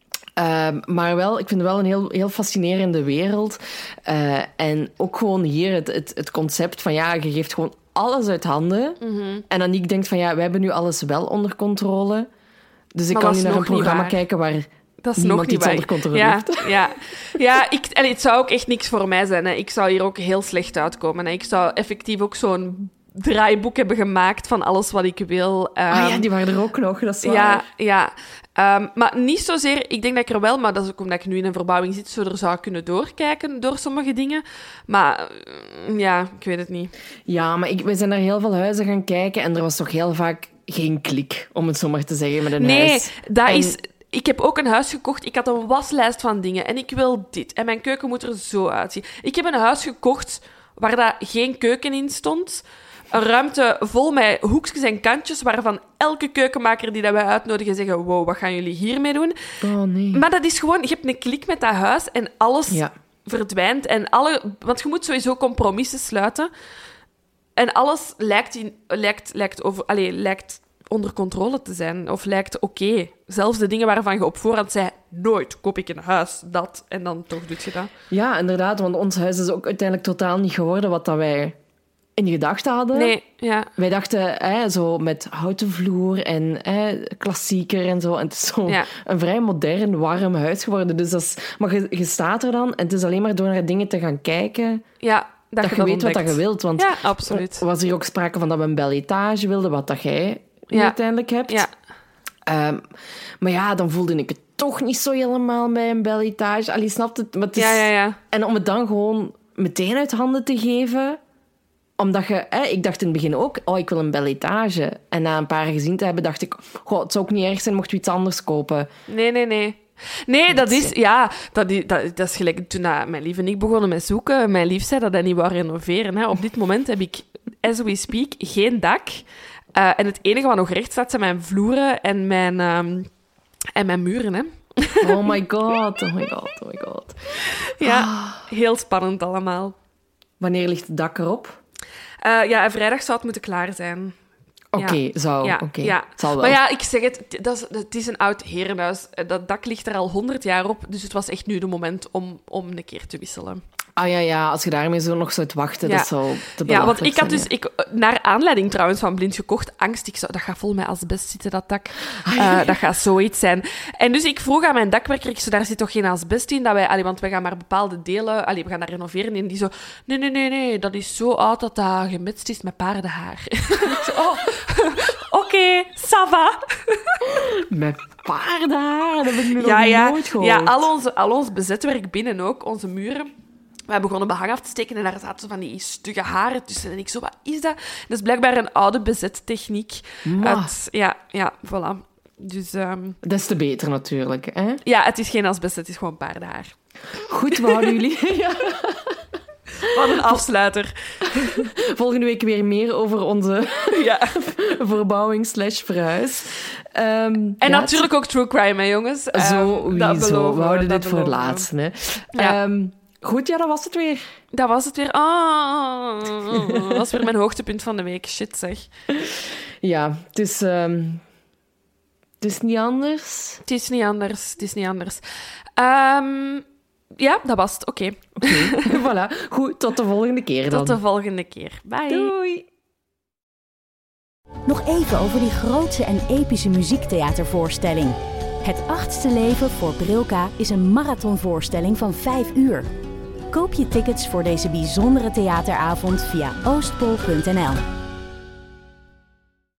Uh, maar wel, ik vind het wel een heel, heel fascinerende wereld. Uh, en ook gewoon hier het, het, het concept van, ja, je geeft gewoon alles uit handen. Mm-hmm. En Aniek denkt van, ja, wij hebben nu alles wel onder controle. Dus ik maar kan nu naar een programma kijken waar dat is niemand nog iets waar. onder controle ja, heeft. Ja, ja ik, en het zou ook echt niks voor mij zijn. Hè. Ik zou hier ook heel slecht uitkomen. Hè. Ik zou effectief ook zo'n draaiboek hebben gemaakt van alles wat ik wil. Um, ah ja, die waren er ook nog, dat is waar. Ja, ja. Um, maar niet zozeer... Ik denk dat ik er wel... Maar dat is ook omdat ik nu in een verbouwing zit, zo er zou kunnen doorkijken door sommige dingen. Maar uh, ja, ik weet het niet. Ja, maar ik, we zijn naar heel veel huizen gaan kijken en er was toch heel vaak geen klik, om het zo maar te zeggen, met een nee, huis. Nee, dat en... is... Ik heb ook een huis gekocht. Ik had een waslijst van dingen. En ik wil dit. En mijn keuken moet er zo uitzien. Ik heb een huis gekocht waar dat geen keuken in stond. Een ruimte vol met hoekjes en kantjes, waarvan elke keukenmaker die dat wij uitnodigen zeggen, wow, wat gaan jullie hiermee doen? Oh, nee. Maar dat is gewoon... Je hebt een klik met dat huis en alles ja. verdwijnt. En alle, want je moet sowieso compromissen sluiten. En alles lijkt, in, lijkt, lijkt, over, allez, lijkt onder controle te zijn. Of lijkt oké. Okay. Zelfs de dingen waarvan je op voorhand zei, nooit koop ik een huis, dat. En dan toch doe je dat. Ja, inderdaad. Want ons huis is ook uiteindelijk totaal niet geworden wat dat wij... in gedachten hadden. Nee, ja. Wij dachten, hè, zo met houten vloer en hè, klassieker en zo. En het is zo ja. een vrij modern, warm huis geworden. Dus dat is, maar je, je staat er dan en het is alleen maar door naar dingen te gaan kijken... Ja, dat, dat je, je weet ontdekt. wat dat je wilt. Want ja, absoluut. Er was hier ook sprake van dat we een bel etage wilden, wat dat jij ja. uiteindelijk hebt. Ja. Um, maar ja, dan voelde ik het toch niet zo helemaal bij een bel etage. Allee, snapt het? Maar het is... ja, ja, ja. En om het dan gewoon meteen uit handen te geven... Omdat je... Hè, ik dacht in het begin ook, oh, ik wil een bel etage. En na een paar gezien te hebben, dacht ik... Goh, het zou ook niet erg zijn mocht we iets anders kopen. Nee, nee, nee. Nee, dat is... Ja, dat is, dat, dat is gelijk toen uh, mijn lief en ik begonnen met zoeken. Mijn lief zei dat hij niet wou renoveren. Hè. Op dit moment heb ik, as we speak, geen dak. Uh, en het enige wat nog recht staat, zijn mijn vloeren en mijn, um, en mijn muren, hè. Oh my god, oh my god, oh my god. Ja, ah. heel spannend allemaal. Wanneer ligt het dak erop? Uh, ja, en vrijdag zou het moeten klaar zijn. Oké, okay, ja. zo. Ja, Oké, okay. ja. zal wel. Maar ja, ik zeg het, dat is, het is een oud herenhuis. Dat dak ligt er al honderd jaar op, dus het was echt nu de moment om, om een keer te wisselen. Ah ja, ja, als je daarmee zo nog zou wachten, ja. dat zou te Ja, want ik had zijn, dus, ik, naar aanleiding trouwens van Blind gekocht, angst, ik zou, dat gaat vol met asbest zitten, dat dak. Ah, ja, ja. Uh, dat gaat zoiets zijn. En dus ik vroeg aan mijn dakwerker, ik zo, daar zit toch geen asbest in? Dat wij, allee, want wij gaan maar bepaalde delen, allee, we gaan dat renoveren. En die zo, nee, nee, nee, nee, dat is zo oud dat dat gemetst is met paardenhaar. Ik zo, oh, oké, okay, ça va. Met paardenhaar? Dat heb ik nu ja, nog ja, nooit gehoord. Ja, al, onze, al ons bezetwerk binnen ook, onze muren. Wij begonnen behang af te steken en daar zaten zo van die stugge haren tussen. En ik zo, wat is dat? Dat is blijkbaar een oude bezettechniek. Uit, ja, ja, voilà. Dus, um... des te beter natuurlijk, hè? Ja, het is geen asbest, het is gewoon paardenhaar. Goed, we houden jullie... ja. Wat een afsluiter. Volgende week weer meer over onze ja. verbouwing slash verhuis. Um, en ja, natuurlijk ook true crime, hè, jongens. Sowieso. We houden dit voor het laatst. Hè. Ja. Um, goed, ja, dat was het weer. Dat was het weer. Oh, dat was weer mijn hoogtepunt van de week. Shit, zeg. Ja, het is... Um, het is niet anders. Het is niet anders. Het is niet anders. Um, ja, dat was het. Oké. Okay. Okay. Voilà. Goed, tot de volgende keer dan. Tot de volgende keer. Bye. Doei. Nog even over die grootse en epische muziektheatervoorstelling. Het achtste leven voor Brilka is een marathonvoorstelling van vijf uur. Koop je tickets voor deze bijzondere theateravond via oostpol punt n l.